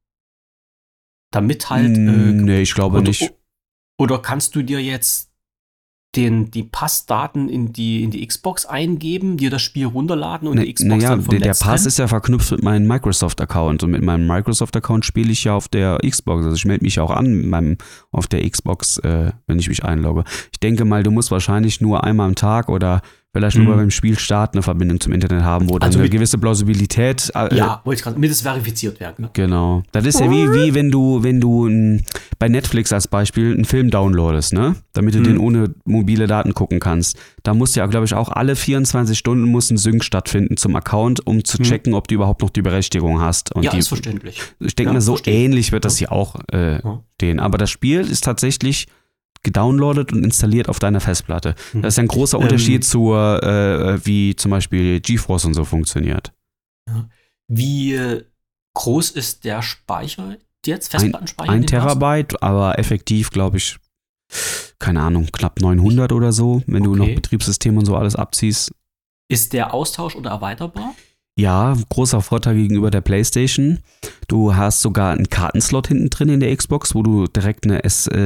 Damit halt. Nee, ich glaube nicht. Oder kannst du dir jetzt die Passdaten in die Xbox eingeben, dir das Spiel runterladen und die Xbox dann vom der Pass ist ja verknüpft mit meinem Microsoft-Account und mit meinem Microsoft-Account spiele ich ja auf der Xbox, also ich melde mich auch an auf der Xbox, wenn ich mich einlogge. Ich denke mal, du musst wahrscheinlich nur einmal am Tag oder vielleicht nur beim Spielstart eine Verbindung zum Internet haben, wo dann eine gewisse Plausibilität. Ja, wollte ich gerade, damit es verifiziert werden kann. Genau. Das ist ja wie wenn du bei Netflix als Beispiel einen Film downloadest, ne? Damit du den ohne mobile Daten gucken kannst. Da muss ja, glaube ich, auch alle 24 Stunden muss ein Sync stattfinden zum Account, um zu checken, ob du überhaupt noch die Berechtigung hast. Und ist verständlich. Ich denke mal, so ähnlich wird das hier auch stehen. Aber das Spiel ist tatsächlich gedownloadet und installiert auf deiner Festplatte. Das ist ja ein großer Unterschied zu, wie zum Beispiel GeForce und so funktioniert. Ja. Wie groß ist der Speicher jetzt? Festplattenspeicher? 1 Terabyte, aber effektiv, glaube ich, keine Ahnung, knapp 900 oder so, wenn du noch Betriebssystem und so alles abziehst. Ist der Austausch oder erweiterbar? Ja, großer Vorteil gegenüber der PlayStation. Du hast sogar einen Kartenslot hinten drin in der Xbox, wo du direkt eine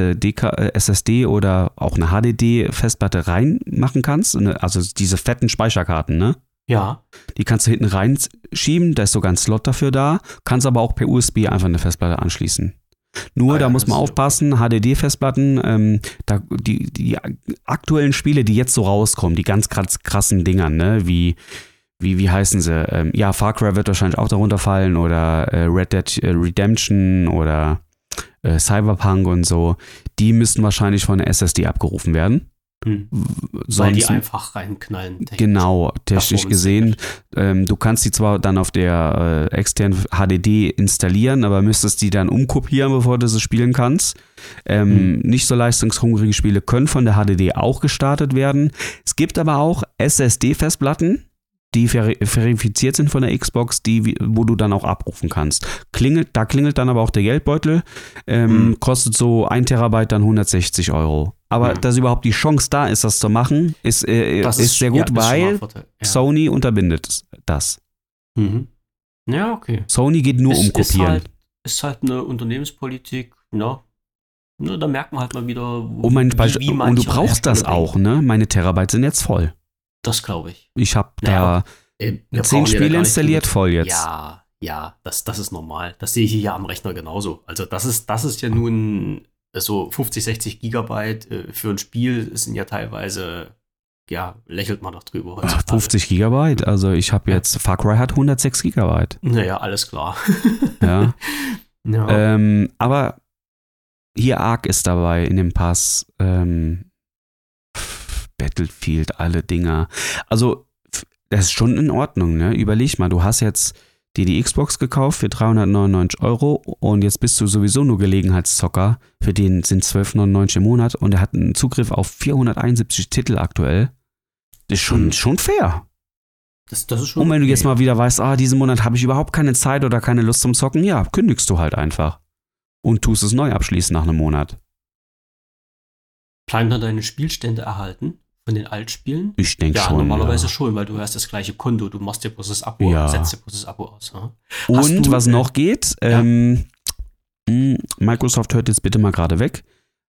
SSD oder auch eine HDD-Festplatte reinmachen kannst. Also diese fetten Speicherkarten, ne? Ja. Die kannst du hinten reinschieben, da ist sogar ein Slot dafür da. Kannst aber auch per USB einfach eine Festplatte anschließen. Nur, da muss man aufpassen, HDD-Festplatten, die aktuellen Spiele, die jetzt so rauskommen, die ganz krassen Dingern, ne, wie heißen sie? Far Cry wird wahrscheinlich auch darunter fallen oder Red Dead Redemption oder Cyberpunk und so. Die müssen wahrscheinlich von der SSD abgerufen werden. Weil die einfach reinknallen. Genau, technisch gesehen. Du kannst die zwar dann auf der externen HDD installieren, aber müsstest die dann umkopieren, bevor du sie spielen kannst. Nicht so leistungshungrige Spiele können von der HDD auch gestartet werden. Es gibt aber auch SSD-Festplatten, die verifiziert sind von der Xbox, wo du dann auch abrufen kannst. Da klingelt dann aber auch der Geldbeutel, kostet so 1 Terabyte dann 160 €. Aber dass überhaupt die Chance da ist, das zu machen, ist sehr gut, weil Sony unterbindet das. Ja, okay. Sony geht nur um Kopieren. Ist halt eine Unternehmenspolitik, ne? Da merkt man halt mal wieder, wie und du brauchst das auch, ne? Meine Terabyte sind jetzt voll. Das glaube ich. Ich habe da 10 Spiele installiert, voll jetzt. Ja, das ist normal. Das sehe ich hier am Rechner genauso. Also das ist ja nun so 50, 60 Gigabyte für ein Spiel sind ja teilweise, lächelt man doch drüber. 50 Gigabyte? Also ich habe jetzt, Far Cry hat 106 Gigabyte. Naja, alles klar. Ja. Aber hier Ark ist dabei in dem Pass. Battlefield, alle Dinger. Also, das ist schon in Ordnung, ne? Überleg mal, du hast jetzt dir die Xbox gekauft für 399 € und jetzt bist du sowieso nur Gelegenheitszocker. Für den sind 12,99 im Monat und er hat einen Zugriff auf 471 Titel aktuell. Das ist schon fair. Das ist schon und wenn du jetzt mal wieder weißt, diesen Monat habe ich überhaupt keine Zeit oder keine Lust zum Zocken, ja, kündigst du halt einfach. Und tust es neu abschließen nach einem Monat. Bleiben dann deine Spielstände erhalten Von den Altspielen? Ich denke schon. Normalerweise schon, weil du hast das gleiche Konto. Du machst dir bloß das Abo, setzt dir bloß das Abo aus. Ja? Und was noch geht, Microsoft hört jetzt bitte mal gerade weg.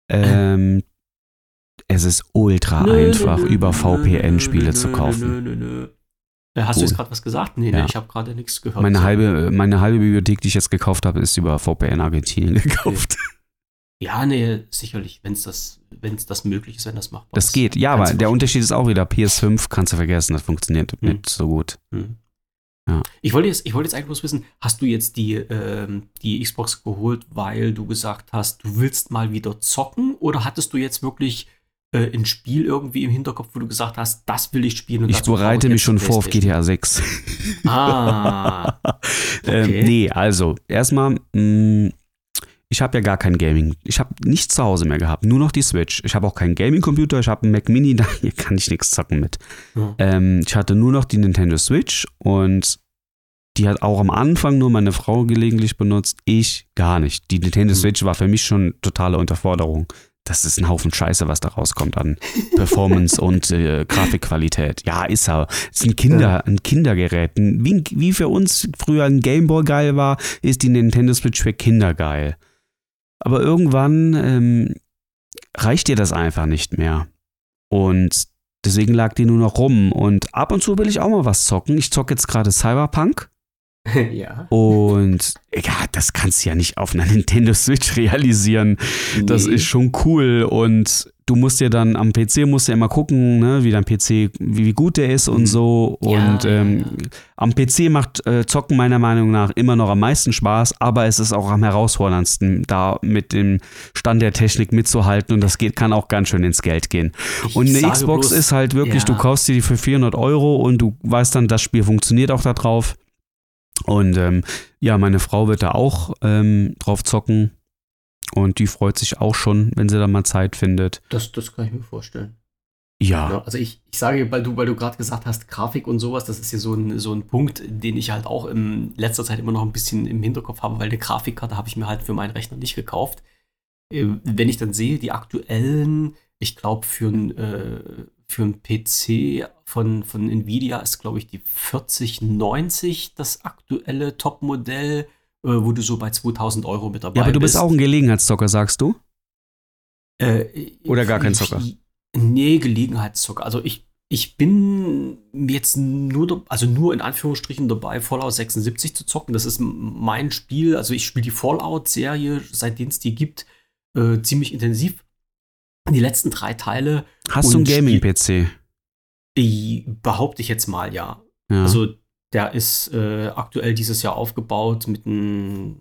Es ist ultra einfach, über VPN-Spiele zu kaufen. Hast du jetzt gerade was gesagt? Nee, ich habe gerade nichts gehört. Meine halbe Bibliothek, die ich jetzt gekauft habe, ist über VPN Argentinien gekauft. Ja, nee, sicherlich, wenn es das möglich ist, wenn das machbar ist. Das geht, ja, aber der Unterschied ist auch wieder, PS5 kannst du vergessen, das funktioniert nicht so gut. Ja. Ich wollte jetzt eigentlich bloß wissen, hast du jetzt die Xbox geholt, weil du gesagt hast, du willst mal wieder zocken, oder hattest du jetzt wirklich ein Spiel irgendwie im Hinterkopf, wo du gesagt hast, das will ich spielen? Und ich bereite mich schon vor auf GTA 6. Okay. Nee, also erstmal, ich habe ja gar kein Gaming. Ich habe nichts zu Hause mehr gehabt, nur noch die Switch. Ich habe auch keinen Gaming-Computer, ich habe einen Mac Mini, da hier kann ich nichts zocken mit. Ich hatte nur noch die Nintendo Switch und die hat auch am Anfang nur meine Frau gelegentlich benutzt, ich gar nicht. Die Nintendo Switch war für mich schon totale Unterforderung. Das ist ein Haufen Scheiße, was da rauskommt an Performance und Grafikqualität. Ja, ist er. Es ist ein Kindergerät. Wie für uns früher ein Gameboy geil war, ist die Nintendo Switch für Kinder geil. Aber irgendwann reicht dir das einfach nicht mehr. Und deswegen lag die nur noch rum. Und ab und zu will ich auch mal was zocken. Ich zocke jetzt gerade Cyberpunk. Ja. Und ja, das kannst du ja nicht auf einer Nintendo Switch realisieren. Nee. Das ist schon cool. Und du musst ja dann am PC immer gucken, ne, wie dein PC, wie gut der ist und so. Und am PC macht Zocken meiner Meinung nach immer noch am meisten Spaß, aber es ist auch am herausforderndsten, da mit dem Stand der Technik mitzuhalten, und das kann auch ganz schön ins Geld gehen. Und eine Xbox ist halt wirklich, du kaufst dir die für 400 € und du weißt dann, das Spiel funktioniert auch da drauf. Und meine Frau wird da auch drauf zocken, und die freut sich auch schon, wenn sie da mal Zeit findet. Das kann ich mir vorstellen. Ja. Also ich sage, weil du gerade gesagt hast, Grafik und sowas, das ist ja so ein Punkt, den ich halt auch in letzter Zeit immer noch ein bisschen im Hinterkopf habe, weil eine Grafikkarte habe ich mir halt für meinen Rechner nicht gekauft. Wenn ich dann sehe, die aktuellen, ich glaube für einen PC von Nvidia ist, glaube ich, die 4090 das aktuelle Topmodell, wo du so bei 2000 € mit dabei bist. Ja, aber du bist auch ein Gelegenheitszocker, sagst du? Oder gar kein Zocker? Nee, Gelegenheitszocker. Also ich bin jetzt nur in Anführungsstrichen dabei, Fallout 76 zu zocken. Das ist mein Spiel. Also ich spiele die Fallout-Serie, seitdem es die gibt, ziemlich intensiv. Die letzten 3 Teile. Hast du einen Gaming-PC? Behaupte ich jetzt mal, ja. Also der ist aktuell dieses Jahr aufgebaut mit einem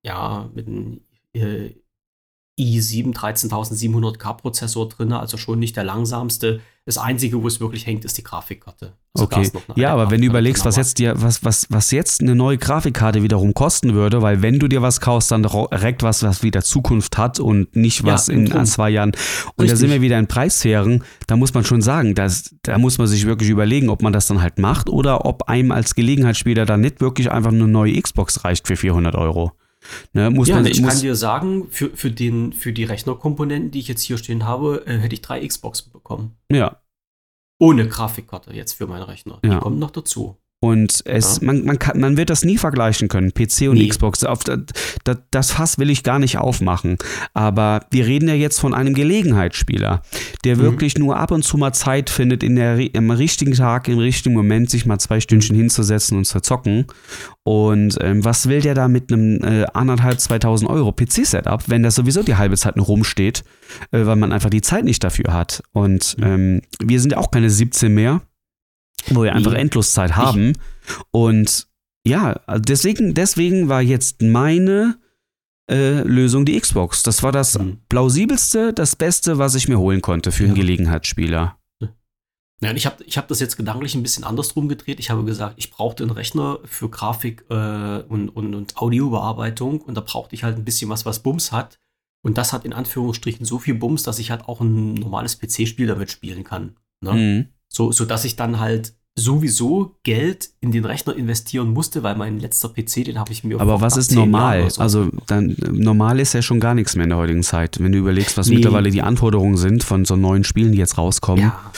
i7 13700K Prozessor drin, also schon nicht der langsamste. Das Einzige, wo es wirklich hängt, ist die Grafikkarte. Also okay. Ja, aber wenn du überlegst, was jetzt eine neue Grafikkarte wiederum kosten würde, weil wenn du dir was kaufst, dann direkt was wieder Zukunft hat und nicht was in 2 Jahren. Und da sind wir wieder in Preissphären. Da muss man schon sagen, da muss man sich wirklich überlegen, ob man das dann halt macht oder ob einem als Gelegenheitsspieler dann nicht wirklich einfach eine neue Xbox reicht für 400 €. Ne, ich kann dir sagen, für die Rechnerkomponenten, die ich jetzt hier stehen habe, hätte ich 3 Xbox bekommen. Ja. Ohne Grafikkarte jetzt für meinen Rechner. Die kommen noch dazu. Und man wird das nie vergleichen können, PC und Xbox. Das Fass will ich gar nicht aufmachen. Aber wir reden ja jetzt von einem Gelegenheitsspieler, der wirklich nur ab und zu mal Zeit findet, am richtigen Tag, im richtigen Moment sich mal 2 Stündchen hinzusetzen und zu zocken. Und was will der da mit einem 1.500–2.000 € PC-Setup, wenn das sowieso die halbe Zeit nur rumsteht, weil man einfach die Zeit nicht dafür hat. Und wir sind ja auch keine 17 mehr, wo wir einfach Endloszeit haben. Und ja, deswegen war jetzt meine Lösung die Xbox. Das war das plausibelste, das Beste, was ich mir holen konnte für einen Gelegenheitsspieler. Ja, und ich hab das jetzt gedanklich ein bisschen andersrum gedreht. Ich habe gesagt, ich brauchte einen Rechner für Grafik und Audiobearbeitung, und da brauchte ich halt ein bisschen was Bums hat. Und das hat in Anführungsstrichen so viel Bums, dass ich halt auch ein normales PC-Spiel damit spielen kann. Ne? So dass ich dann halt sowieso Geld in den Rechner investieren musste, weil mein letzter PC, den habe ich mir... Aber was ist normal? So. Also dann, normal ist ja schon gar nichts mehr in der heutigen Zeit. Wenn du überlegst, was mittlerweile die Anforderungen sind von so neuen Spielen, die jetzt rauskommen.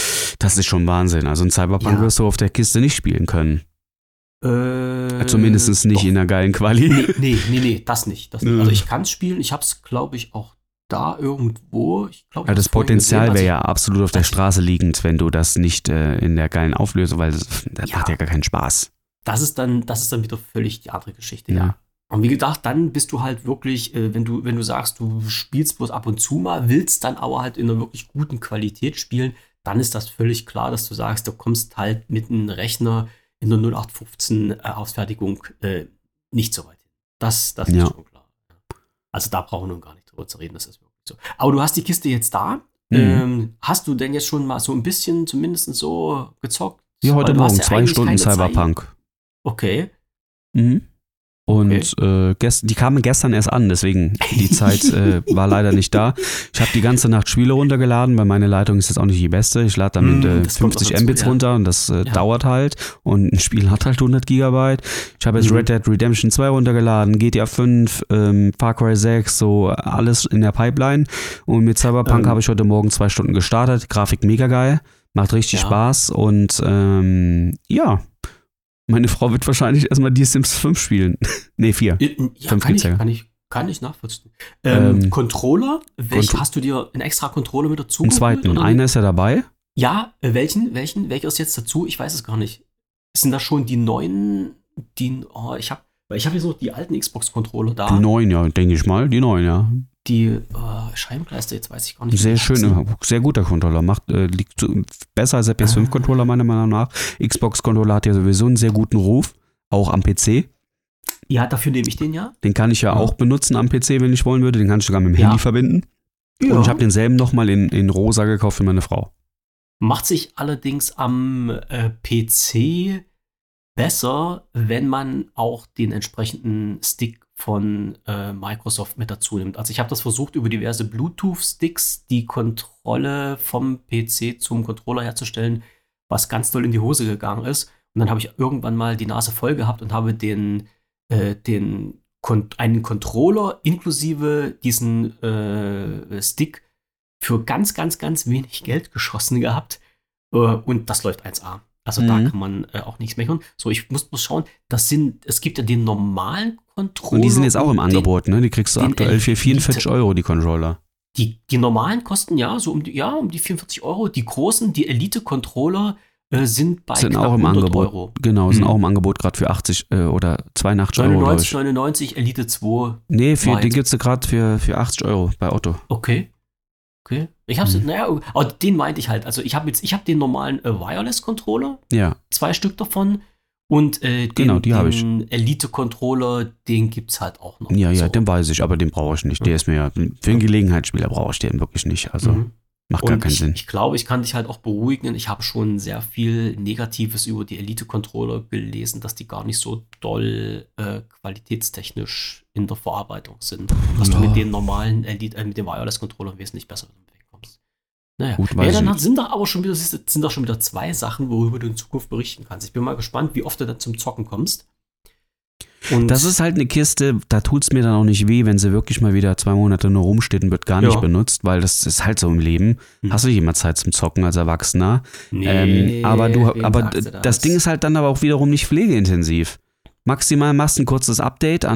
Das ist schon Wahnsinn. Also ein Cyberpunk wirst du auf der Kiste nicht spielen können. Zumindest nicht doch. In einer geilen Quali. Nee, das nicht. Also ich kann es spielen, ich habe es, glaube ich, auch da irgendwo. Das Potenzial wäre ja absolut auf der Straße liegend, wenn du das nicht in der geilen Auflösung, weil das macht ja gar keinen Spaß. Das ist dann wieder völlig die andere Geschichte, ja. Und wie gesagt, dann bist du halt wirklich, wenn du sagst, du spielst bloß ab und zu mal, willst dann aber halt in einer wirklich guten Qualität spielen, dann ist das völlig klar, dass du sagst, du kommst halt mit einem Rechner in der 0815 Ausfertigung nicht so weit hin. Das ist schon klar. Also da brauchen wir nun gar nicht drüber zu reden, das ist wirklich so. Aber du hast die Kiste jetzt da. Hast du denn jetzt schon mal so ein bisschen zumindest so gezockt? Ja, heute Morgen 2 Stunden Cyberpunk. Okay. Und die kamen gestern erst an, deswegen die Zeit war leider nicht da. Ich habe die ganze Nacht Spiele runtergeladen, weil meine Leitung ist jetzt auch nicht die beste. Ich lade damit 50 Mbits runter und das dauert halt. Und ein Spiel hat halt 100 Gigabyte. Ich habe jetzt Red Dead Redemption 2 runtergeladen, GTA 5, Far Cry 6, so alles in der Pipeline. Und mit Cyberpunk habe ich heute Morgen 2 Stunden gestartet. Grafik mega geil, macht richtig Spaß und meine Frau wird wahrscheinlich erstmal die Sims 5 spielen. Nee, 4. 5 gibt's ja. Kann ich nachvollziehen. Controller? Hast du dir einen extra Controller mit dazu geholt? Einen zweiten. Einer ist ja dabei. Ja, welchen? Welcher ist jetzt dazu? Ich weiß es gar nicht. Sind das schon die neuen? Ich habe hier so die alten Xbox-Controller da. Die neuen, ja, denke ich mal. Die neuen, ja. Die Scheibenkleister, jetzt weiß ich gar nicht. Sehr schön, sehr guter Controller. Liegt besser als der PS5-Controller meiner Meinung nach. Xbox-Controller hat ja sowieso einen sehr guten Ruf, auch am PC. Ja, dafür nehme ich den ja. Den kann ich ja auch benutzen am PC, wenn ich wollen würde. Den kann ich sogar mit dem Handy verbinden. Ja. Und ich habe denselben nochmal in rosa gekauft für meine Frau. Macht sich allerdings am PC besser, wenn man auch den entsprechenden Stick von Microsoft mit dazu nimmt. Also ich habe das versucht, über diverse Bluetooth-Sticks die Kontrolle vom PC zum Controller herzustellen, was ganz doll in die Hose gegangen ist. Und dann habe ich irgendwann mal die Nase voll gehabt und habe einen Controller inklusive diesen Stick für ganz, ganz, ganz wenig Geld geschossen gehabt. Und das läuft 1A. Also da kann man auch nichts meckern. So, ich muss bloß schauen, es gibt ja den normalen Controller. Und die sind jetzt auch im Angebot, ne? Die kriegst du aktuell für 44 Euro, die Controller. Die normalen kosten so um die 44 Euro. Die großen, die Elite-Controller sind bei knapp auch im 100 Angebot. Euro. Genau, sind auch im Angebot gerade für 80 oder 82 Euro. 99 Elite 2. Nee, den gibt's gerade für 80 Euro bei Otto. Okay. Ich hab's, den meinte ich halt. Also ich habe den normalen Wireless-Controller. Ja. 2 Stück davon. Und den Elite-Controller, den gibt's halt auch noch. Ja, so. Den weiß ich, aber den brauche ich nicht. Der ist mir ja, für einen Gelegenheitsspieler brauche ich den wirklich nicht. Also macht gar keinen Sinn. Ich glaube, ich kann dich halt auch beruhigen. Ich habe schon sehr viel Negatives über die Elite-Controller gelesen, dass die gar nicht so doll qualitätstechnisch in der Verarbeitung sind. Dass du mit den normalen mit dem Wireless-Controller wesentlich besser wegkommst. Naja, gut, dann sind da aber schon wieder 2 Sachen, worüber du in Zukunft berichten kannst. Ich bin mal gespannt, wie oft du dann zum Zocken kommst. Und das ist halt eine Kiste, da tut es mir dann auch nicht weh, wenn sie wirklich mal wieder 2 Monate nur rumsteht und wird gar nicht benutzt, weil das ist halt so im Leben. Hast du nicht immer Zeit zum Zocken als Erwachsener. Nee, aber das Ding ist halt dann aber auch wiederum nicht pflegeintensiv. Maximal machst du ein kurzes Update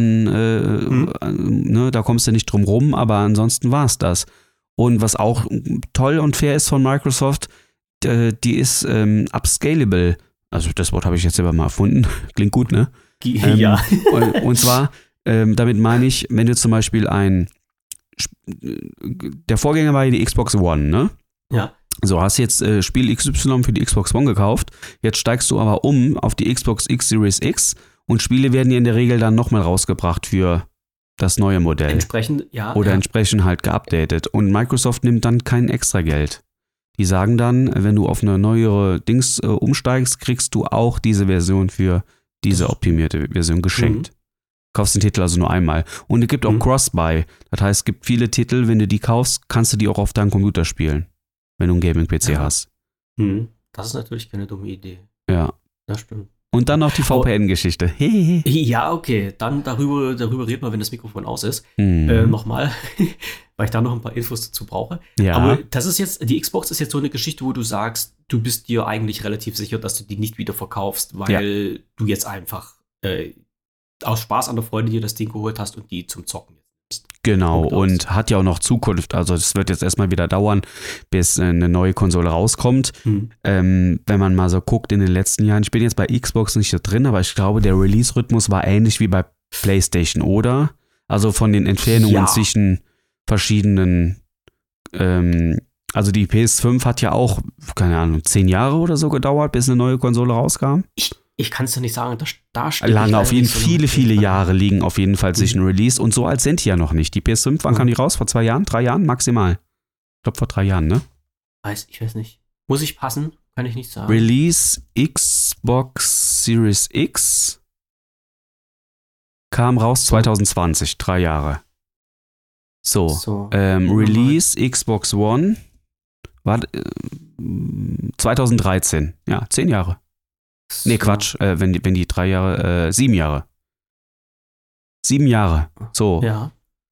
da kommst du nicht drum rum, aber ansonsten war es das. Und was auch toll und fair ist von Microsoft, die ist upscalable. Also das Wort habe ich jetzt selber mal erfunden. Klingt gut, ne? Ja. Und zwar, damit meine ich, wenn du zum Beispiel der Vorgänger war ja die Xbox One, ne? Ja. So, hast jetzt Spiel XY für die Xbox One gekauft, jetzt steigst du aber um auf die Xbox X Series X und Spiele werden ja in der Regel dann nochmal rausgebracht für das neue Modell. Entsprechend, ja. Oder entsprechend halt geupdatet. Und Microsoft nimmt dann kein extra Geld. Die sagen dann, wenn du auf eine neuere Dings umsteigst, kriegst du auch diese Version für diese optimierte Version geschenkt. Kaufst den Titel also nur einmal. Und es gibt auch Cross-Buy. Das heißt, es gibt viele Titel, wenn du die kaufst, kannst du die auch auf deinem Computer spielen. Wenn du einen Gaming-PC hast. Das ist natürlich keine dumme Idee. Ja. Das stimmt. Und dann noch die VPN-Geschichte. Ja, okay. Dann darüber reden wir, wenn das Mikrofon aus ist. Nochmal, weil ich da noch ein paar Infos dazu brauche. Ja. Aber das ist jetzt, die Xbox ist jetzt so eine Geschichte, wo du sagst, du bist dir eigentlich relativ sicher, dass du die nicht wieder verkaufst, weil du jetzt einfach aus Spaß an der Freude dir das Ding geholt hast und die zum Zocken jetzt nimmst. Genau, und hat ja auch noch Zukunft. Also es wird jetzt erstmal wieder dauern, bis eine neue Konsole rauskommt. Wenn man mal so guckt in den letzten Jahren, ich bin jetzt bei Xbox nicht so drin, aber ich glaube, der Release-Rhythmus war ähnlich wie bei PlayStation, oder? Also von den Entfernungen zwischen verschiedenen, also die PS5 hat ja auch, keine Ahnung, 10 Jahre oder so gedauert, bis eine neue Konsole rauskam. Ich kann es ja nicht sagen, da steht lange, auf jeden Fall, viele Jahre liegen auf jeden Fall zwischen Release und so alt sind die ja noch nicht. Die PS5, wann kam die raus? Vor 2 Jahren? 3 Jahren maximal? Ich glaube vor 3 Jahren, ne? Ich weiß nicht. Muss ich passen? Kann ich nicht sagen. Release Xbox Series X kam raus 2020, 3 Jahre. So. Release Xbox One war 2013, ja, 10 Jahre. Nee, Quatsch, wenn die 3 Jahre, 7 Jahre. 7 Jahre, so. Ja.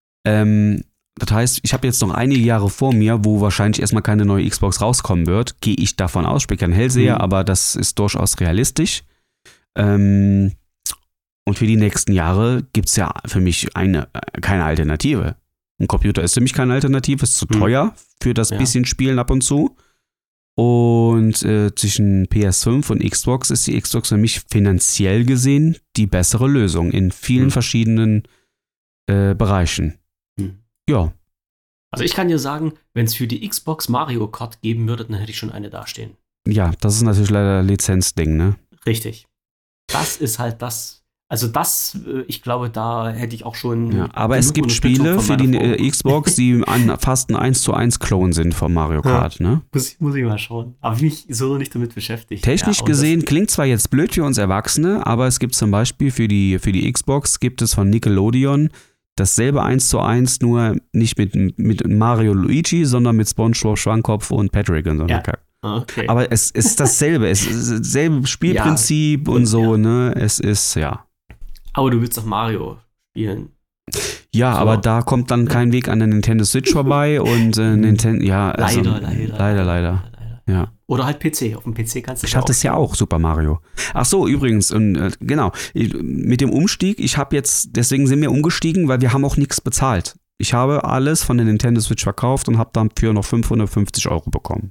Das heißt, ich habe jetzt noch einige Jahre vor mir, wo wahrscheinlich erstmal keine neue Xbox rauskommen wird. Gehe ich davon aus, ich bin kein Hellseher, aber das ist durchaus realistisch. Und für die nächsten Jahre gibt es ja für mich keine Alternative. Ein Computer ist für mich keine Alternative, ist zu teuer für das bisschen Spielen ab und zu. Und zwischen PS5 und Xbox ist die Xbox für mich finanziell gesehen die bessere Lösung in vielen verschiedenen Bereichen. Ja. Also ich kann dir sagen, wenn es für die Xbox Mario Kart geben würde, dann hätte ich schon eine dastehen. Ja, das ist natürlich leider ein Lizenzding, ne? Richtig. Das ist halt das. Also ich glaube, da hätte ich auch schon. Ja, aber es gibt Spiele für die Xbox, die fast ein 1:1 Klon sind von Mario Kart, ne? Muss ich mal schauen. Aber mich so nicht damit beschäftigt. Technisch gesehen klingt zwar jetzt blöd für uns Erwachsene, aber es gibt zum Beispiel für die Xbox gibt es von Nickelodeon dasselbe 1:1, nur nicht mit Mario Luigi, sondern mit SpongeBob, Schwammkopf und Patrick und so. Ja. Okay. Aber es ist dasselbe, es ist dasselbe Spielprinzip und so, ne? Es ist, Aber du willst doch Mario spielen. Ja, so. Aber da kommt dann kein Weg an der Nintendo Switch vorbei und Nintendo, leider. Ja. Oder halt PC. Auf dem PC kannst du Ich hatte es ja auch, Super Mario. Ach so, übrigens, und genau, mit dem Umstieg, deswegen sind wir umgestiegen, weil wir haben auch nichts bezahlt. Ich habe alles von der Nintendo Switch verkauft und habe dafür noch 550 € bekommen.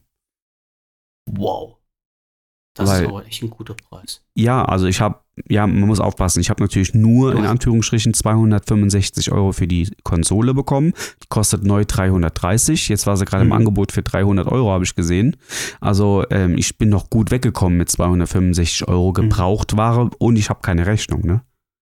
Wow. Das ist aber echt ein guter Preis. Ja, also man muss aufpassen, ich habe natürlich nur in Anführungsstrichen 265 € für die Konsole bekommen. Die kostet neu 330. Jetzt war sie gerade im Angebot für 300 €, habe ich gesehen. Also ich bin noch gut weggekommen mit 265 € Gebrauchtware und ich habe keine Rechnung, ne?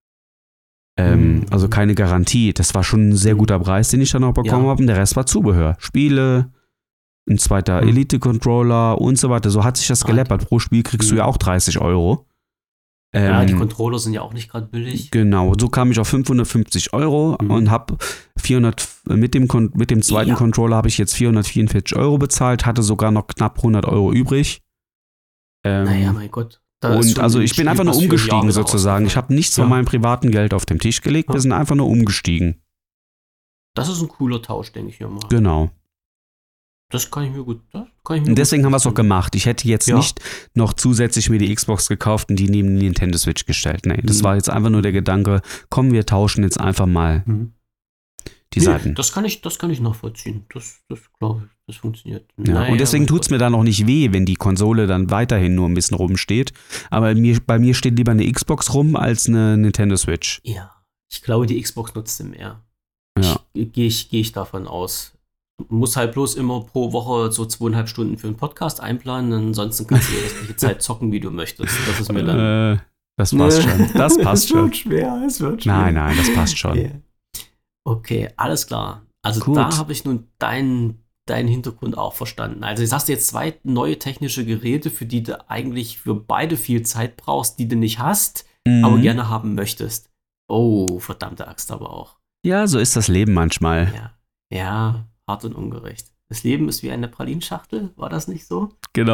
Also keine Garantie. Das war schon ein sehr guter Preis, den ich dann auch bekommen habe. Und der Rest war Zubehör. Spiele, ein zweiter Elite-Controller und so weiter. So hat sich das geleppert. Pro Spiel kriegst du ja auch 30 €. Die Controller sind ja auch nicht gerade billig. Genau, so kam ich auf 550 € und habe 400, mit dem zweiten Controller habe ich jetzt 444 € bezahlt, hatte sogar noch knapp 100 € übrig. Mein Gott. Und also ich bin einfach nur umgestiegen sozusagen. Ich habe nichts von meinem privaten Geld auf den Tisch gelegt, wir sind einfach nur umgestiegen. Das ist ein cooler Tausch, denke ich mir mal. Genau. Das kann ich mir gut. Und deswegen haben wir es auch gemacht. Ich hätte jetzt nicht noch zusätzlich mir die Xbox gekauft und die neben die Nintendo Switch gestellt. Nee, das war jetzt einfach nur der Gedanke, komm, wir tauschen jetzt einfach mal die Seiten. Das kann ich nachvollziehen. Das glaube ich, das funktioniert. Ja, und deswegen tut es mir dann auch nicht weh, wenn die Konsole dann weiterhin nur ein bisschen rumsteht. Aber bei mir steht lieber eine Xbox rum als eine Nintendo Switch. Ja, ich glaube, die Xbox nutzt sie mehr. Ja. Gehe ich davon aus. Du musst halt bloß immer pro Woche so 2,5 Stunden für einen Podcast einplanen, ansonsten kannst du die restliche Zeit zocken, wie du möchtest. Das ist mir dann. Das passt schon. Das passt schon. Es wird schwer. Nein, das passt schon. Okay, alles klar. Also gut. Da habe ich nun deinen Hintergrund auch verstanden. Also jetzt hast du 2 neue technische Geräte, für die du eigentlich für beide viel Zeit brauchst, die du nicht hast, aber gerne haben möchtest. Oh, verdammte Axt aber auch. Ja, so ist das Leben manchmal. Ja, hart und ungerecht. Das Leben ist wie eine Pralinschachtel, war das nicht so? Genau.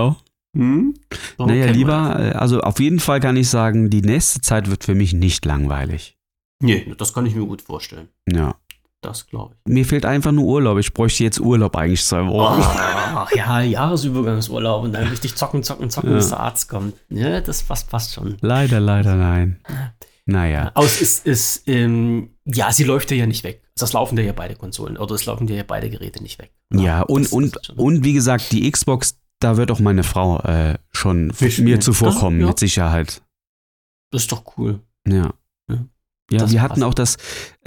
Naja, lieber, also auf jeden Fall kann ich sagen, die nächste Zeit wird für mich nicht langweilig. Nee, das kann ich mir gut vorstellen. Ja. Das glaube ich. Mir fehlt einfach nur Urlaub. Ich bräuchte jetzt Urlaub eigentlich 2 Wochen. Ach ja, Jahresübergangsurlaub und dann richtig zocken, bis der Arzt kommt. Ja, das passt schon. Leider nein. Naja. Aber es ist, sie läuft ja nicht weg. Das laufen ja beide Konsolen oder es laufen ja beide Geräte nicht weg. Ja, und wie gesagt, die Xbox, da wird auch meine Frau schon mir zuvorkommen, mit Sicherheit. Das ist doch cool. Ja, wir hatten auch das,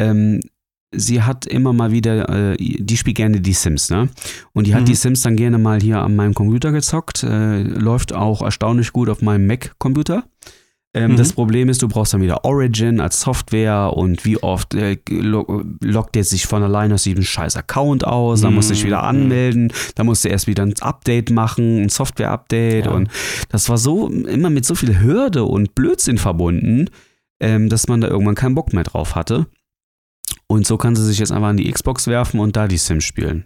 sie hat immer mal wieder, die spielt gerne die Sims, ne? Und die hat die Sims dann gerne mal hier an meinem Computer gezockt, läuft auch erstaunlich gut auf meinem Mac-Computer. Das Problem ist, du brauchst dann wieder Origin als Software und wie oft loggt der sich von alleine aus diesem scheiß Account aus, dann musst du dich wieder anmelden, dann musst du erst wieder ein Update machen, ein Software-Update und das war so immer mit so viel Hürde und Blödsinn verbunden, dass man da irgendwann keinen Bock mehr drauf hatte. Und so kann sie sich jetzt einfach an die Xbox werfen und da die Sims spielen.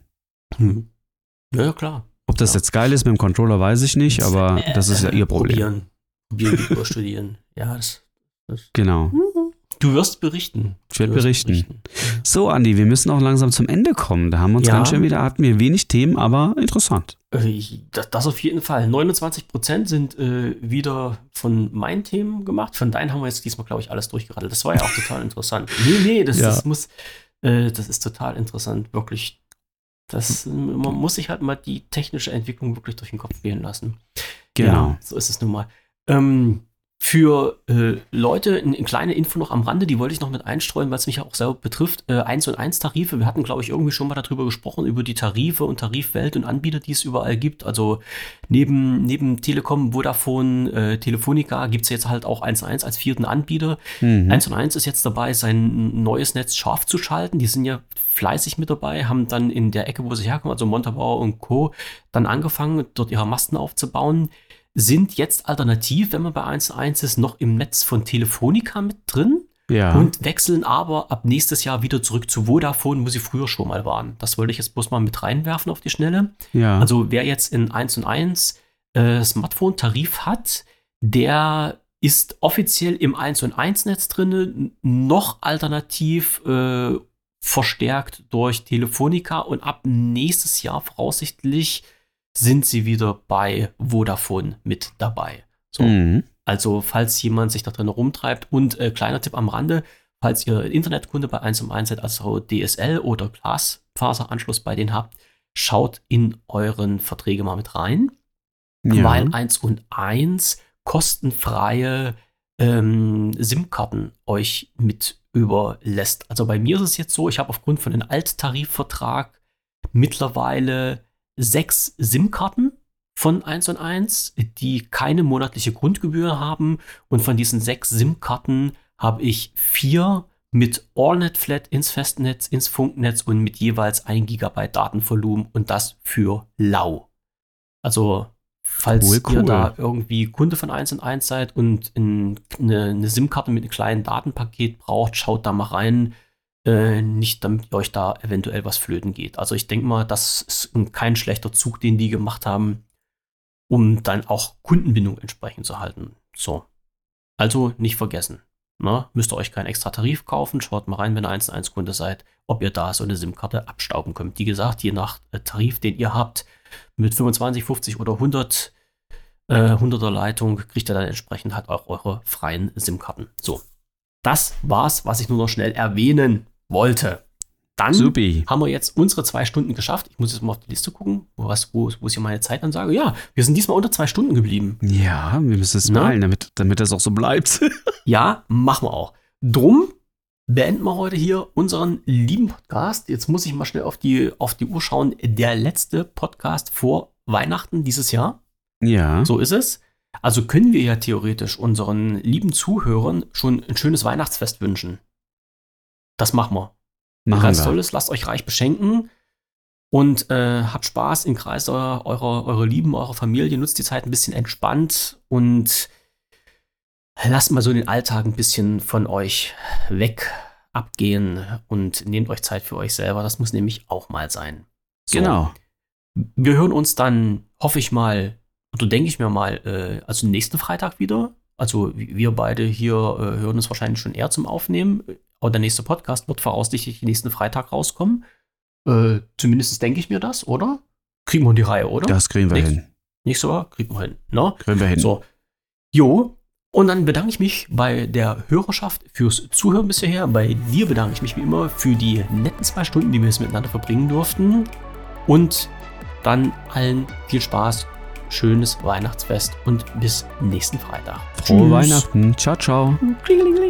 Ja, klar. Ob das jetzt geil ist mit dem Controller, weiß ich nicht, aber das ist ja ihr Problem. Probieren, studieren. Ja, das. Genau. Du wirst berichten. Ich werde berichten. So, Andi, wir müssen auch langsam zum Ende kommen. Da haben wir uns ganz schön hatten wir wenig Themen, aber interessant. Das auf jeden Fall. 29% sind wieder von meinen Themen gemacht. Von deinen haben wir jetzt diesmal, glaube ich, alles durchgerattelt. Das war ja auch total interessant. Nee, das ist total interessant, wirklich. Man muss sich halt mal die technische Entwicklung wirklich durch den Kopf gehen lassen. Genau. Ja, so ist es nun mal. Für Leute, eine kleine Info noch am Rande, die wollte ich noch mit einstreuen, weil es mich ja auch selber betrifft. 1&1 Tarife, wir hatten, glaube ich, irgendwie schon mal darüber gesprochen, über die Tarife und Tarifwelt und Anbieter, die es überall gibt. Also neben Telekom, Vodafone, Telefonica gibt es jetzt halt auch 1&1 als 4. Anbieter. 1&1 ist jetzt dabei, sein neues Netz scharf zu schalten. Die sind ja fleißig mit dabei, haben dann in der Ecke, wo sie herkommen, also Montabaur und Co., dann angefangen, dort ihre Masten aufzubauen. Sind jetzt alternativ, wenn man bei 1&1 ist, noch im Netz von Telefonica mit drin und wechseln aber ab nächstes Jahr wieder zurück zu Vodafone, wo sie früher schon mal waren. Das wollte ich jetzt bloß mal mit reinwerfen auf die Schnelle. Ja. Also wer jetzt in 1&1 Smartphone-Tarif hat, der ist offiziell im 1&1-Netz drin, noch alternativ verstärkt durch Telefonica und ab nächstes Jahr voraussichtlich sind sie wieder bei Vodafone mit dabei. So. Also, falls jemand sich da drin rumtreibt und kleiner Tipp am Rande, falls ihr Internetkunde bei 1&1 seid, also DSL oder Glasfaseranschluss bei denen habt, schaut in euren Verträge mal mit rein, weil 1&1 kostenfreie SIM-Karten euch mit überlässt. Also bei mir ist es jetzt so, ich habe aufgrund von einem Alttarifvertrag mittlerweile 6 SIM-Karten von 1&1, die keine monatliche Grundgebühr haben. Und von diesen 6 SIM-Karten habe ich 4 mit AllNet-Flat ins Festnetz, ins Funknetz und mit jeweils 1 GB Datenvolumen und das für lau. Also, falls ihr da irgendwie Kunde von 1&1 seid und eine SIM-Karte mit einem kleinen Datenpaket braucht, schaut da mal rein. Nicht, damit euch da eventuell was flöten geht. Also ich denke mal, das ist kein schlechter Zug, den die gemacht haben, um dann auch Kundenbindung entsprechend zu halten. So. Also nicht vergessen. Ne? Müsst ihr euch keinen extra Tarif kaufen. Schaut mal rein, wenn ihr 1&1 Kunde seid, ob ihr da so eine SIM-Karte abstauben könnt. Wie gesagt, je nach Tarif, den ihr habt, mit 25, 50 oder 100er Leitung, kriegt ihr dann entsprechend halt auch eure freien SIM-Karten. So. Das war's, was ich nur noch schnell erwähnen wollte. Dann haben wir jetzt unsere 2 Stunden geschafft. Ich muss jetzt mal auf die Liste gucken, wo ist hier meine Zeitansage? Ja, wir sind diesmal unter 2 Stunden geblieben. Ja, wir müssen es malen, damit das auch so bleibt. Ja, machen wir auch. Drum beenden wir heute hier unseren lieben Podcast. Jetzt muss ich mal schnell auf die Uhr schauen. Der letzte Podcast vor Weihnachten dieses Jahr. Ja. So ist es. Also können wir ja theoretisch unseren lieben Zuhörern schon ein schönes Weihnachtsfest wünschen. Das machen wir. Ganz tolles, lasst euch reich beschenken und habt Spaß im Kreis eurer Lieben, eurer Familie. Nutzt die Zeit ein bisschen entspannt und lasst mal so den Alltag ein bisschen von euch weg abgehen und nehmt euch Zeit für euch selber. Das muss nämlich auch mal sein. So. Genau. Wir hören uns dann, hoffe ich mal, oder denke ich mir mal, also nächsten Freitag wieder. Also wir beide hier hören uns wahrscheinlich schon eher zum Aufnehmen. Aber der nächste Podcast wird voraussichtlich nächsten Freitag rauskommen. Zumindest denke ich mir das, oder? Kriegen wir in die Reihe, oder? Das kriegen wir hin. Nächste Woche kriegen wir hin. Ne? Kriegen wir hin. So. Jo. Und dann bedanke ich mich bei der Hörerschaft fürs Zuhören bis hierher. Bei dir bedanke ich mich wie immer für die netten 2 Stunden, die wir jetzt miteinander verbringen durften. Und dann allen viel Spaß, schönes Weihnachtsfest und bis nächsten Freitag. Frohe Weihnachten. Ciao, ciao. Klingelingeling.